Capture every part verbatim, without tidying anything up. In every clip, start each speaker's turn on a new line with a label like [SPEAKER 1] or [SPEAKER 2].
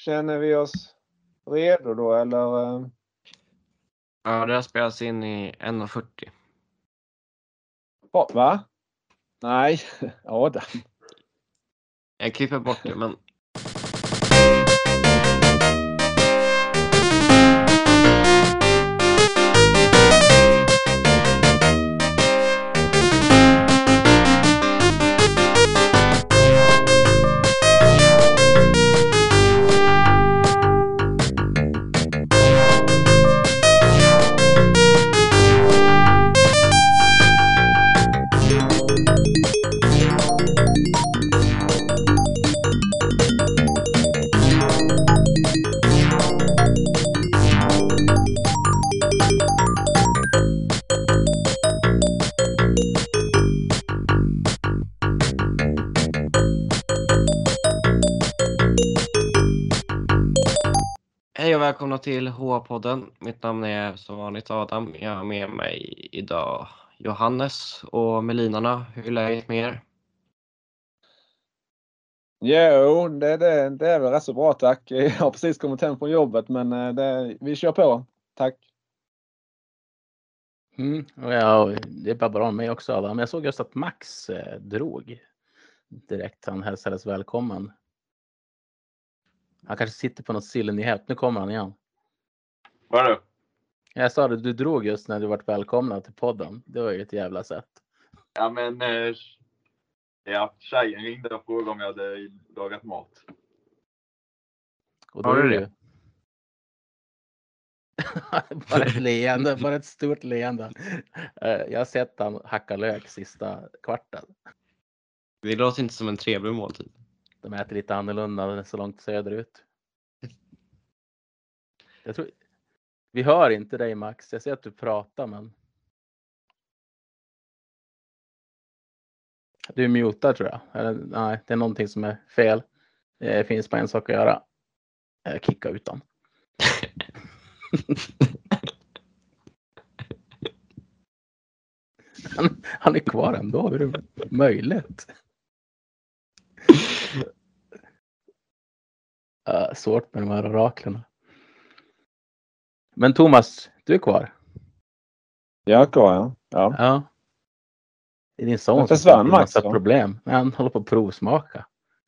[SPEAKER 1] Känner vi oss redo då eller?
[SPEAKER 2] Ja, det har spelats in i en fyrtio.
[SPEAKER 1] Va? Nej, Adam.
[SPEAKER 2] Jag klipper bort det, men... Hej och välkomna till H A-podden. Mitt namn är som vanligt Adam. Jag har med mig idag Johannes och Melinarna. Hur är läget med er?
[SPEAKER 1] Jo, det, det, det är väl rätt så bra, tack. Jag har precis kommit hem från jobbet, men det, vi kör på. Tack.
[SPEAKER 3] Mm, ja, det är bara bra med mig också, Adam. Men jag såg just att Max eh, drog direkt. Han hälsades välkommen. Han kanske sitter på något sillen i hält. Nu kommer han igen.
[SPEAKER 4] Vadå?
[SPEAKER 3] Jag sa det, du drog just när du varit välkomna till podden. Det var ju ett jävla sätt.
[SPEAKER 4] Ja, men eh, ja, tjejen ringde och frågade om jag hade lagat mat.
[SPEAKER 3] Och då
[SPEAKER 2] Har du
[SPEAKER 3] är
[SPEAKER 2] det?
[SPEAKER 3] bara ett leende, bara ett stort leende. Eh, Jag har sett han hacka lök sista kvarten.
[SPEAKER 2] Det låter inte som en trevlig måltid.
[SPEAKER 3] De äter lite annorlunda, den är så långt söderut. Jag tror... Vi hör inte dig, Max. Jag ser att du pratar, men... Du är mutad, tror jag. Eller, nej, det är någonting som är fel. Det finns bara en sak att göra. Kicka ut dem. han, han är kvar ändå. Hur är det möjligt? Uh, svårt med de här oraklerna. Men Thomas, du är kvar.
[SPEAKER 1] Jag är kvar, ja. Ja.
[SPEAKER 3] Ja. Det är din son
[SPEAKER 1] Men
[SPEAKER 3] som
[SPEAKER 1] försvann
[SPEAKER 3] har en
[SPEAKER 1] Max
[SPEAKER 3] massa
[SPEAKER 1] då?
[SPEAKER 3] problem. Men han håller på att provsmaka.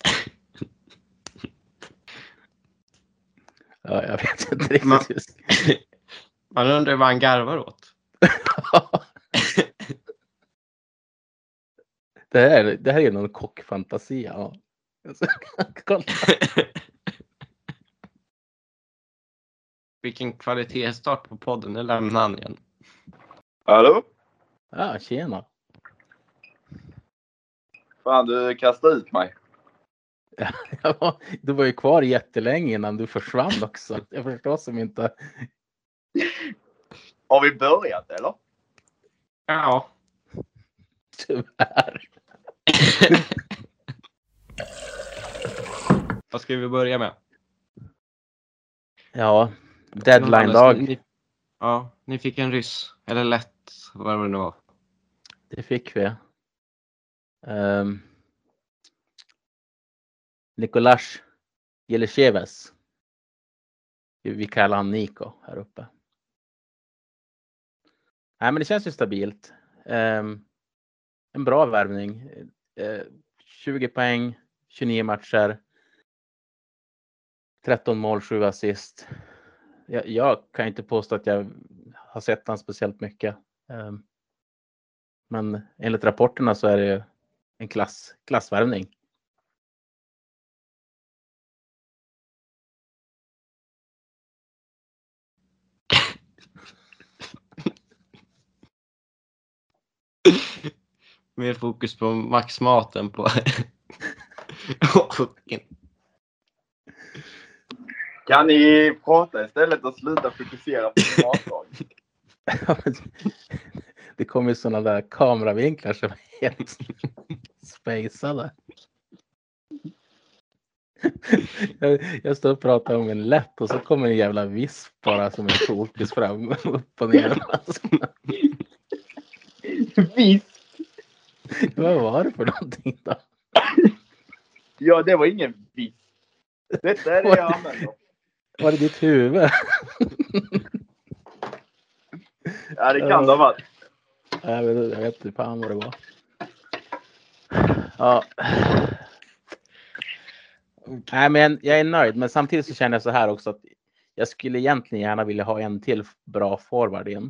[SPEAKER 3] Ja, jag vet inte riktigt
[SPEAKER 2] Man-
[SPEAKER 3] just.
[SPEAKER 2] Man undrar vad han garvar åt.
[SPEAKER 3] det, här, det här är någon kockfantasi. Ja. Kolla.
[SPEAKER 2] Vilken kvalitetsstart på podden. Nu lämnar han igen.
[SPEAKER 4] Hallå?
[SPEAKER 3] Ja, tjena.
[SPEAKER 4] Fan, du kastade ut mig.
[SPEAKER 3] Ja, du var ju kvar jättelänge innan du försvann också. Jag förstår som inte.
[SPEAKER 4] Har vi börjat, eller?
[SPEAKER 2] Ja.
[SPEAKER 3] Tyvärr.
[SPEAKER 2] Vad ska vi börja med?
[SPEAKER 3] Ja, deadline-dag.
[SPEAKER 2] Johannes, Ni, ja, ni fick en ryss. Eller lätt, vad det nu var.
[SPEAKER 3] Det fick vi. Um, Nikolas Jelishevs. Vi kallar han Niko här uppe. Nej, men det känns ju stabilt. Um, en bra värvning. Uh, tjugo poäng, tjugonio matcher. tretton mål, sju assist. Jag, jag kan inte påstå att jag har sett han speciellt mycket. Um, men enligt rapporterna så är det en klass, klassvärvning.
[SPEAKER 2] Mer fokus på maxmaten på kocken.
[SPEAKER 4] Kan ni prata istället och sluta fokusera på matlag?
[SPEAKER 3] Det kommer ju sådana där kameravinklar som är helt spejsade. Jag, jag står och pratar om en lätt och så kommer en jävla visp bara som en fokus fram upp och ner.
[SPEAKER 4] Visst!
[SPEAKER 3] Vad var det för någonting då?
[SPEAKER 4] Ja, det var ingen visst. Detta är det jag använder.
[SPEAKER 3] Var det ditt huvud?
[SPEAKER 4] Ja, det kan det ha varit.
[SPEAKER 3] Jag vet, jag vet inte fan vad det var. Ja. Nej, men jag är nöjd. Men samtidigt så känner jag så här också att jag skulle egentligen gärna vilja ha en till bra forward in.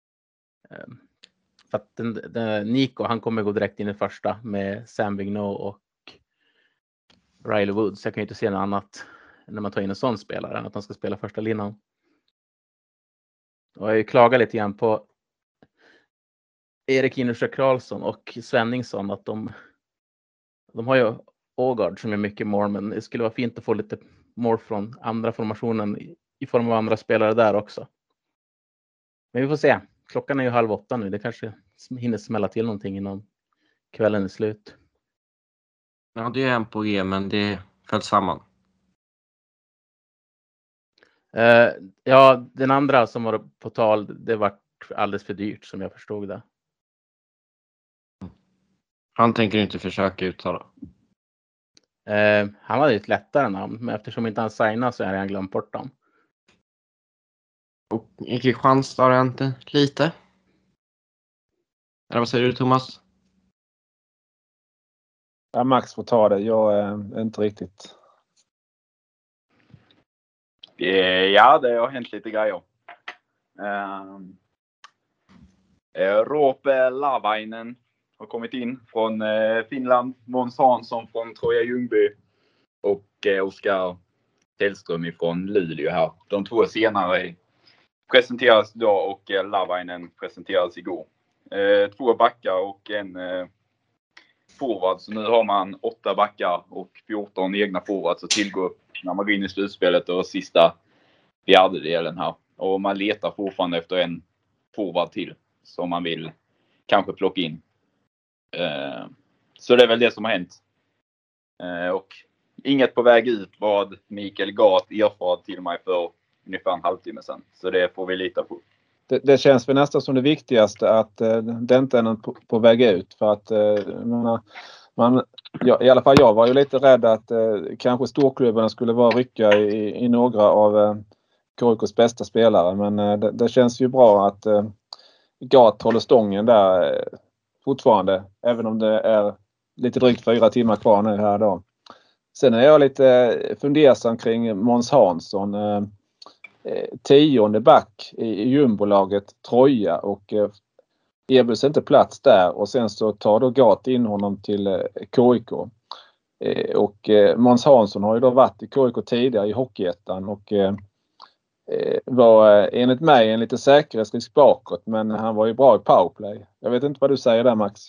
[SPEAKER 3] För att den, den, Nico, han kommer gå direkt in i första med Sam Vigneault och Riley Woods. Jag kan ju inte se något annat när man tar in en sån spelare än att han ska spela första linan. Och jag har ju klagat lite grann på Erik Innerstjö Karlsson och Svenningsson att de, de har ju Ågard som är mycket more, men det skulle vara fint att få lite more från andra formationen i, i form av andra spelare där också. Men vi får se. Klockan är ju halv åtta nu. Det kanske hinner smälla till någonting innan kvällen är slut.
[SPEAKER 2] Ja, det är en på G, men det föll samman.
[SPEAKER 3] Uh, ja, den andra som var på tal, det var alldeles för dyrt som jag förstod det.
[SPEAKER 2] Han tänker inte försöka uttala.
[SPEAKER 3] Uh, han hade ett lättare namn, men eftersom inte han signar så är han glömt bort dem.
[SPEAKER 2] Och i Kristianstad har jag inte lite. Eller vad säger du, Thomas?
[SPEAKER 1] Ja, Max får ta det. Jag är inte riktigt.
[SPEAKER 4] Ja, det har hänt lite grejer. Uh, Roope Lavainen har kommit in från uh, Finland. Måns Hansson från Troja Ljungby. Och uh, Oskar Tellström från Luleå här. De två senare presenteras idag och uh, Lavainen presenteras igår. Uh, två backar och en uh, forward. Så nu har man åtta backar och fjorton egna forwards att tillgå när man går in i slutspelet och sista fjärdedelen här. Och man letar fortfarande efter en forward till som man vill kanske plocka in. Uh, så det är väl det som har hänt. Uh, och inget på väg ut vad Mikael Gat erfar till mig för ungefär en halvtimme sedan. Så det får vi lita på.
[SPEAKER 1] Det, det känns väl nästan som det viktigaste att uh, det inte är någon på, på väg ut. För att uh, man, man, ja, i alla fall jag var ju lite rädd att uh, kanske storklubbarna skulle vara rycka i, i några av uh, K I K:s bästa spelare. Men uh, det, det känns ju bra att uh, Gat håller stången där uh, fortfarande. Även om det är lite drygt fyra timmar kvar nu här då. Sen är jag lite fundersam kring Måns Hansson. Uh, tionde back i, i jumbolaget Troja och eh, erbjuds inte plats där och sen så tar då Gat in honom till eh, K I K. Eh, och eh, Måns Hansson har ju då varit i K I K tidigare i Hockeyettan och eh, var eh, enligt mig en lite säkerhetsrisk bakåt, men han var ju bra i powerplay. Jag vet inte vad du säger där, Max.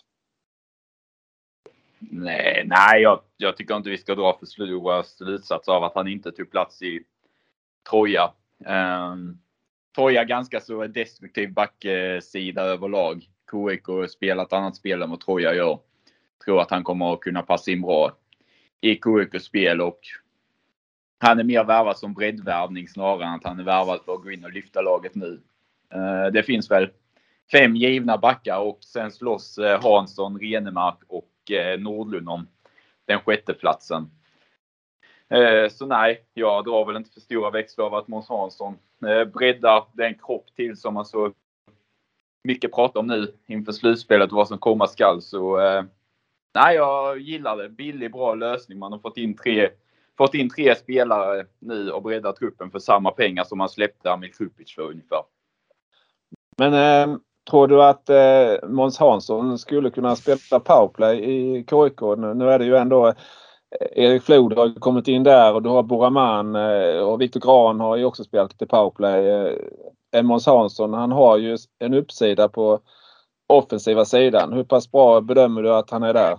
[SPEAKER 4] Nej, nej jag, jag tycker inte vi ska dra för stora slutsatser av att han inte tog plats i Troja. Um, Troja ganska så destruktiv backsida överlag. K I K spelar ett annat spel än vad Troja gör. Tror att han kommer att kunna passa in bra i K I K:s spel och han är mer värvad som breddvärvning snarare än att han är värvad för att gå in och lyfta laget nu. Uh, det finns väl fem givna backar och sen slåss uh, Hansson, Renemark och uh, Nordlund om den sjätte platsen. Så nej, jag drar väl inte för stora växlar av att Måns Hansson breddar den kropp till som man så mycket pratar om nu inför slutspelet och vad som komma skall. Så nej, jag gillar det. Billig, bra lösning. Man har fått in tre, fått in tre spelare nu och breddat truppen för samma pengar som man släppte Emil Krupic för ungefär.
[SPEAKER 1] Men eh, tror du att eh, Måns Hansson skulle kunna spela powerplay i K I K? Nu, nu är det ju ändå Erik Flod har kommit in där och du har Boraman och Viktor Gran har ju också spelat till powerplay. Måns Hansson, han har ju en uppsida på offensiva sidan. Hur pass bra bedömer du att han är där?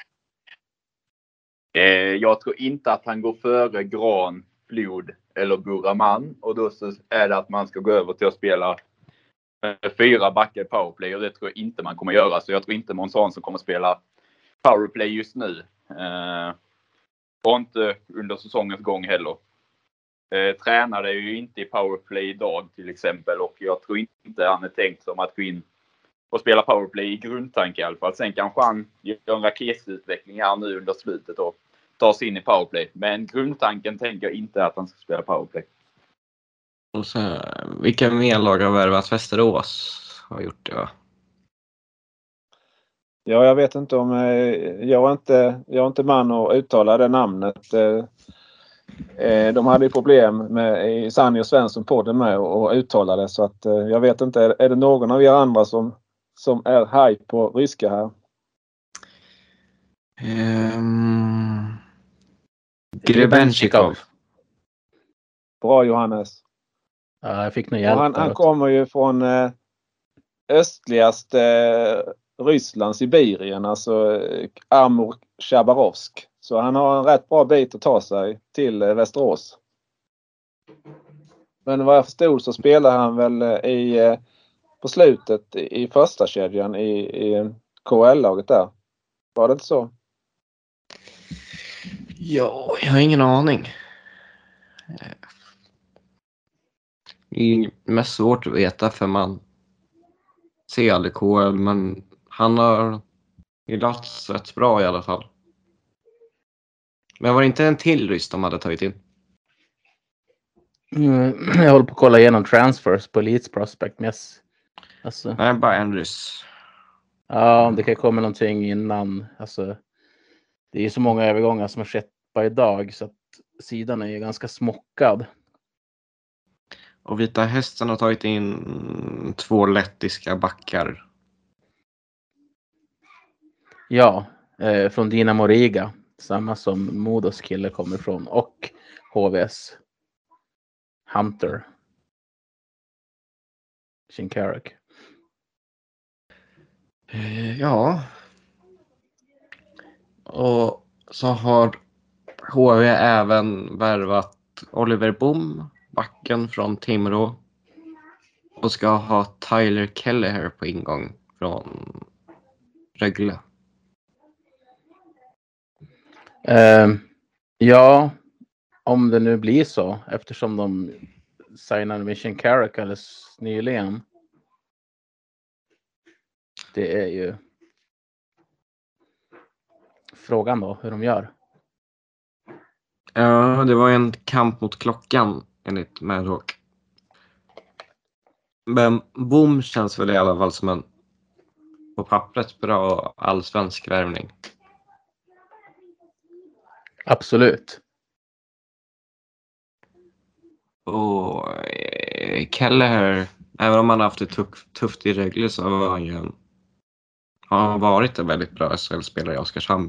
[SPEAKER 4] Jag tror inte att han går före Gran, Flod eller Boraman. Och då så är det att man ska gå över till att spela fyra backar i powerplay. Och det tror jag inte man kommer göra. Så jag tror inte Måns Hansson kommer spela powerplay just nu. Och inte under säsongens gång heller. Eh, tränade ju inte i powerplay idag till exempel. Och jag tror inte han är tänkt som att gå in och spela powerplay i grundtanke i alla fall. Sen kanske han gör en raketutveckling här nu under slutet och ta sig in i powerplay. Men grundtanken tänker jag inte att han ska spela powerplay.
[SPEAKER 2] Och så, vilka mer lag har värvat? Västerås har gjort det, va?
[SPEAKER 1] Ja, jag vet inte om jag är inte, jag är inte man att uttala det namnet. De hade ju problem med i Sanny och Svensson podden med att uttala det, så att jag vet inte, är det någon av er andra som, som är hype på ryska här?
[SPEAKER 2] Um, Grebenchikov.
[SPEAKER 1] Bra Johannes.
[SPEAKER 3] Ja, jag fick nog hjälp.
[SPEAKER 1] Och han, han kommer ju från eh, östligaste eh, Ryssland, Sibirien, alltså eh, Amur Chabarovsk. Så han har en rätt bra bit att ta sig till eh, Västerås. Men vad jag förstod så spelar han väl eh, i eh, på slutet i, i första kedjan i, i K L-laget där. Var det inte så?
[SPEAKER 2] Ja, jag har ingen aning. Det är mest svårt att veta för man ser aldrig K L, men han har gillat rätt bra i alla fall. Men var det inte en till ryss de hade tagit in?
[SPEAKER 3] Mm, jag håller på att kolla igenom transfers på Leeds Prospect. Yes. Alltså,
[SPEAKER 2] Nej, bara en ryss.
[SPEAKER 3] ja, om det kan komma någonting innan. Alltså, det är ju så många övergångar som har skett på idag så att sidan är ju ganska smockad.
[SPEAKER 2] Och Vita Hästen har tagit in två lettiska backar.
[SPEAKER 3] Ja, eh, från Dinamo Riga. Samma som Modos kille kommer ifrån. Och H V S Hunter Shinkarik.
[SPEAKER 2] Eh, ja. Och så har H V även värvat Oliver Bom, backen från Timrå. Och ska ha Tyler Kelleher på ingång från Rögle.
[SPEAKER 3] Eh, ja, om det nu blir så. Eftersom de signade med Shinkarik alldeles nyligen. Det är ju frågan då hur de gör.
[SPEAKER 2] Ja, det var en kamp mot klockan enligt Madhawk. Men Boom känns väl i alla fall som en på pappret bra allsvensk värvning.
[SPEAKER 3] Absolut. Och
[SPEAKER 2] eh, Kelleher, även om han haft det tuff, tufft i Rögle så har han ju har han varit en väldigt bra S H L-spelare i Oskarshamn.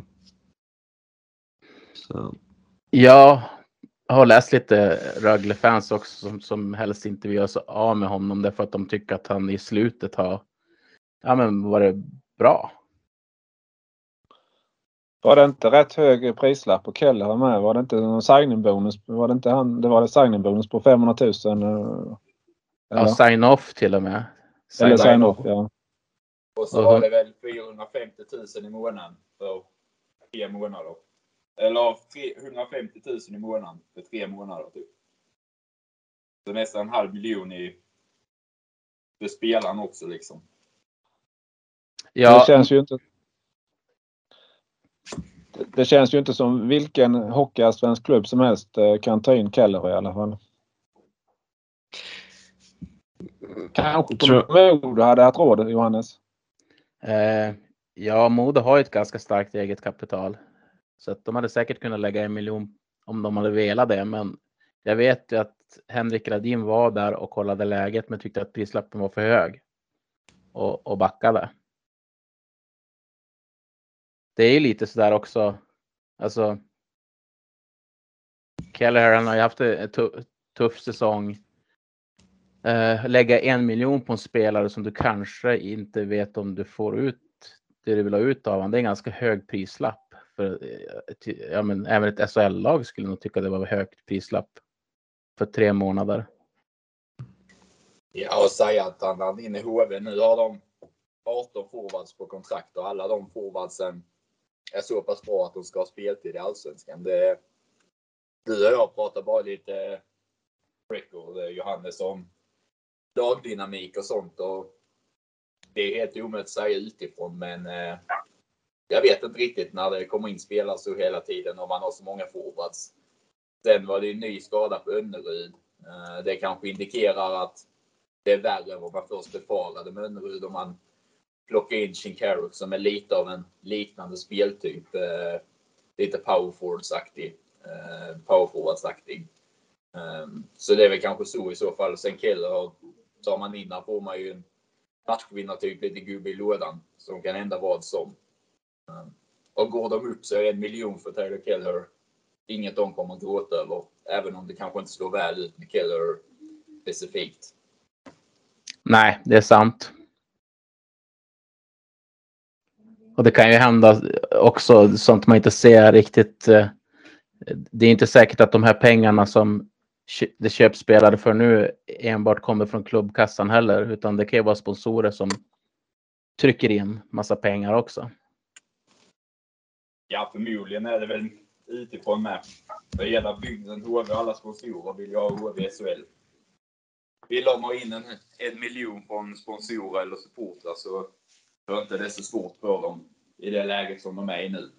[SPEAKER 2] Så.
[SPEAKER 3] Jag har läst lite Rögle-fans också som, som helst inte vill göra sig av med honom därför att de tycker att han i slutet har ja, men varit bra.
[SPEAKER 1] Var det inte rätt hög prislapp på Keller med? Var det inte någon signing-bonus? Var det inte han? Det var det signing-bonus på femhundratusen? Eller?
[SPEAKER 3] Ja, sign-off till och med.
[SPEAKER 1] Sign eller sign-off, ja.
[SPEAKER 4] Och så var det väl fyrahundrafemtio tusen i månaden för tre månader. Eller trehundrafemtio tusen i månaden för tre månader typ. Så nästan en halv miljon i för spelaren också liksom.
[SPEAKER 1] Ja. Det känns ju inte Det känns ju inte som vilken hockeyallsvensk klubb som helst kan ta in Keller i alla fall. Kanske tror... Modo hade haft råd, Johannes.
[SPEAKER 3] Eh, ja, Modo har ju ett ganska starkt eget kapital. Så att de hade säkert kunnat lägga en miljon om de hade velat det. Men jag vet ju att Henrik Radin var där och kollade läget men tyckte att prislappen var för hög. Och, och backade. Det är ju lite sådär också. Alltså. Keller han har ju haft en tuff, tuff säsong. Uh, lägga en miljon på en spelare som du kanske inte vet om du får ut det du vill ha ut av honom. Det är en ganska hög prislapp. För, ja, men, även ett S H L-lag skulle nog tycka det var högt prislapp för tre månader.
[SPEAKER 4] Ja, och säga att han är inne i H V. Nu har de arton forwards på kontrakt och alla de forwardsen är så pass bra att de ska ha speltid i allsvenskan. Det, du och jag pratar bara lite record, Johannes, om lagdynamik och sånt. Och det är helt omöjligt att säga utifrån, men eh, jag vet inte riktigt när det kommer in spelare så hela tiden och man har så många forwards. Sen var det en ny skada på Önneryd. Det kanske indikerar att det är värre än vad man först befarade med Önneryd om man plockar in Shinkaruk som är lite av en liknande speltyp. Lite powerforwards-aktig. Powerforwards-aktig. Så det är väl kanske så i så fall. Sen Keller tar man in, får man ju en matchvinnartyp, lite gubbe i lådan som kan hända vad som. Och går de upp så är det en miljon för Tyler Keller. Inget de kommer att gråta över. Även om det kanske inte slår väl ut med Keller specifikt.
[SPEAKER 3] Nej, det är sant. Och det kan ju hända också sånt man inte ser riktigt. Det är inte säkert att de här pengarna som det köpspelare för nu enbart kommer från klubbkassan heller. Utan det kan ju vara sponsorer som trycker in massa pengar också.
[SPEAKER 4] Ja, förmodligen är det väl utifrån med. För hela bygden, H V och alla sponsorer vill ju ha H V S H L. Vill de ha in en, en miljon från sponsorer eller supportrar så är inte det så svårt för dem i det läget som de är i nu.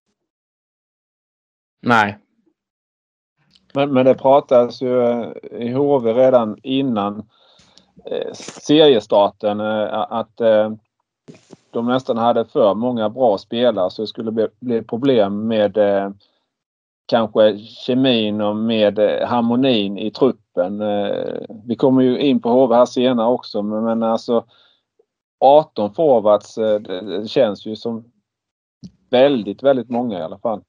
[SPEAKER 3] Nej.
[SPEAKER 1] Men, men det pratas ju i H V redan innan eh, seriestarten eh, att eh, de nästan hade för många bra spelare så det skulle bli, bli problem med eh, kanske kemin och med eh, harmonin i truppen. Eh, vi kommer ju in på H V här senare också men, men alltså arton forwards eh, det, det känns ju som väldigt, väldigt många i alla fall.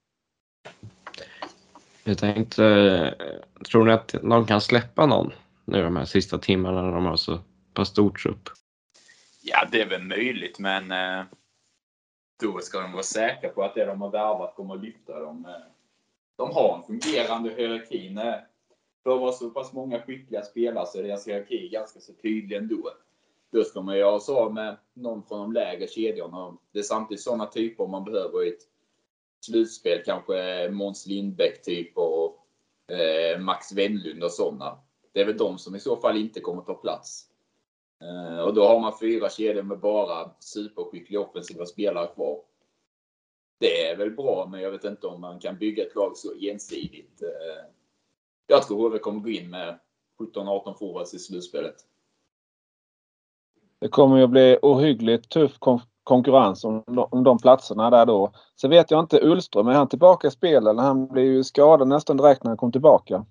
[SPEAKER 2] Jag tänkte, tror ni att de kan släppa någon nu de här sista timmarna när de har så pass stort upp?
[SPEAKER 4] Ja, det är väl möjligt, men eh, då ska de vara säkra på att det de har värvat kommer att lyfta dem. Eh, de har en fungerande hierarki. För att vara så pass många skickliga spelare så är deras hierarki ganska så tydlig ändå. Då ska man ju ha så med någon från de lägre kedjorna. Det är samtidigt sådana typer man behöver i ett slutspel. Kanske Måns Lindbäck typ och eh, Max Wennlund och sådana. Det är väl de som i så fall inte kommer ta plats. Eh, och då har man fyra kedjor med bara superskickliga offensiva spelare kvar. Det är väl bra, men jag vet inte om man kan bygga ett lag så ensidigt. Eh, jag tror H V kommer gå in med sjutton arton forwards i slutspelet.
[SPEAKER 1] Det kommer ju att bli ohyggligt tuff kon- konkurrens om de, om de platserna där då. Så vet jag inte, Ullström, är han tillbaka i spel eller han blir ju skadad nästan direkt när han kom tillbaka?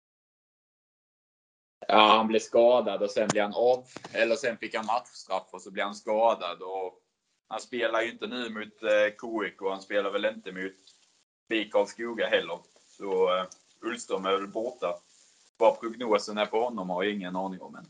[SPEAKER 4] Ja, han blev skadad och sen blev han av, eller sen fick han matchstraff och så blev han skadad och han spelar ju inte nu mot eh, K I K och han spelar väl inte mot B I K Karlskoga heller. Så eh, Ullström är väl borta. Vad prognosen är på honom har jag ingen aning om än.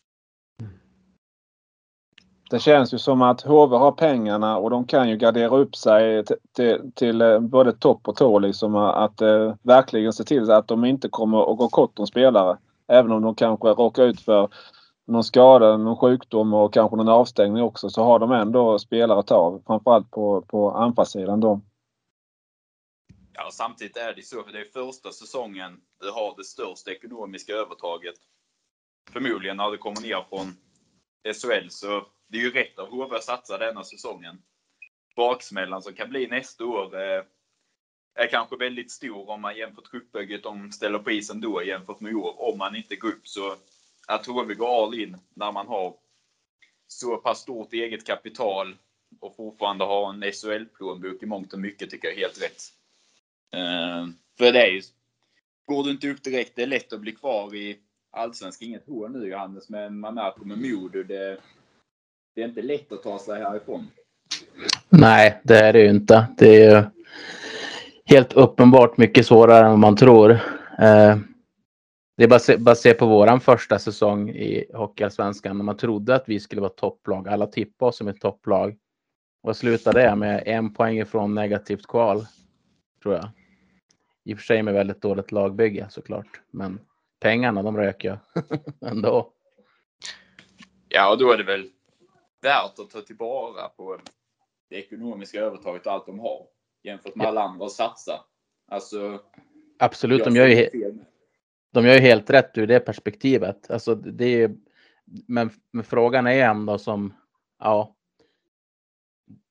[SPEAKER 1] Det känns ju som att H V har pengarna och de kan ju gardera upp sig t- t- till eh, både topp och tå liksom att eh, verkligen se till att de inte kommer att gå kort om spelare. Även om de kanske råkar ut för någon skada, någon sjukdom och kanske någon avstängning också så har de ändå spelare att ta. Framförallt på, på anfallssidan då.
[SPEAKER 4] Ja, samtidigt är det så för det är första säsongen du har det största ekonomiska övertaget. Förmodligen när det kommer ner från S H L så det är ju rätt av H V att satsa denna säsongen. Baksmällan som kan bli nästa år eh, är kanske väldigt stor om man jämfört truppbygget de ställer på isen då jämfört med år om man inte går upp. Så att H V går all in när man har så pass stort eget kapital och fortfarande har en S H L-plånbok i mångt och mycket tycker jag är helt rätt. Uh, för det är ju, går du inte upp direkt, det är lätt att bli kvar i allsvenska. Inget hår nu Johannes, men man märker med Modo, det, det är inte lätt att ta sig härifrån.
[SPEAKER 3] Nej, det är det ju inte. Det är ju helt uppenbart mycket svårare än man tror. Uh, det är bara se, bara se på våran första säsong i Hockeyallsvenskan när man trodde att vi skulle vara topplag. Alla tippade oss som ett topplag. Och slutade det med en poäng ifrån negativt kval, tror jag. I och för sig med väldigt dåligt lagbygge såklart. Men pengarna, de röker jag ändå.
[SPEAKER 4] Ja, och då är det väl värt att ta tillvara på det ekonomiska övertaget och allt de har. Jämfört med
[SPEAKER 3] Ja.
[SPEAKER 4] alla andra och satsa. Alltså,
[SPEAKER 3] absolut, de gör, ju he- de gör ju helt rätt ur det perspektivet. Alltså, det är, men, men frågan är ändå som, ja.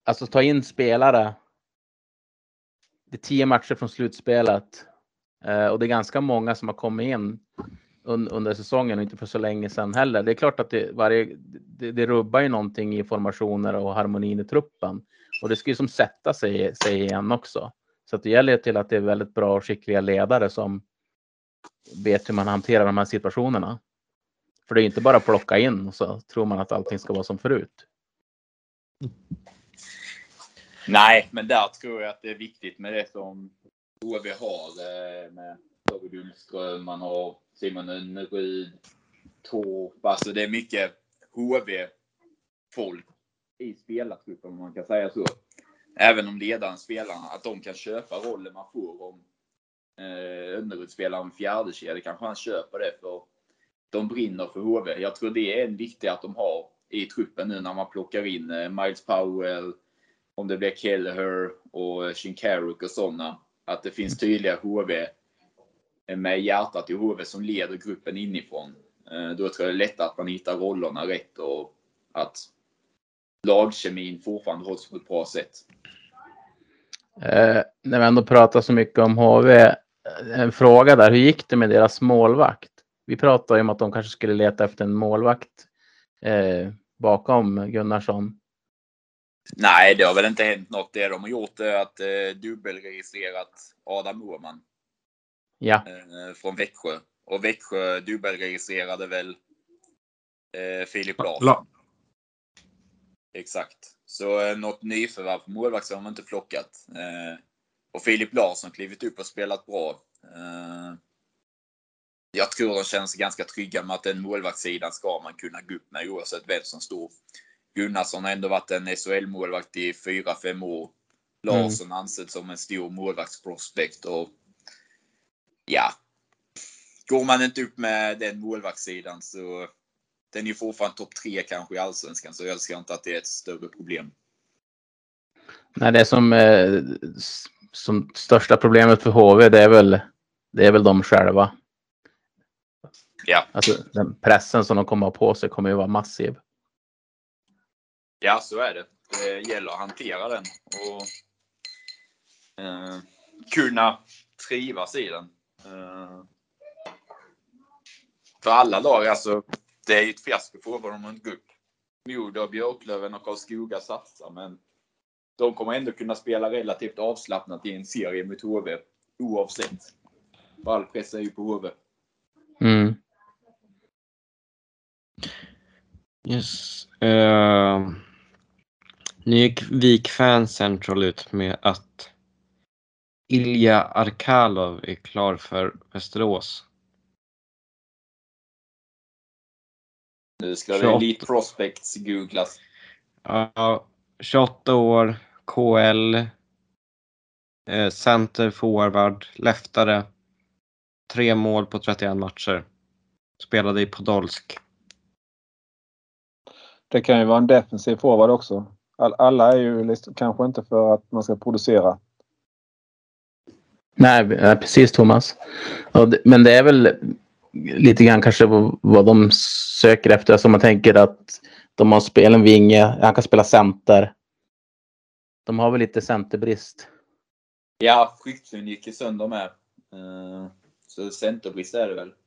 [SPEAKER 3] alltså ta in spelare. Det är tio matcher från slutspelet. Eh, och det är ganska många som har kommit in un, under säsongen och inte för så länge sedan heller. Det är klart att det, varje, det, det rubbar ju någonting i formationer och harmonin i truppen. Och det ska ju som sätta sig, sig igen också. Så att det gäller till att det är väldigt bra och skickliga ledare som vet hur man hanterar de här situationerna. För det är inte bara att plocka in och så tror man att allting ska vara som förut.
[SPEAKER 4] Nej, men där tror jag att det är viktigt med det som O V har med Tove Gullström, man har Simon Önneryd, Torp. Alltså det är mycket H V-folk i spelartruppen om man kan säga så. Även om ledaren spelarna, att de kan köpa rollen man får om eh, Önneryd spelar en fjärde kedja, kanske han köper det för de brinner för H V. Jag tror det är en viktig att de har i truppen nu när man plockar in eh, Miles Powell, om det blir Kelleher och Shinkaruk och sådana. Att det finns tydliga H V med hjärtat i H V som leder gruppen inifrån. Då tror jag det är lätt att man hittar rollerna rätt och att lagkemin fortfarande hålls på ett bra sätt.
[SPEAKER 3] Eh, när vi ändå pratar så mycket om H V, en fråga där, hur gick det med deras målvakt? Vi pratade om att de kanske skulle leta efter en målvakt eh, bakom Gunnarsson.
[SPEAKER 4] Nej, det har väl inte hänt något. Det de har gjort är att eh, dubbelregistrerat Adam Åhman.
[SPEAKER 3] Ja.
[SPEAKER 4] Eh, från Växjö. Och Växjö dubbelregistrerade väl eh, Filip Larsson. La- Exakt. Så eh, något nyförvärv på målvakt har de inte plockat. Eh, och Filip Larsson klivit upp och spelat bra. Eh, jag tror de känns ganska trygga med att den målvaktssidan ska man kunna gå upp med oavsett vem som står. Gunnarsson har ändå varit en S H L-målvakt i fyra fem år. Larsson mm. ansedd som en stor målvaktsprospekt. Och ja, går man inte upp med den målvaktssidan så den är ju fortfarande topp tre kanske i allsvenskan. Så jag ser inte att det är ett större problem.
[SPEAKER 3] Nej, det som, eh, som största problemet för H V det är väl, det är väl de själva.
[SPEAKER 4] Ja.
[SPEAKER 3] Alltså den pressen som de kommer på sig kommer ju vara massiv.
[SPEAKER 4] Ja, så är det. Det gäller att hantera den och eh, kunna trivas i den. Eh, för alla lag, alltså, det är ju ett fiasko för vad de har en grupp. Modo, Björklöven och Karlskoga satsar, men de kommer ändå kunna spela relativt avslappnat i en serie mot H V oavsett. All press är ju på H V.
[SPEAKER 3] Mm.
[SPEAKER 2] Yes. Uh, nu gick Vik Fan Central ut med att Ilja Arkalov är klar för Västerås.
[SPEAKER 4] Nu ska det Elite Prospects googlas.
[SPEAKER 2] Ja, tjugoåtta år, K L, eh, center, forward, leftare. Tre mål på trettioen matcher. Spelade i Podolsk.
[SPEAKER 1] Det kan ju vara en defensiv forward också. All, alla är ju liksom, kanske inte för att man ska producera.
[SPEAKER 3] Nej, precis Thomas. Men det är väl lite grann kanske vad de söker efter. Alltså man tänker att de har spelat en vinge, han kan spela center. De har väl lite centerbrist.
[SPEAKER 4] Ja, Skyttlund gick ju sönder med. Så centerbrist är det väl.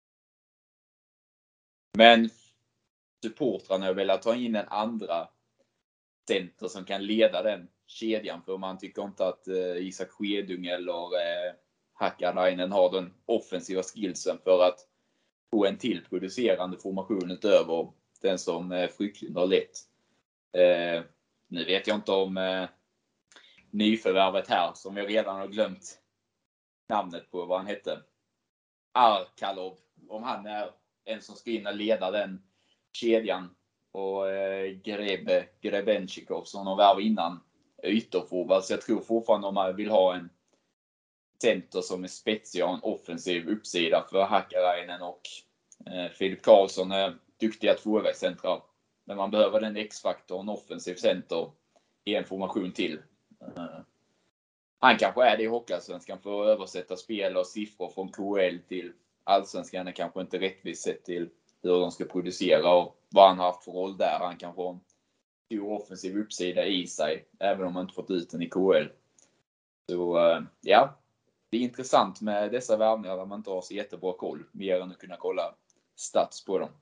[SPEAKER 4] Men supportrarna har velat ta in en andra center som kan leda den kedjan. För man tycker inte att eh, Isak Skedung eller eh, Hakkarainen har den offensiva skillsen för att få en till producerande formation utöver den som eh, Frycklund har lett. Eh, nu vet jag inte om eh, nyförvärvet här som jag redan har glömt namnet på vad han hette. Arkalov. Om han är en som ska in och leda den kedjan. Och eh, Grebe, Grebenchikov som de värv innan ytterforward. Så jag tror fortfarande om man vill ha en center som är spetsig och en offensiv uppsida för Hakkarainen och eh, Filip Karlsson är duktiga tvåvägscentrar. Men man behöver den X-faktor, en offensiv center i en formation till. Eh, han kanske är det i Hockeyallsvenskan för att översätta spel och siffror från K L till Allsvenskan är kanske inte rättvist sett till hur de ska producera och vad han har haft för roll där. Han kanske har en stor offensiv uppsida i sig, även om man inte fått ut den i K L. Så ja, det är intressant med dessa värvningar där man inte har så jättebra koll, mer än att kunna kolla stats på dem.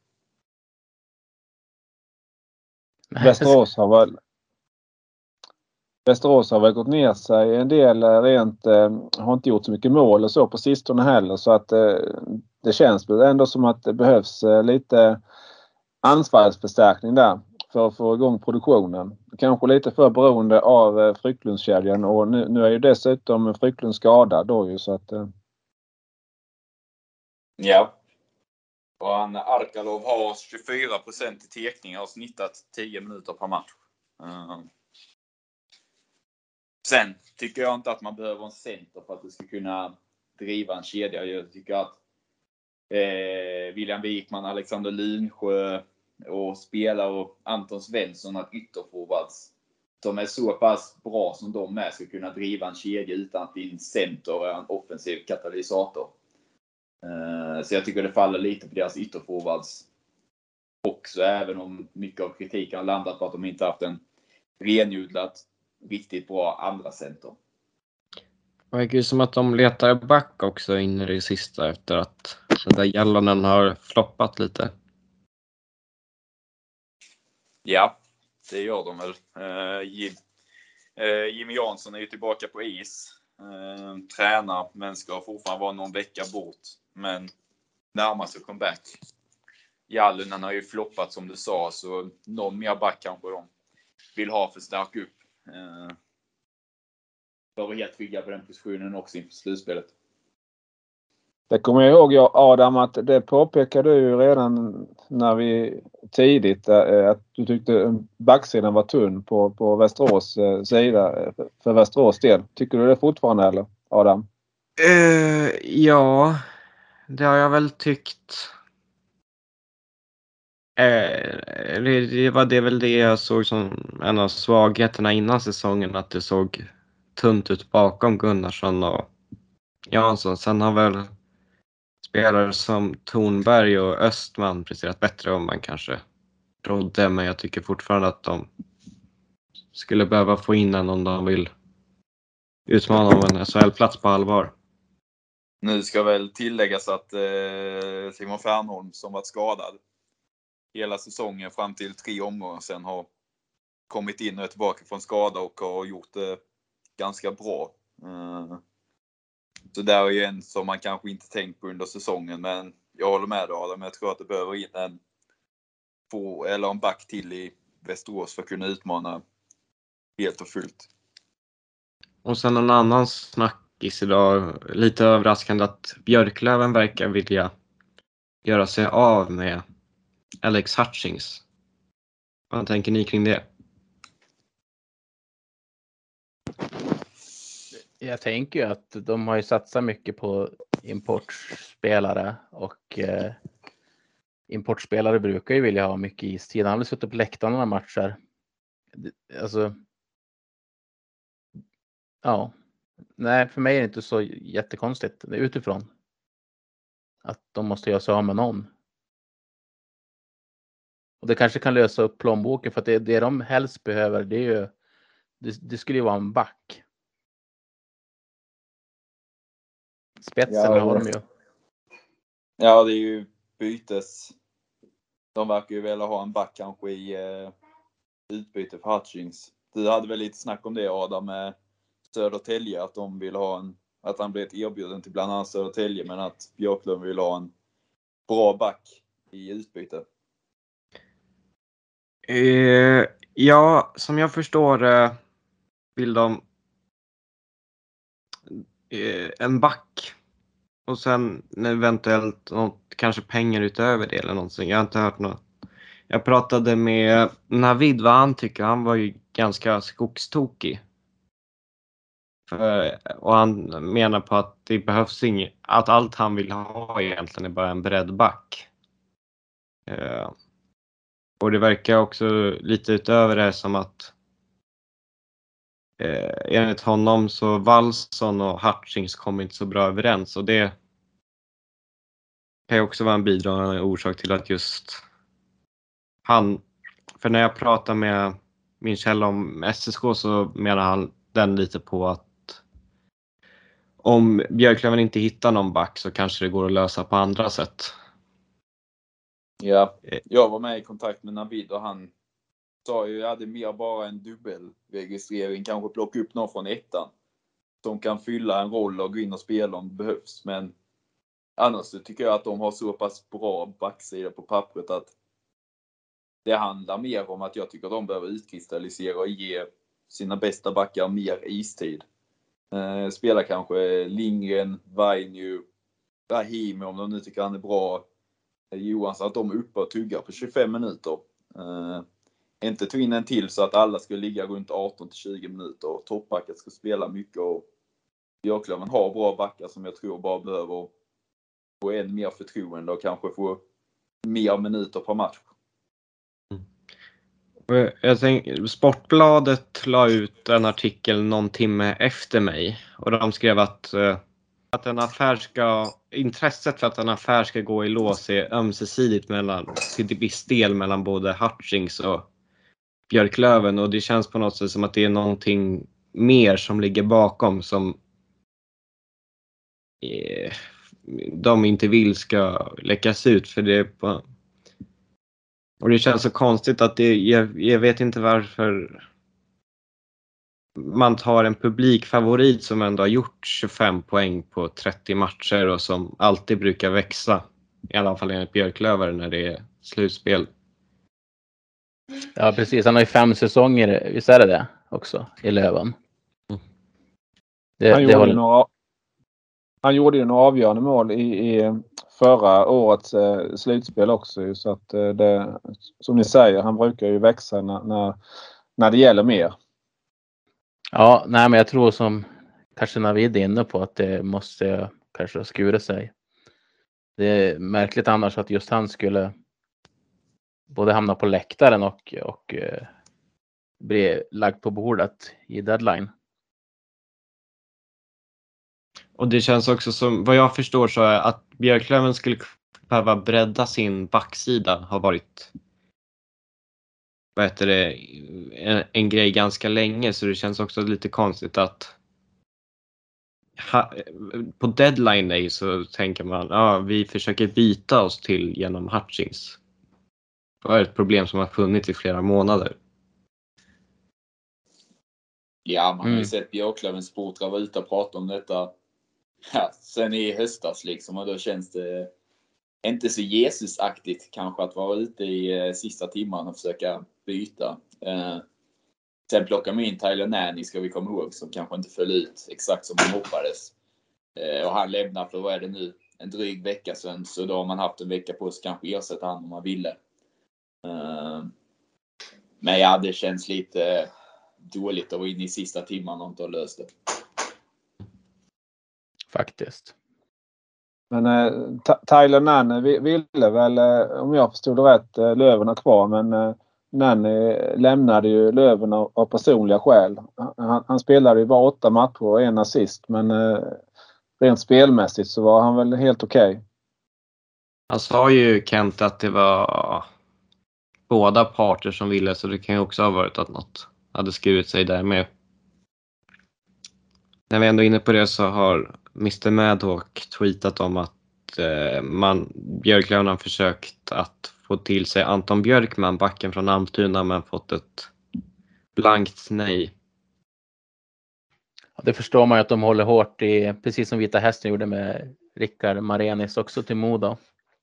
[SPEAKER 1] Västerås har väl Västerås har väl gått ner sig en del rent, eh, har inte gjort så mycket mål och så på sistone heller, så att eh, det känns väl ändå som att det behövs eh, lite ansvarsförstärkning där för att få igång produktionen. Kanske lite för beroende av eh, Frycklundskedjan, och nu, nu är ju dessutom Frycklund skadad då ju, så att eh.
[SPEAKER 4] Ja. Och han, Arkalov har tjugofyra procent i tekning och har snittat tio minuter per match. Uh. Sen tycker jag inte att man behöver en center för att det ska kunna driva en kedja. Jag tycker att eh, William Wikman, Alexander Lunsjö och spelare och Anton Svensson, att ytterforwards, de är så pass bra som de är, ska kunna driva en kedja utan att din center är en offensiv katalysator. Eh, så jag tycker det faller lite på deras ytterforwards också, även om mycket av kritiken har landat på att de inte haft en renodlat riktigt bra andra center.
[SPEAKER 2] Det verkar ju som att de letar back också in i det sista efter att den där Jallonen har floppat lite.
[SPEAKER 4] Ja, det gör de väl. Uh, Jim, uh, Jimmy Jansson är ju tillbaka på is. Uh, tränar, men ska fortfarande vara någon vecka bort. Men närmar sig comeback. Jallonen har ju floppat som du sa, så någon mer back kanske de vill ha för stark upp. Uh, för att helt trygga på den positionen också inför slutspelet.
[SPEAKER 1] Det kommer jag ihåg, jag, Adam, att det påpekade du ju redan när vi tidigt att du tyckte backsidan var tunn på, på Västerås sida för Västerås del. Tycker du det fortfarande, eller Adam?
[SPEAKER 2] Uh, ja, det har jag väl tyckt. Uh, det, det var det väl det jag såg som en av svagheterna innan säsongen, att det såg tunt ut bakom Gunnarsson och Jansson. Sen har väl spelare som Thornberg och Östman presterat bättre om man kanske trodde, men jag tycker fortfarande att de skulle behöva få in en om de vill utmana om en S H L-plats på allvar.
[SPEAKER 4] Nu ska väl tilläggas att eh, Simon Fernholm, som varit skadad hela säsongen fram till tre omgångar sen, har kommit in och är tillbaka från skada och har gjort det ganska bra. Eh, så där är ju en som man kanske inte tänkt på under säsongen, men jag håller med dig, Adam. Jag tror att det behöver in en få eller en back till i Västerås för att kunna utmana helt och fullt.
[SPEAKER 2] Och sen en annan snackis idag, lite överraskande, att Björklöven verkar vilja göra sig av med Alex Hutchings. Vad tänker ni kring det?
[SPEAKER 3] Jag tänker ju att de har ju satsat mycket på importspelare, och eh, importspelare brukar ju vilja ha mycket istid. Han har väl suttit på läktaren några matcher. Alltså, ja. Nej, för mig är det inte så jättekonstigt. Det är utifrån att de måste göra sig av med någon. Och det kanske kan lösa upp plånboken, för att det, det de helst behöver, det är ju, det, det skulle ju vara en back. Spetsen
[SPEAKER 4] Ja,
[SPEAKER 3] har de ju.
[SPEAKER 4] Ja, det är ju bytes. De verkar ju vilja ha en back kanske i eh, utbyte för Hutchings. Du hade väl lite snack om det, Adam, med Södertälje, att de vill ha en, att han blivit erbjuden till bland annat Södertälje, men att Björklund vill ha en bra back i utbyte.
[SPEAKER 2] Eh, ja, som jag förstår eh, vill de eh, en back och sen eventuellt något, kanske pengar utöver det eller någonting. Jag har inte hört något. Jag pratade med Navid, vad han tycker. Han var ju ganska skogstokig. För, och han menar på att det behövs inget, att allt han vill ha egentligen är bara en breddback. Eh, och det verkar också lite utöver det som att Eh, enligt honom så Wallson och Hutchings kommer inte så bra överens, och det kan ju också vara en bidragande orsak till att just han, för när jag pratar med min källa om S S K så menar han den lite på att om Björklöven inte hittar någon back så kanske det går att lösa på andra sätt.
[SPEAKER 4] Ja, jag var med i kontakt med Navid och han sa ju att det är mer bara en dubbelregistrering. Kanske plocka upp någon från ettan som kan fylla en roll och gå in och spela om det behövs. Men annars så tycker jag att de har så pass bra backsida på pappret att det handlar mer om att jag tycker att de behöver utkristallisera och ge sina bästa backar mer istid. Eh, spela kanske Lindgren, Vainju, Rahimi om de nu tycker han är bra. Johansson, att de är uppe och tuggar på tjugofem minuter. Eh, inte ta in en till så att alla ska ligga runt arton till tjugo minuter och toppbacket ska spela mycket. Och Björklöven har bra backar som jag tror bara behöver få än mer förtroende och kanske få mer minuter per match.
[SPEAKER 2] Jag tänk, Sportbladet la ut en artikel någon timme efter mig och de skrev att, att en affär ska, intresset för att en affär ska gå i lås är ömsesidigt mellan, till viss del mellan både Hutchings och Björklöven, och det känns på något sätt som att det är någonting mer som ligger bakom som eh, de inte vill ska läckas ut, för det är på. Och det känns så konstigt att det, jag, jag vet inte varför man tar en publikfavorit som ändå har gjort tjugofem poäng på trettio matcher och som alltid brukar växa. I alla fall enligt Björklöver när det är slutspel.
[SPEAKER 3] Ja, precis. Han har ju fem säsonger, visst är det det också, i Löven. Det,
[SPEAKER 1] han,
[SPEAKER 3] det
[SPEAKER 1] gjorde
[SPEAKER 3] håller...
[SPEAKER 1] några, han gjorde ju några avgörande mål i, i förra årets eh, slutspel också. Så att eh, det, som ni säger, han brukar ju växa när, när, när det gäller mer.
[SPEAKER 3] Ja, nej, men jag tror som kanske Navid är inne på att det måste kanske skura sig. Det är märkligt annars att just han skulle både hamna på läktaren och, och eh, bli lagd på bordet i deadline.
[SPEAKER 2] Och det känns också som, vad jag förstår så är att Björklöven skulle behöva bredda sin backsida har varit, vad heter det, en, en grej ganska länge, så det känns också lite konstigt att ha, på deadline day så tänker man, ja, vi försöker byta oss till genom Hutchings. Det är ett problem som har funnits i flera månader.
[SPEAKER 4] Ja, man har ju
[SPEAKER 3] Mm.
[SPEAKER 4] sett Björklövens supportrar vara ute och prata om detta ja, sen i höstas liksom, och då känns det inte så Jesusaktigt kanske att vara ute i eh, sista timman och försöka byta. Eh, sen plockar man in Tyler Nanny, ska vi komma ihåg, som kanske inte föll ut exakt som man hoppades. Eh, och han lämnar för, vad är det nu, en dryg vecka sedan, så då har man haft en vecka på sig kanske ersätta han om man ville. Eh, men ja, det känns lite dåligt att vara inne i sista timman och inte ha löst det.
[SPEAKER 3] Faktiskt.
[SPEAKER 1] Men eh, Tyler Nanny ville väl, eh, om jag förstod det rätt, eh, Löven har kvar. Men eh, Nanny lämnade ju Löven av, av personliga skäl. Han, han spelade ju bara åtta matcher och en assist. Men eh, rent spelmässigt så var han väl helt okej. Okay.
[SPEAKER 2] Han sa ju, Kent, att det var båda parter som ville, så det kan ju också ha varit att något hade skurit sig där med. När vi ändå är inne på det så har mister Madhawk tweetat om att eh, man, Björklöven har försökt att få till sig Anton Björkman, backen från Almtuna, men fått ett blankt nej.
[SPEAKER 3] Det förstår man ju att de håller hårt i, precis som Vita Hästen gjorde med Rickard Marenis också till Modo.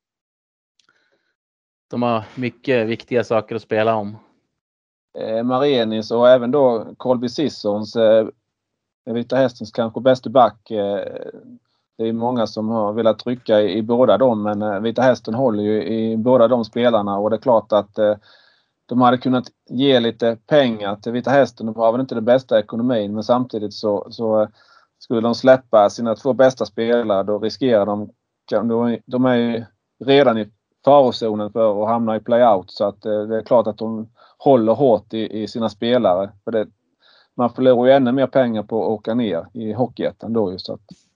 [SPEAKER 3] De har mycket viktiga saker att spela om.
[SPEAKER 1] Eh, Marenis och även då Colby Sissons, eh, Vita Hästens kanske bästa back. Eh, det är många som har velat trycka i, i båda dem, men eh, Vita Hästen håller ju i båda de spelarna, och det är klart att eh, de hade kunnat ge lite pengar till Vita Hästen. De har väl inte den bästa ekonomin, men samtidigt så, så skulle de släppa sina två bästa spelare, då riskerar de, de, de är ju redan i farozonen för att hamna i playout, så att eh, det är klart att de håller hårt i, i sina spelare, för det, man förlorar ju ännu mer pengar på att åka ner i Hockeyettan då just. Att...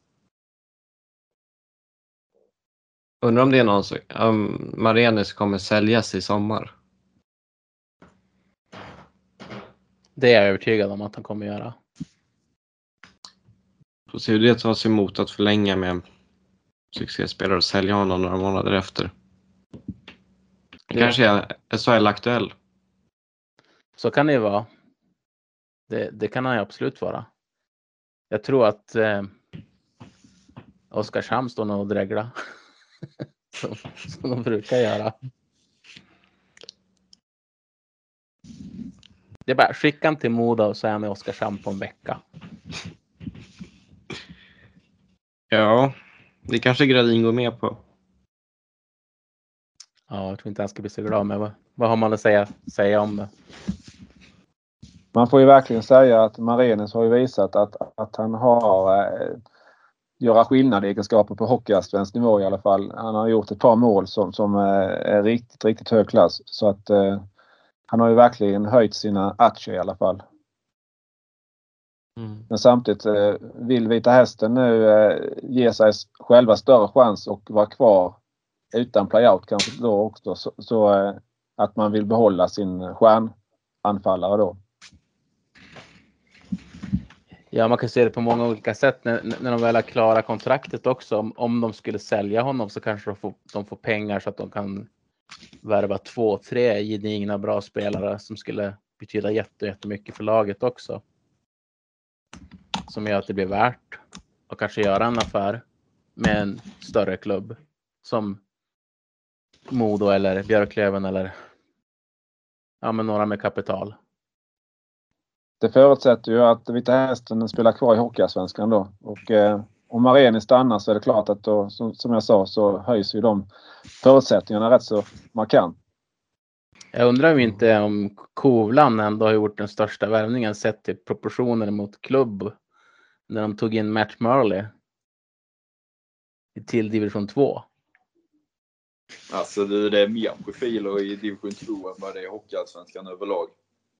[SPEAKER 2] Undrar om det är någon som um, Marenis kommer säljas i sommar.
[SPEAKER 3] Det är jag övertygad om att han kommer göra.
[SPEAKER 2] Får se hur det tas emot att förlänga med en succéspelare och sälja honom några månader efter. Det
[SPEAKER 3] Det-
[SPEAKER 2] kanske är S H L-aktuell.
[SPEAKER 3] Så kan det ju vara. Det, det kan han ju absolut vara. Jag tror att eh, Oskarshamn står nog och dräglar. som, som de brukar göra. Det är bara skicka han till Moda och så är han i Oskarshamn på en vecka.
[SPEAKER 2] Ja, det kanske Gradin går med på.
[SPEAKER 3] Ja, jag tror inte han ska bli så glad med vad, vad har man att säga, säga om det.
[SPEAKER 1] Man får ju verkligen säga att Marenis har ju visat att, att han har eh, göra skillnad i egenskaper på hockeyallsvensk nivå i alla fall. Han har gjort ett par mål som, som eh, är riktigt, riktigt hög klass. Så att eh, han har ju verkligen höjt sina aktier i alla fall.
[SPEAKER 2] Mm.
[SPEAKER 1] Men samtidigt eh, vill Vita Hästen nu eh, ge sig själva större chans och vara kvar utan playout kanske då också. Så, så eh, att man vill behålla sin stjärnanfallare då.
[SPEAKER 3] Ja, man kan se det på många olika sätt. När, när de väl har klara kontraktet också. Om, om de skulle sälja honom så kanske de får, de får pengar så att de kan värva två, tre gedigna bra spelare som skulle betyda jätte, jättemycket för laget också. Som gör att det blir värt att kanske göra en affär med en större klubb som Modo eller Björklöven eller ja, men några med kapital.
[SPEAKER 1] Det förutsätter ju att Vita Hästen spelar kvar i Hockeyallsvenskan då. Och eh, om Marenis stannar så är det klart att då, som, som jag sa, så höjs ju de förutsättningarna rätt så markant.
[SPEAKER 3] Jag undrar om inte om Kovlan ändå har gjort den största värvningen sett till proportioner mot klubb när de tog in Matt Murley till division två.
[SPEAKER 4] Alltså det, det är mer profiler i division två än vad det är i Hockeyallsvenskan överlag.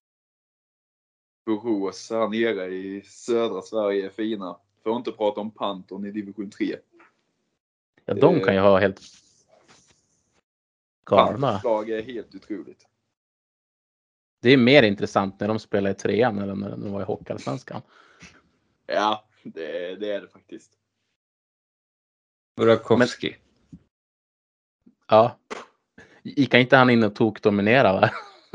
[SPEAKER 4] Borås här nere i södra Sverige är fina. Får inte prata om Panton i division tre.
[SPEAKER 3] Ja, de kan ju ha helt galna.
[SPEAKER 4] Pantons lag är helt otroligt.
[SPEAKER 3] Det är mer intressant när de spelar i trean än när de var i Hockeyallsvenskan.
[SPEAKER 4] Ja, det, det är det faktiskt.
[SPEAKER 2] Burakovsky.
[SPEAKER 3] Ja. Gick inte han in och tog dominera va?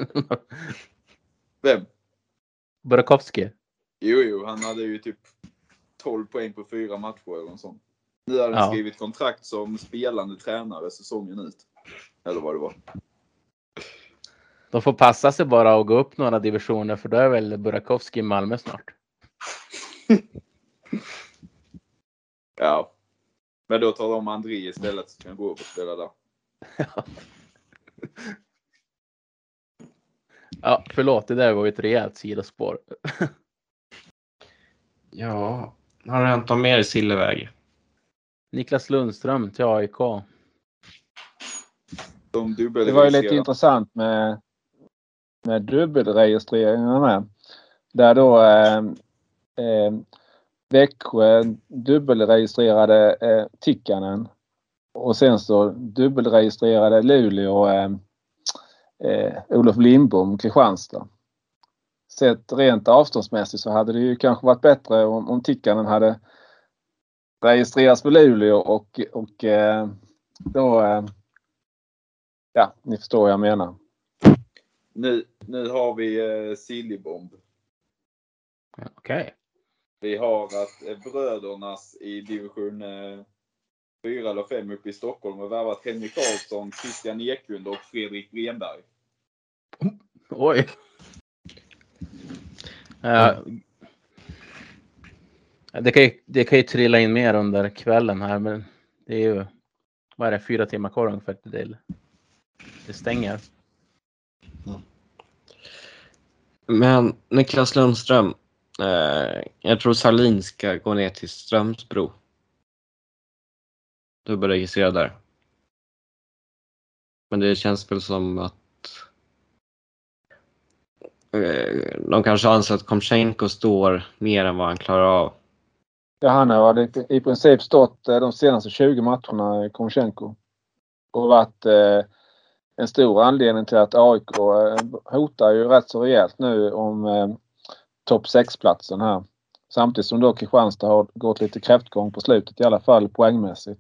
[SPEAKER 4] Vem?
[SPEAKER 3] Burakovsky.
[SPEAKER 4] Jo, jo, han hade ju typ tolv poäng på fyra matcher eller något sånt. Nu hade han
[SPEAKER 3] Ja.
[SPEAKER 4] skrivit kontrakt som spelande tränare säsongen ut. Eller vad det var.
[SPEAKER 3] De får passa sig bara och gå upp några divisioner för då är väl Burakovsky i Malmö snart.
[SPEAKER 4] Ja. Men då tar de André istället så kan gå upp och spela där.
[SPEAKER 3] Ja, förlåt, det där var ju ett rejält sidospår.
[SPEAKER 2] Ja, har det hänt om mer i Silleväg?
[SPEAKER 3] Niklas Lundström till A I K.
[SPEAKER 4] De
[SPEAKER 1] Det var ju lite intressant med, med dubbelregistreringarna med. Där då eh, eh, Växjö dubbelregistrerade eh, Tikkanen och sen så dubbelregistrerade Luleå eh, eh, Olof Lindbom Kristianstad. Sett rent avståndsmässigt så hade det ju kanske varit bättre om, om Tikkanen hade registrerats med Luleå och, och eh, då eh, ja, ni förstår vad jag menar.
[SPEAKER 4] Nu, nu har vi eh, Sillibomb.
[SPEAKER 3] Okej. Okay.
[SPEAKER 4] Vi har att eh, brödernas i division eh, fyra eller fem uppe i Stockholm har värvat Henrik Karlsson, Christian Eklund och Fredrik Renberg.
[SPEAKER 3] Oj. Uh, det, kan ju, det kan ju trilla in mer under kvällen här, men det är ju, vad är det, fyra timmar kvar ungefär till det, det stänger.
[SPEAKER 2] Men Niklas Lundström, eh, jag tror Salin ska gå ner till Strömsbro. Du börjar registrera där. Men det känns väl som att eh, de kanske anser att Komchenko står mer än vad han klarar av.
[SPEAKER 1] Ja, han har i princip stått de senaste tjugo matcherna i Komchenko. Och varit eh, en stor anledning till att A I K hotar ju rätt så rejält nu om, eh, topp sex-platsen här. Samtidigt som då Kristianstad har gått lite kräftgång på slutet i alla fall poängmässigt.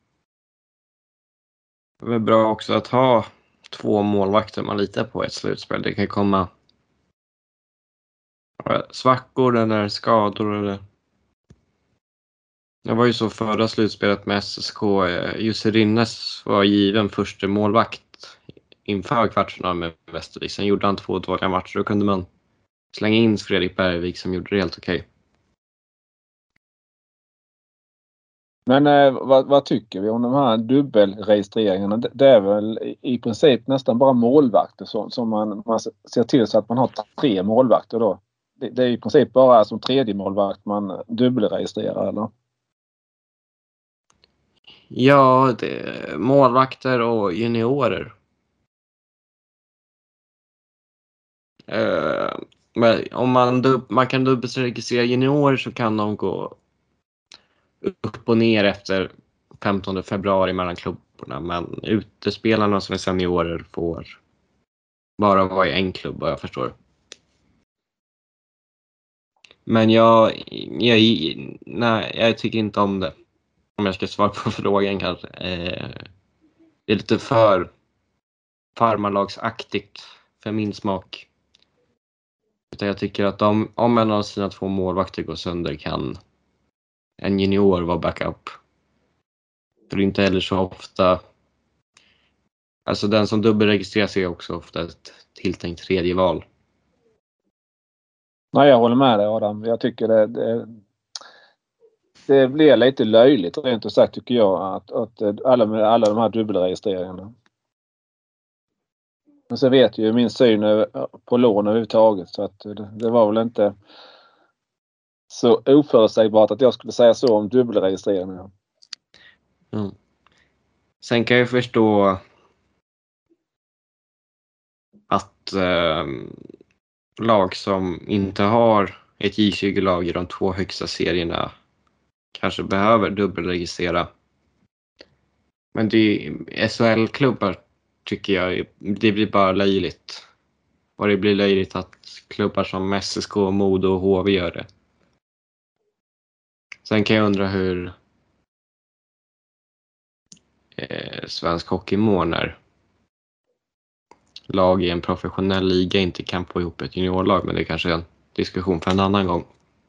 [SPEAKER 2] Det är bra också att ha två målvakter man litar på ett slutspel. Det kan komma svackor eller skador. Eller... Det var ju så förra slutspelet med S S K. Jussi Rinnes var given första målvakt inför kvartsfinalen med Västervik. Sen gjorde han två dåliga matcher. Då kunde man slänga in Fredrik Bergvik som gjorde det helt okej. Okay.
[SPEAKER 1] Men eh, vad, vad tycker vi om de här dubbelregistreringarna? Det, det är väl i, i princip nästan bara målvakter som, som man, man ser till så att man har tre målvakter då. Det, det är i princip bara som tredje målvakt man dubbelregistrerar, eller?
[SPEAKER 2] Ja, det är målvakter och juniorer. Uh, men om man, dub- man kan dubbelregistrera juniorer så kan de gå upp och ner efter femtonde februari mellan klubborna. Men utespelarna som är seniorer får bara vara i en klubb, vad jag förstår. Men jag, jag, nej, jag tycker inte om det. Om jag ska svara på frågan kanske. Eh, det är lite för farmarlagsaktigt för min smak. Utan jag tycker att om, om en av sina två målvakter går sönder kan en junior vara backup. För det är inte heller så ofta... Alltså den som dubbelregistrerar sig är också ofta ett tilltänkt tredje val.
[SPEAKER 1] Nej, jag håller med dig, Adam. Jag tycker det, det, det blir lite löjligt rent och sagt tycker jag att, att alla, alla de här dubbelregistreringarna. Men så vet ju min syn på lån överhuvudtaget så att det, det var väl inte så oförutsägbart att jag skulle säga så om dubbelregistreringar.
[SPEAKER 2] Mm. Sen kan jag förstå att eh, lag som inte har ett J tjugo-lag i de två högsta serierna kanske behöver dubbelregistrera. Men det är S H L-klubbar tycker jag, det blir bara löjligt. Och det blir löjligt att klubbar som S S K, Modo och H V gör det. Sen kan jag undra hur eh, svensk hockey mår när lag i en professionell liga inte kan få ihop ett juniorlag. Men det är kanske en diskussion för en annan gång.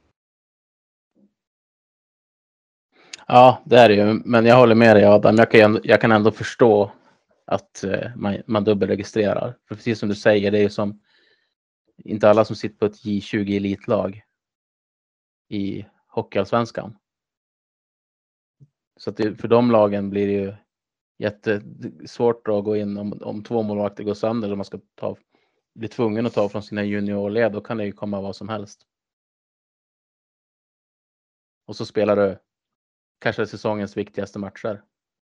[SPEAKER 3] Ja, det är det ju. Men jag håller med dig, Adam. Jag kan, jag kan ändå förstå att eh, man, man dubbelregistrerar. För precis som du säger, det är ju som inte alla som sitter på ett J tjugo elitlag i hockeyallsvenskan. Så att det, för de lagen blir det ju jättesvårt att gå in om, om två målvakter går sönder och man ska ta, bli tvungen att ta från sina juniorled. Då kan det ju komma vad som helst. Och så spelar du kanske säsongens viktigaste matcher.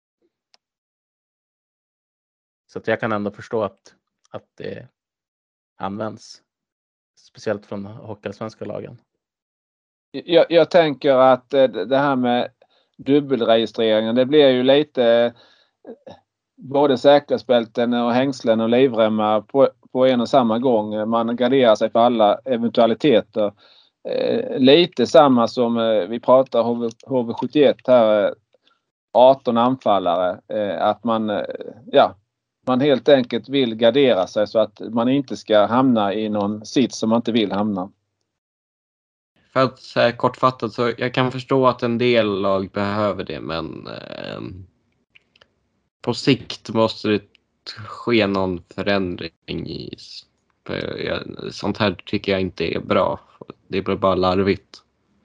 [SPEAKER 3] Så att jag kan ändå förstå att, att det används. Speciellt från hockeyallsvenska lagen.
[SPEAKER 1] Jag, jag tänker att det här med dubbelregistreringen, det blir ju lite både säkerhetsbälten och hängslen och livremmar på, på en och samma gång. Man garderar sig för alla eventualiteter. Eh, lite samma som eh, vi pratar H V sjuttioett här, eh, arton anfallare. Eh, att man, eh, ja, man helt enkelt vill gardera sig så att man inte ska hamna i någon sits som man inte vill hamna.
[SPEAKER 2] För att säga kortfattat så jag kan förstå att en del lag behöver det, men eh, på sikt måste det ske någon förändring i. För jag, sånt här tycker jag inte är bra. Det blir bara larvigt.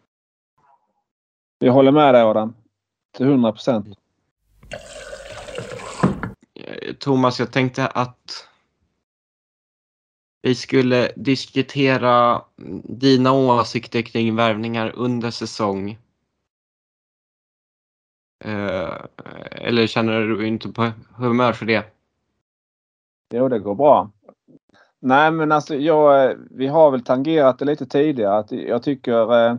[SPEAKER 1] Jag håller med dig, Adam. Till hundra procent.
[SPEAKER 2] Thomas, jag tänkte att vi skulle diskutera dina åsikter kring värvningar under säsong. Eh, eller känner du inte på humör för det?
[SPEAKER 1] Jo, det går bra. Nej, men alltså jag, vi har väl tangerat det lite tidigare. Att jag tycker eh,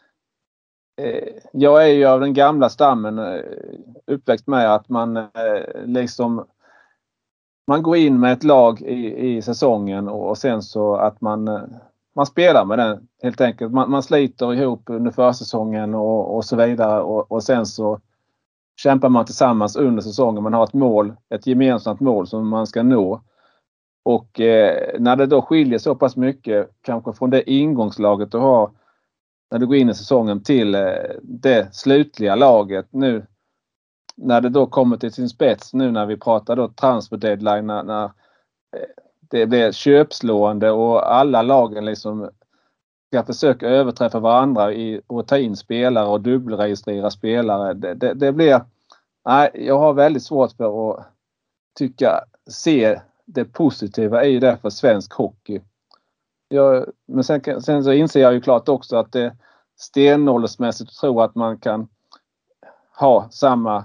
[SPEAKER 1] jag är ju av den gamla stammen eh, uppväxt med att man eh, liksom man går in med ett lag i, i säsongen och, och sen så att man man spelar med den helt enkelt. Man, man sliter ihop under försäsongen och, och så vidare. Och, och sen så kämpar man tillsammans under säsongen. Man har ett mål, ett gemensamt mål som man ska nå. Och eh, när det då skiljer så pass mycket kanske från det ingångslaget du har när du går in i säsongen till eh, det slutliga laget nu. När det då kommer till sin spets nu när vi pratar då transfer deadline när, när det blir köpslående och alla lagen liksom ska försöka överträffa varandra i, och ta in spelare och dubbelregistrera spelare. Det, det, det blir, nej, jag har väldigt svårt för att tycka, se det positiva i det för svensk hockey. Jag, men sen, sen så inser jag ju klart också att det stenåldersmässigt tror att man kan ha samma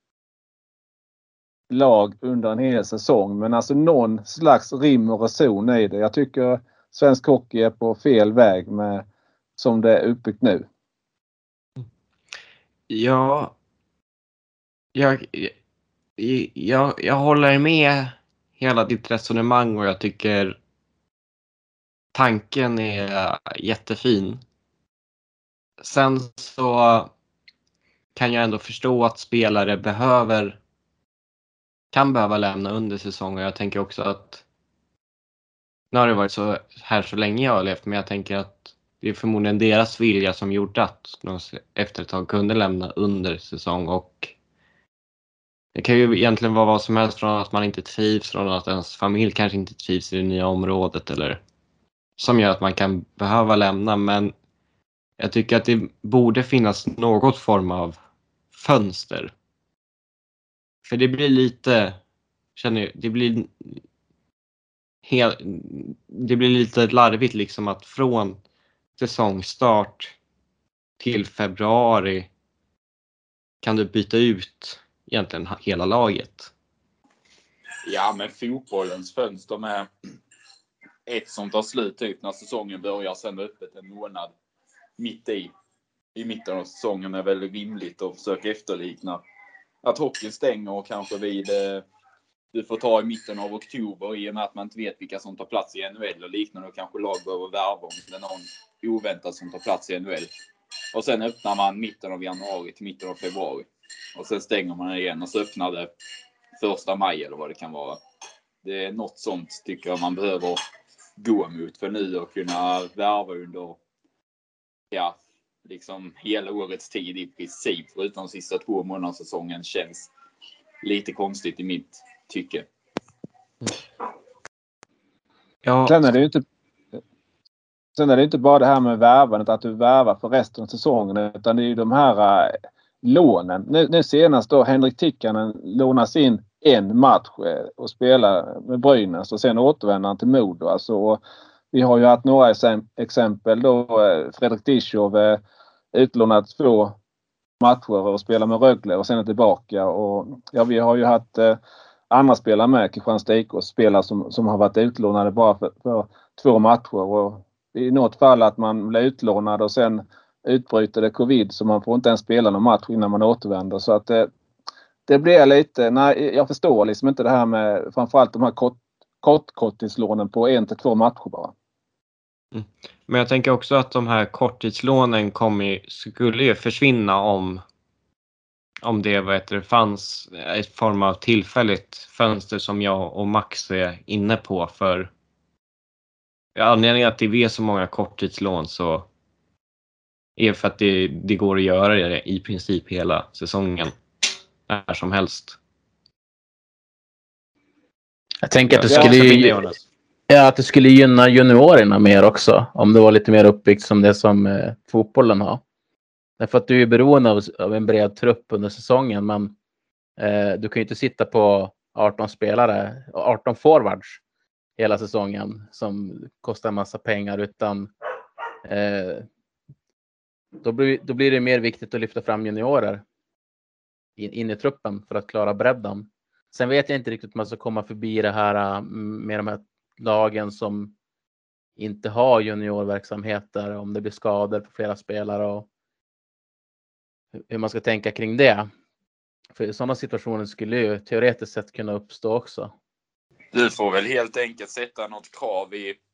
[SPEAKER 1] lag under en hel säsong. Men alltså någon slags rim och reson i det. Jag tycker svensk hockey är på fel väg med som det är uppbyggt nu.
[SPEAKER 2] Ja, jag, jag, jag, jag håller med hela ditt resonemang och jag tycker tanken är jättefin. Sen så kan jag ändå förstå att spelare behöver kan behöva lämna under säsongen. Jag tänker också att nu har det varit så här så länge jag har levt, men jag tänker att det är förmodligen deras vilja som gjorde att de efter ett tag kunde lämna under säsong. Och det kan ju egentligen vara vad som helst, från att man inte trivs, från att ens familj kanske inte trivs i det nya området eller som gör att man kan behöva lämna. Men jag tycker att det borde finnas något form av fönster. För det blir lite, känner jag, det blir helt, det blir lite larvigt liksom att från säsongstart till februari kan du byta ut egentligen hela laget.
[SPEAKER 4] Ja, men fotbollens fönster med ett som tar slut typ när säsongen börjar, sen öppet en månad mitt i. I mitten av säsongen är väl rimligt att försöka efterlikna att hockeyn stänger och kanske vid eh, du får ta i mitten av oktober i och med att man inte vet vilka som tar plats i N H L och liknande, och kanske lag behöver värva om det är någon oväntat som tar plats i N H L. Och sen öppnar man mitten av januari till mitten av februari. Och sen stänger man igen och så öppnar det första maj eller vad det kan vara. Det är något sånt tycker jag man behöver gå mot för nu och kunna värva under ja, liksom hela årets tid i princip, förutom de sista två månaderna säsongen känns lite konstigt i mitt tycke.
[SPEAKER 2] Ja.
[SPEAKER 1] Sen är det ju inte Sen är det inte bara det här med värvandet, att du värvar för resten av säsongen, utan det är ju de här äh, lånen. Nu, nu senast då Henrik Tikkanen lånas in en match äh, och spelar med Brynäs och sen återvänder han till Modo. Alltså, och vi har ju haft några exempel då äh, Fredrik Dischow äh, utlånat två matcher och spelar med Rögle och sen är tillbaka. Och ja, vi har ju haft äh, andra spelare med, Kristianstad I K, spelare som, som har varit utlånade bara för, för två matcher, och i något fall att man blir utlånad och sen utbryter det covid så man får inte ens spela någon match innan man återvänder. Så att det, det blir lite, nej jag förstår liksom inte det här med framförallt de här kort, kort korttidslånen på en till två matcher bara.
[SPEAKER 2] Mm. Men jag tänker också att de här korttidslånen kommer, skulle ju försvinna om om det, vad heter det fanns ett form av tillfälligt fönster som jag och Max är inne på. För anledningen att det är så många korttidslån så är för att det, det går att göra det i princip hela säsongen när som helst.
[SPEAKER 3] Jag tänker att det
[SPEAKER 1] Ja,
[SPEAKER 3] skulle ju, ja, att det skulle gynna juniorerna mer också om det var lite mer uppbyggt som det som eh, fotbollen har. Därför att du är beroende av, av en bred trupp under säsongen, men eh, du kan ju inte sitta på arton spelare, arton forwards hela säsongen som kostar en massa pengar, utan eh, då, blir, då blir det mer viktigt att lyfta fram juniorer in, in i truppen för att klara bredden. Sen vet jag inte riktigt om man ska komma förbi det här med de här lagen som inte har juniorverksamheter, om det blir skador på flera spelare och hur man ska tänka kring det. För sådana situationer skulle ju teoretiskt sett kunna uppstå också.
[SPEAKER 4] Du får väl helt enkelt sätta något krav i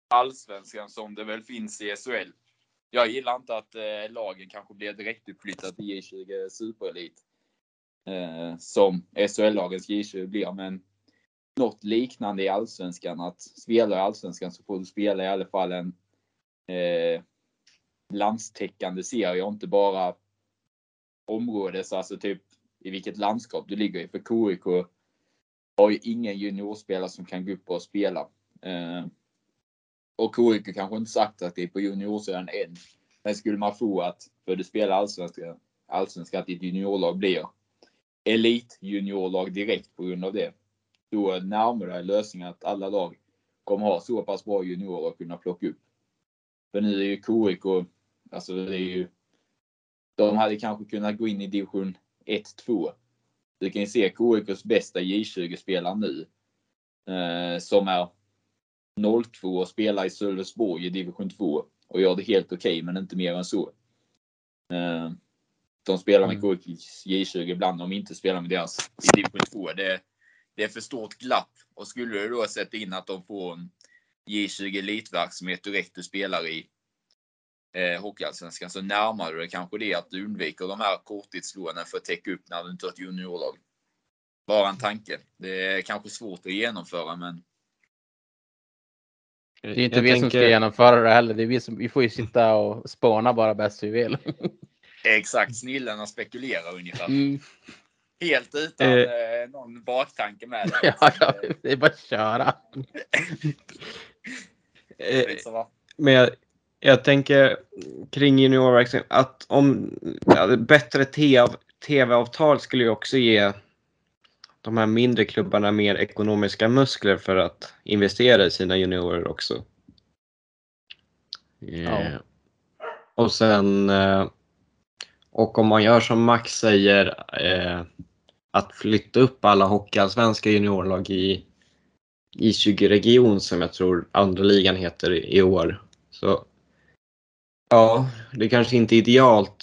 [SPEAKER 4] allsvenskan som det väl finns i S H L. Jag gillar inte att eh, lagen kanske blir direkt uppflyttat i J tjugo Superelit. Eh, som S H L-lagens J tjugo blir, men något liknande i allsvenskan. Att spela i allsvenskan så får du spela i alla fall en eh, landstäckande serie och inte bara områdes, alltså typ i vilket landskap du ligger i. För K I K har ju ingen juniorspelare som kan gå upp och spela. Eh, och K I K kanske inte sagt att det är på juniorsidan än. Men skulle man få att, för du spelar allsvenska, allsvenska att ditt juniorlag blir elit juniorlag direkt på grund av det. Då närmar det lösningen att alla lag kommer ha så pass bra juniorer att kunna plocka upp. För nu är ju K I K, alltså det är ju, de hade kanske kunnat gå in i division ett två. Du kan ju se K I K:s bästa J tjugo-spelare nu. Eh, som är noll två och spelar i Sölvesborg i division två. Och gör det helt okej, okay, men inte mer än så. Eh, de spelar med K I K:s J tjugo ibland, om de inte spelar med deras i division två. Det, det är för stort glapp. Och skulle du då sätta in att de får en J tjugo elitverksamhet direkt du spelar i eh, hockeyallsvenskan, så närmar du det kanske det att du undviker de här korttidslånen för att täcka upp när du inte har ett juniorlag. Bara en tanke. Det är kanske svårt att genomföra, men
[SPEAKER 3] det är inte
[SPEAKER 2] jag
[SPEAKER 3] vi
[SPEAKER 2] tänker...
[SPEAKER 3] som ska genomföra det heller. Det är vi som, vi får ju sitta och spåna bara bäst vi vill.
[SPEAKER 4] Exakt, snillarna spekulerar ungefär.
[SPEAKER 3] Mm.
[SPEAKER 4] Helt utan
[SPEAKER 2] eh.
[SPEAKER 4] eh, någon baktanke med det.
[SPEAKER 3] Ja, ja, det är bara att köra.
[SPEAKER 2] eh, men jag, jag tänker kring juniorverksamhet att om ja, bättre T V-avtal skulle ju också ge de här mindre klubbarna mer ekonomiska muskler för att investera i sina juniorer också.
[SPEAKER 3] Ja.
[SPEAKER 2] Eh, och sen eh, och om man gör som Max säger eh, att flytta upp alla hockeyallsvenska juniorlag i i tjugo-region som jag tror andra ligan heter i, i år. Så ja, det kanske inte är idealt.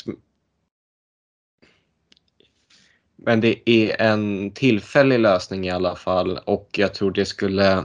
[SPEAKER 2] Men det är en tillfällig lösning i alla fall, och jag tror det skulle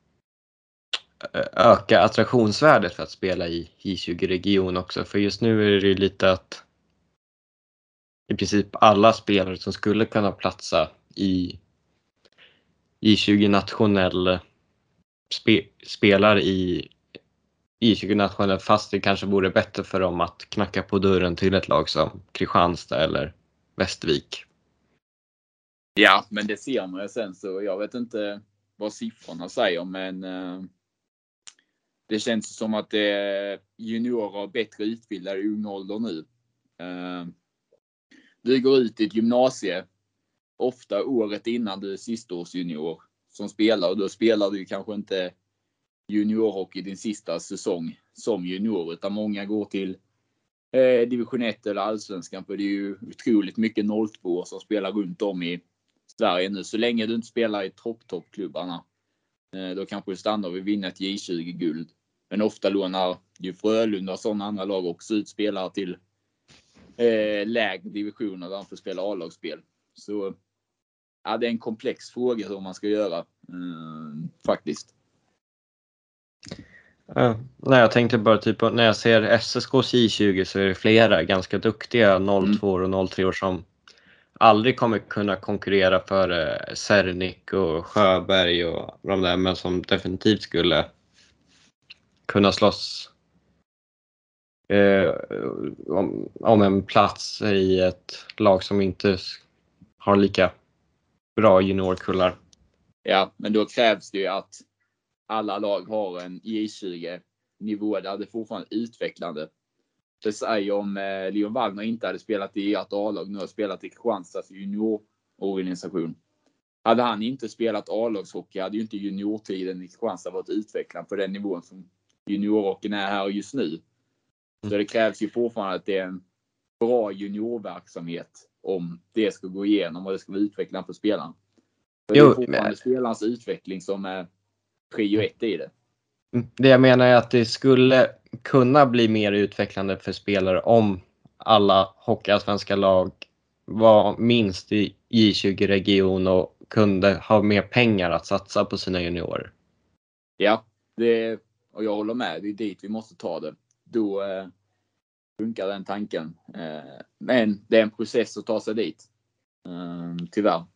[SPEAKER 2] öka attraktionsvärdet för att spela i J tjugo-region också. För just nu är det ju lite att i princip alla spelare som skulle kunna platsa i J tjugo nationell spe, spelar i J tjugo nationell, fast det kanske vore bättre för dem att knacka på dörren till ett lag som Kristianstad eller Västervik.
[SPEAKER 4] Ja, men det ser man ju sen, så jag vet inte vad siffrorna säger, men eh, det känns som att det är juniorer bättre utbildade i ung ålder nu. Eh, du går ut i ett gymnasie ofta året innan du är sistaårsjunior som spelar, och då spelar du kanske inte juniorhockey din sista säsong som junior, utan många går till eh, division ett eller allsvenskan, för det är ju otroligt mycket noll två som spelar runt om i Sverige nu. Så länge du inte spelar i topp-toppklubbarna, eh, då kanske du stannar och vinna ett J tjugo-guld. Men ofta lånar ju Frölunda och sådana andra lag också ut spelare till eh, lägre divisioner där de får spela A-lagsspel. Så ja, det är en komplex fråga hur man ska göra eh, faktiskt.
[SPEAKER 2] Ja, nej, jag tänkte bara typ när jag ser S S K:s J tjugo så är det flera ganska duktiga noll två och noll tre år som aldrig kommer kunna konkurrera för eh, Sernik och Sjöberg och de där, men som definitivt skulle kunna slåss eh, om, om en plats i ett lag som inte har lika bra juniorkullar.
[SPEAKER 4] Ja, men då krävs det ju att alla lag har en J tjugo-nivå där det fortfarande är utvecklande. Det säger om eh, Leon Wagner inte hade spelat i ett A-lag, nu har spelat i Kristianstads juniororganisation. Hade han inte spelat A-lagshockey hade ju inte juniortiden i Kristianstad varit utvecklad på den nivån som juniorhockeyn är här just nu. Mm. Så det krävs ju fortfarande att det är en bra juniorverksamhet om det ska gå igenom och det ska vara utvecklande för spelaren. För jo, det är fortfarande men... spelarens utveckling som är prio ett i det.
[SPEAKER 2] Det jag menar är att det skulle kunna bli mer utvecklande för spelare om alla hockeyallsvenska lag var minst i J tjugo-region och kunde ha mer pengar att satsa på sina juniorer.
[SPEAKER 4] Ja, det och jag håller med, det är dit vi måste ta det. Då eh, funkar den tanken. Eh, men det är en process att ta sig dit. Eh, tyvärr.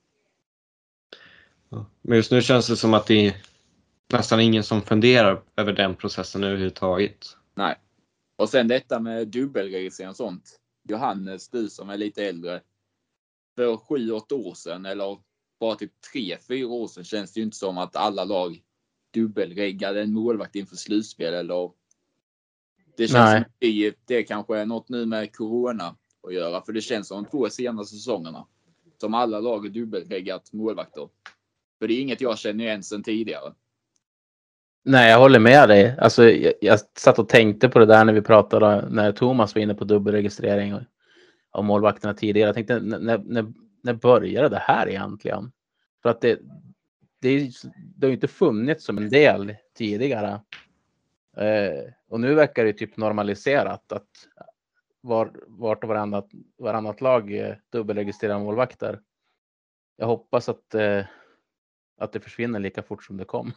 [SPEAKER 2] Men just nu känns det som att det är nästan ingen som funderar över den processen överhuvudtaget.
[SPEAKER 4] Nej. Och sen detta med dubbelregistrering och sånt. Johannes, du som är lite äldre. För sju, åtta år sedan eller bara typ tre, fyra år sedan känns det ju inte som att alla lag dubbelreggade en målvakt inför slutspel. Eller det känns
[SPEAKER 3] Nej.
[SPEAKER 4] som att det, det är kanske något nu med corona att göra. För det känns som de två senaste säsongerna som alla lag har dubbelreggat målvakter. För det är inget jag känner igen sedan tidigare.
[SPEAKER 3] Nej, jag håller med dig. Alltså, jag, jag satt och tänkte på det där när vi pratade, när Thomas var inne på dubbelregistrering och, av målvakterna tidigare. Jag tänkte, när, när, när började det här egentligen? För att det, det, det har ju inte funnits som en del tidigare. Eh, och nu verkar det typ normaliserat att var, vart och varannat, varannat lag eh, dubbelregistrerar målvakter. Jag hoppas att, eh, att det försvinner lika fort som det kom.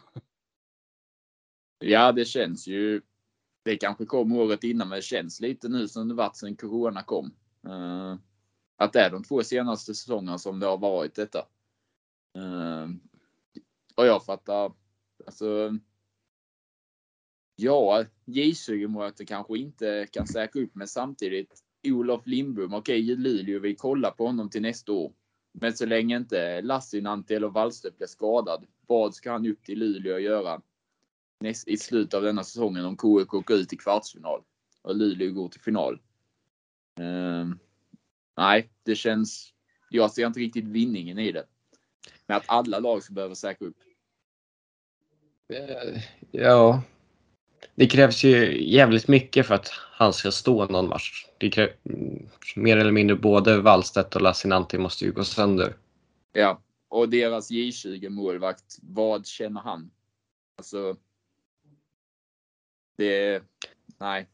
[SPEAKER 4] Ja, det känns ju. Det kanske kom året innan, men det känns lite nu som det varit sedan corona kom. Uh, att det är de två senaste säsongerna som det har varit detta. Uh, och jag fattar. Alltså. Ja, J tjugo-målet kanske inte kan säkra upp, men samtidigt Olof Lindbom, okej, okay, Luleå, vi kollar på honom till nästa år. Men så länge inte Lassinantti eller Wallstedt blir skadad, vad ska han upp till Luleå göra näst, i slutet av denna säsongen om K I K går ut i kvartsfinal och Luleå går till final? Uh, nej, det känns. Jag ser inte riktigt vinningen i det. Men att alla lag ska behöva säkra upp.
[SPEAKER 2] Ja, det krävs ju jävligt mycket för att han ska stå någon match. Det krävs mer eller mindre både Wallstedt och Lassinantti måste ju gå sönder.
[SPEAKER 4] Ja, och deras J tjugo-målvakt, vad känner han? Alltså, det, nej.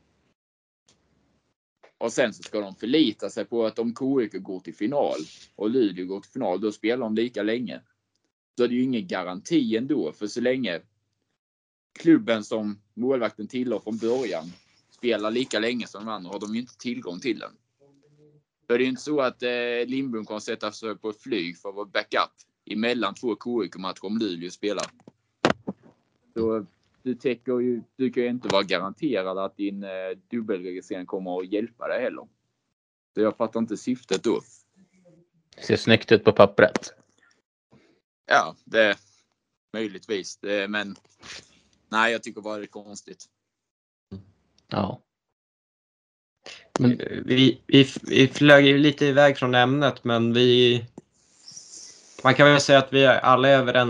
[SPEAKER 4] Och sen så ska de förlita sig på att om K I K går till final och Luleå går till final, då spelar de lika länge. Så är det ju ingen garanti ändå, för så länge klubben som målvakten tillhör från början spelar lika länge som de andra har de ju inte tillgång till den. För det är ju inte så att eh, Lindbom kommer sätta sig på ett flyg för att vara backup emellan två K I K-matcher om Luleå spelar. Så du, täcker ju, du kan ju inte vara garanterad att din eh, dubbelregistrering kommer att hjälpa dig heller. Så jag fattar inte syftet då.
[SPEAKER 3] Ser snyggt ut på pappret.
[SPEAKER 4] Ja, det är möjligtvis. Det, men nej, jag tycker bara det är konstigt.
[SPEAKER 3] Ja. Men
[SPEAKER 2] Vi, vi, vi flög ju lite iväg från ämnet, men vi man kan väl säga att vi alla är överens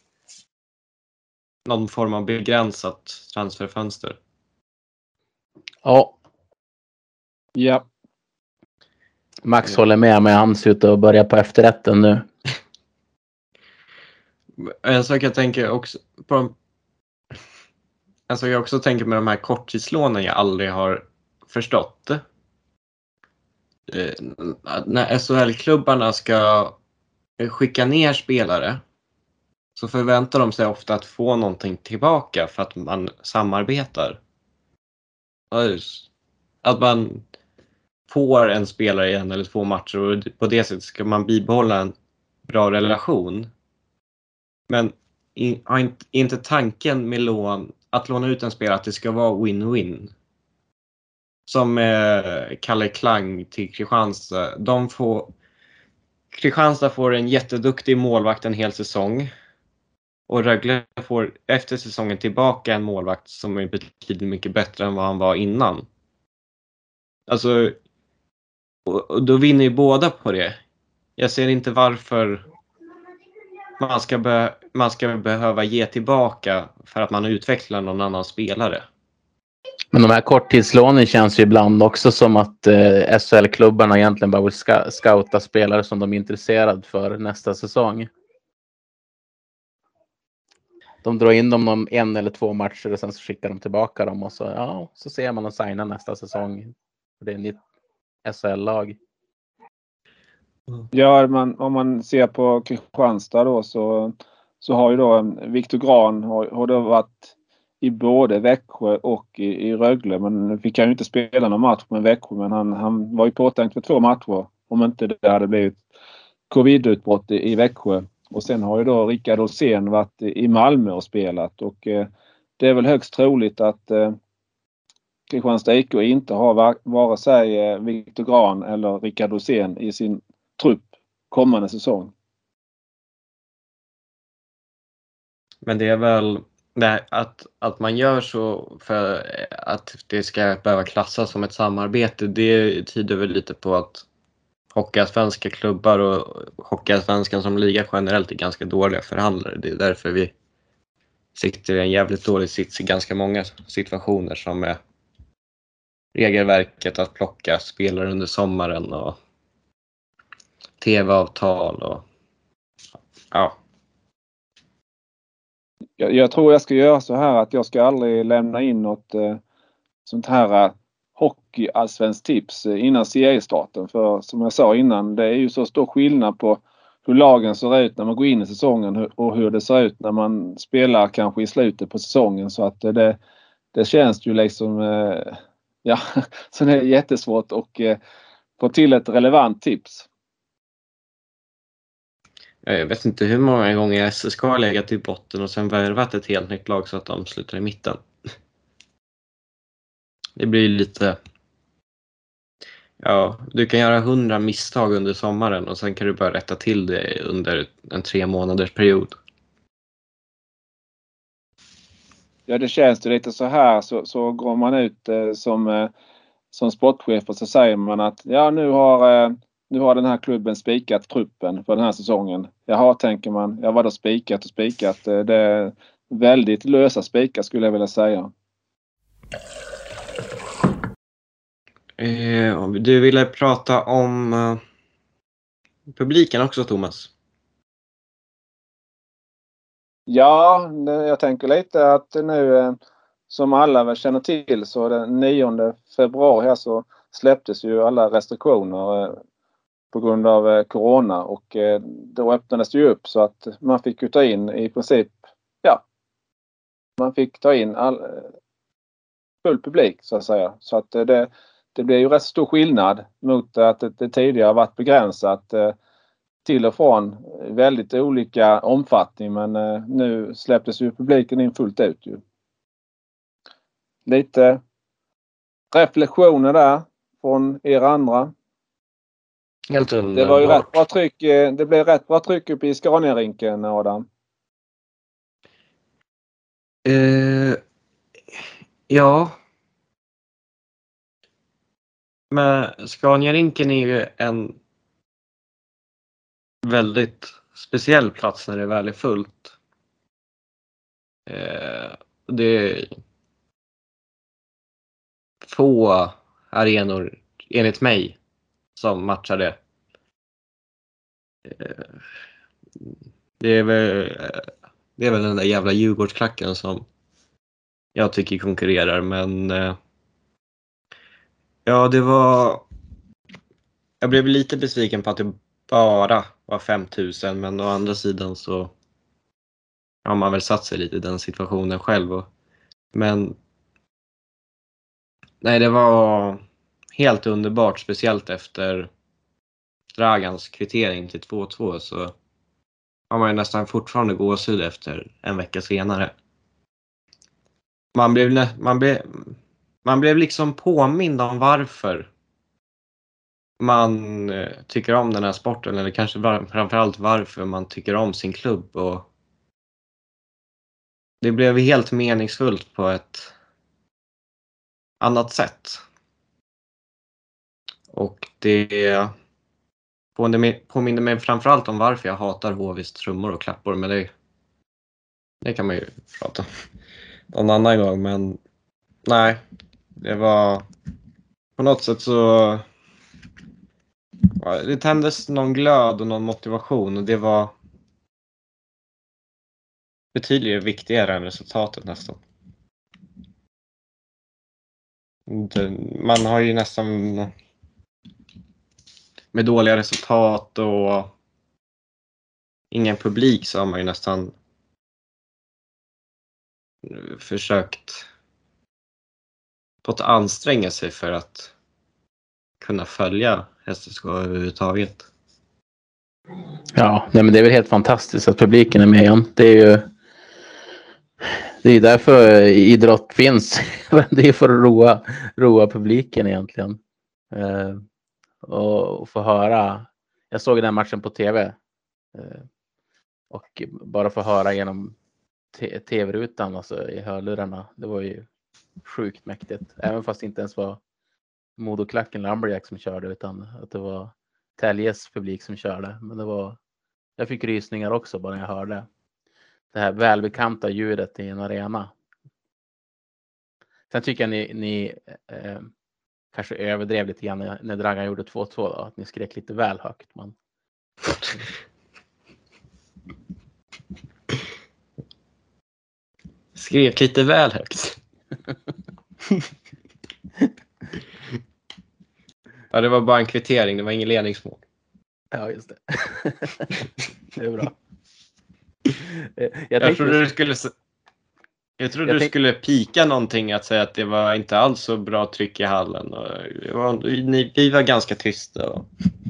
[SPEAKER 2] någon form av begränsat transferfönster.
[SPEAKER 3] ja,
[SPEAKER 1] Ja.
[SPEAKER 3] Max håller med mig. Han ser ut att börja på efterrätten nu.
[SPEAKER 2] En sak jag tänker också på en sak jag också tänker med de här korttidslånen jag aldrig har förstått. Eh, när S H L-klubbarna ska skicka ner spelare så förväntar de sig ofta att få någonting tillbaka för att man samarbetar. Att man får en spelare i en eller två matcher och på det sättet ska man bibehålla en bra relation. Men har inte, inte tanken med lån att låna ut en spelare att det ska vara win-win. Som eh, Kalle Klang till Kristianstad. De får, Kristianstad får en jätteduktig målvakt en hel säsong. Och Rögle får efter säsongen tillbaka en målvakt som är betydligt mycket bättre än vad han var innan. Alltså, och, och då vinner ju båda på det. Jag ser inte varför man ska, be, man ska behöva ge tillbaka för att man utvecklar någon annan spelare.
[SPEAKER 3] Men de här korttidslånen känns ju ibland också som att eh, S H L-klubbarna egentligen bara vill ska- scouta spelare som de är intresserade för nästa säsong. De drar in dem om en eller två matcher och sen så skickar de tillbaka dem och så, ja, så ser man och signar nästa säsong. Det är ett nytt S H L-lag.
[SPEAKER 1] Ja, man, om man ser på Kristianstad då så, så har ju då Viktor Grahn har, har då varit i både Växjö och i, i Rögle. Men nu fick han ju inte spela någon match med Växjö, men han, han var ju påtänkt för två matcher om inte det hade blivit covid-utbrott i, i Växjö. Och sen har ju då Rickard Olsén varit i Malmö och spelat, och eh, det är väl högst troligt att eh, Kristianstad I K inte har var, vare sig eh, Viktor Grahn eller Rickard Olsén i sin trupp kommande säsong.
[SPEAKER 2] Men det är väl det att, att man gör så för att det ska behöva klassas som ett samarbete, det tyder väl lite på att hockeyallsvenska klubbar och hockeyallsvenskan som liga generellt är ganska dåliga förhandlare. Det är därför vi sitter i en jävligt dålig sits i ganska många situationer, som är regelverket att plocka spelare under sommaren och tv-avtal och ja.
[SPEAKER 1] Jag, jag tror jag ska göra så här att jag ska aldrig lämna in något eh, sånt här eh, hockeyallsvenskt tips eh, innan seriestarten. För som jag sa innan, det är ju så stor skillnad på hur lagen ser ut när man går in i säsongen och hur det ser ut när man spelar kanske i slutet på säsongen. Så att det, det känns ju liksom, eh, ja, så det är jättesvårt att eh, få till ett relevant tips.
[SPEAKER 2] Jag vet inte hur många gånger S S K har legat i botten och sen värvat ett helt nytt lag så att de slutar i mitten. Det blir lite... Ja, du kan göra hundra misstag under sommaren och sen kan du bara rätta till det under en tre månaders period.
[SPEAKER 1] Ja, det känns ju lite så här, så, så går man ut eh, som, eh, som sportchef och så säger man att ja, nu har, eh, nu har den här klubben spikat truppen för den här säsongen. Jaha, tänker man, ja vadå spikat och spikat? Eh, det är väldigt lösa spikar skulle jag vilja säga.
[SPEAKER 2] Eh, du ville prata om eh, publiken också, Thomas.
[SPEAKER 1] Ja, jag tänker lite att nu eh, som alla väl känner till så den nionde februari här så släpptes ju alla restriktioner eh, på grund av eh, corona, och eh, då öppnades det ju upp så att man fick ju ta in i princip, ja, man fick ta in all, full publik så att säga. Så att eh, det, det blir ju rätt stor skillnad mot att det, det tidigare varit begränsat eh, till och från väldigt olika omfattning, men eh, nu släpptes ju publiken in fullt ut ju. Lite reflektioner där från er andra.
[SPEAKER 2] Helt underbart.
[SPEAKER 1] Det var ju rätt bra tryck, det blev rätt bra tryck upp i Scania-rinken, Adam.
[SPEAKER 2] Eh, ja. Men Scania-rinken är ju en väldigt speciell plats när det väl är fullt. Eh, det är få arenor, enligt mig, som matchar det. Eh, det är väl, det är väl den där jävla Djurgårdsklacken som jag tycker konkurrerar, men eh, ja, det var... Jag blev lite besviken på att det bara var fem tusen, men å andra sidan så har man väl satt sig lite i den situationen själv. Och, men nej, det var helt underbart, speciellt efter Dragans kvittering till två två, så har man ju nästan fortfarande gåshud efter en vecka senare. Man blev, man blev, man blev liksom påmind om varför man tycker om den här sporten, eller kanske framförallt varför man tycker om sin klubb, och det blev helt meningsfullt på ett annat sätt. Och det påminner mig framförallt om varför jag hatar H V:s trummor och klappor, men det, det kan man ju prata om någon annan gång. Men nej, det var på något sätt så det tändes någon glöd och någon motivation, och det var betydligt viktigare än resultatet nästan. Man har ju nästan med dåliga resultat och ingen publik så har man ju nästan försökt fått anstränga sig för att kunna följa hästskor överhuvudtaget.
[SPEAKER 3] Ja, nej, men det är väl helt fantastiskt att publiken är med igen. Det är ju det är därför idrott finns. Det är för att roa, roa publiken egentligen. Eh, och, och få höra. Jag såg den här matchen på tv. Eh, och bara få höra genom t- tv-rutan, alltså i hörlurarna. Det var ju sjukt mäktigt. Även fast det inte ens var Modoklacken Lumberjack som körde, utan att det var Täljes publik som körde. Men det var, jag fick rysningar också bara när jag hörde det här välbekanta ljudet i en arena. Sen tycker jag ni, ni eh, kanske överdrev lite grann när, när Dragan gjorde två två då, att ni skrek lite väl högt. Men...
[SPEAKER 2] Skrek lite väl högt. Ja, det var bara en kvittering, det var ingen ledningsmål.
[SPEAKER 3] Ja, just det. Det är bra. Jag,
[SPEAKER 2] jag trodde du skulle jag trodde jag du tänk... skulle pika någonting, att säga att det var inte alls så bra tryck i hallen. Och var, ni, vi var ganska tysta. Och...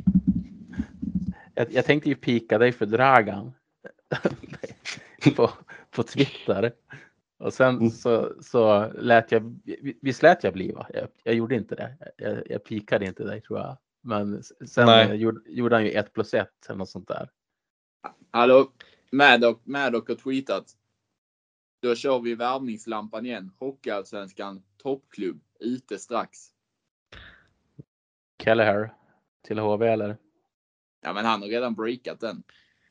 [SPEAKER 3] Jag, jag tänkte ju pika dig för Dragan på, på Twitter. Och sen så, så lät jag, visst lät jag bli, va? Jag, jag gjorde inte det. Jag, jag pikade inte dig, tror jag. Men sen gjorde, gjorde han ju ett plus ett eller något sånt där.
[SPEAKER 4] Hallå, Maddock, Maddock har tweetat. Då kör vi värvningslampan igen. Hockeyallsvenskan toppklubb ute strax.
[SPEAKER 3] Kelleher till H V eller?
[SPEAKER 4] Ja, men han har redan breakat den.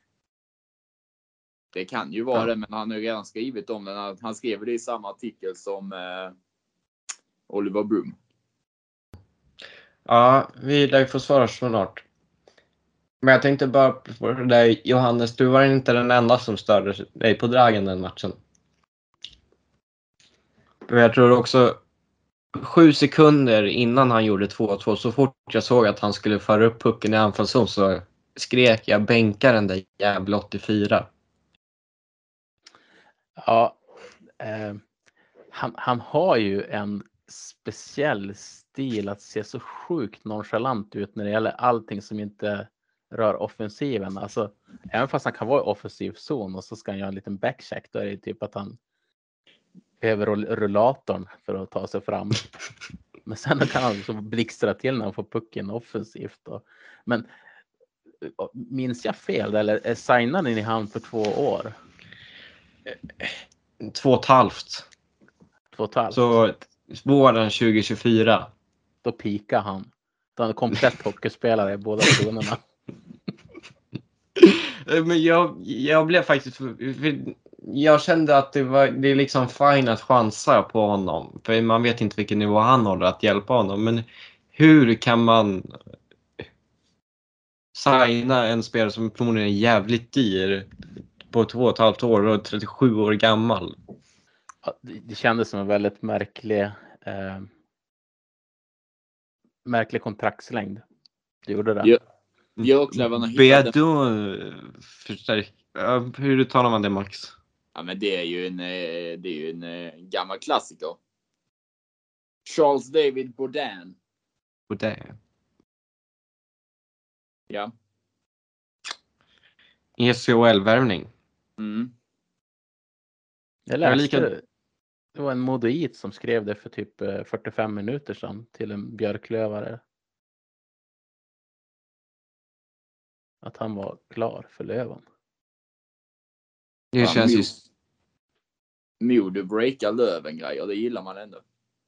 [SPEAKER 4] Det kan ju vara ja. det, men han har ju redan skrivit om den. Han skrev det i samma artikel som eh, Oliver Broom.
[SPEAKER 2] Ja, vi lär få svara snart. Men jag tänkte bara på det där, Johannes, du var inte den enda som störde dig på Dragen den matchen. Jag tror också sju sekunder innan han gjorde två två, så fort jag såg att han skulle föra upp pucken i anfallszon, så skrek jag bänka den där jävla åttiofyra.
[SPEAKER 3] Ja, eh, han, han har ju en speciell stil att se så sjukt nonchalant ut när det gäller allting som inte rör offensiven. Alltså, även fast han kan vara i offensiv zon och så ska han göra en liten backcheck, då är det typ att han över rullatorn för att ta sig fram. Men sen kan han så blixtra till när han får pucken offensivt. Då. Men minns jag fel, eller signade ni han för två år?
[SPEAKER 2] Två och ett halvt.
[SPEAKER 3] Två och ett halvt.
[SPEAKER 2] Så våren tjugo tjugofyra.
[SPEAKER 3] Då pikar han. Då är han komplett hockeyspelare i båda zonerna.
[SPEAKER 2] Men jag, jag blev faktiskt... Jag kände att det var det är liksom fine att chansa på honom. För man vet inte vilken nivå han håller att hjälpa honom. Men hur kan man signa en spelare som förmodligen är jävligt dyr på två och ett halvt år och trettiosju år gammal?
[SPEAKER 3] Ja, det, det kändes som en väldigt märklig eh, märklig kontraktslängd. Det gjorde det.
[SPEAKER 4] Ja. Björklövarna
[SPEAKER 2] hittade... då förstärk... Hur uttalar man det, Max?
[SPEAKER 4] Ja, men det är ju en, det är ju en gammal klassiker. Charles David Baudin.
[SPEAKER 2] Baudin.
[SPEAKER 4] Ja.
[SPEAKER 2] E C H L-värvning.
[SPEAKER 4] Mm.
[SPEAKER 3] Jag läste, lika... det var en modoit som skrev det för typ fyrtiofem minuter sedan till en björklövare. Att han var klar för Löven.
[SPEAKER 2] Det ja, känns ju...
[SPEAKER 4] Modo breakar Löven grejer, det gillar man ändå.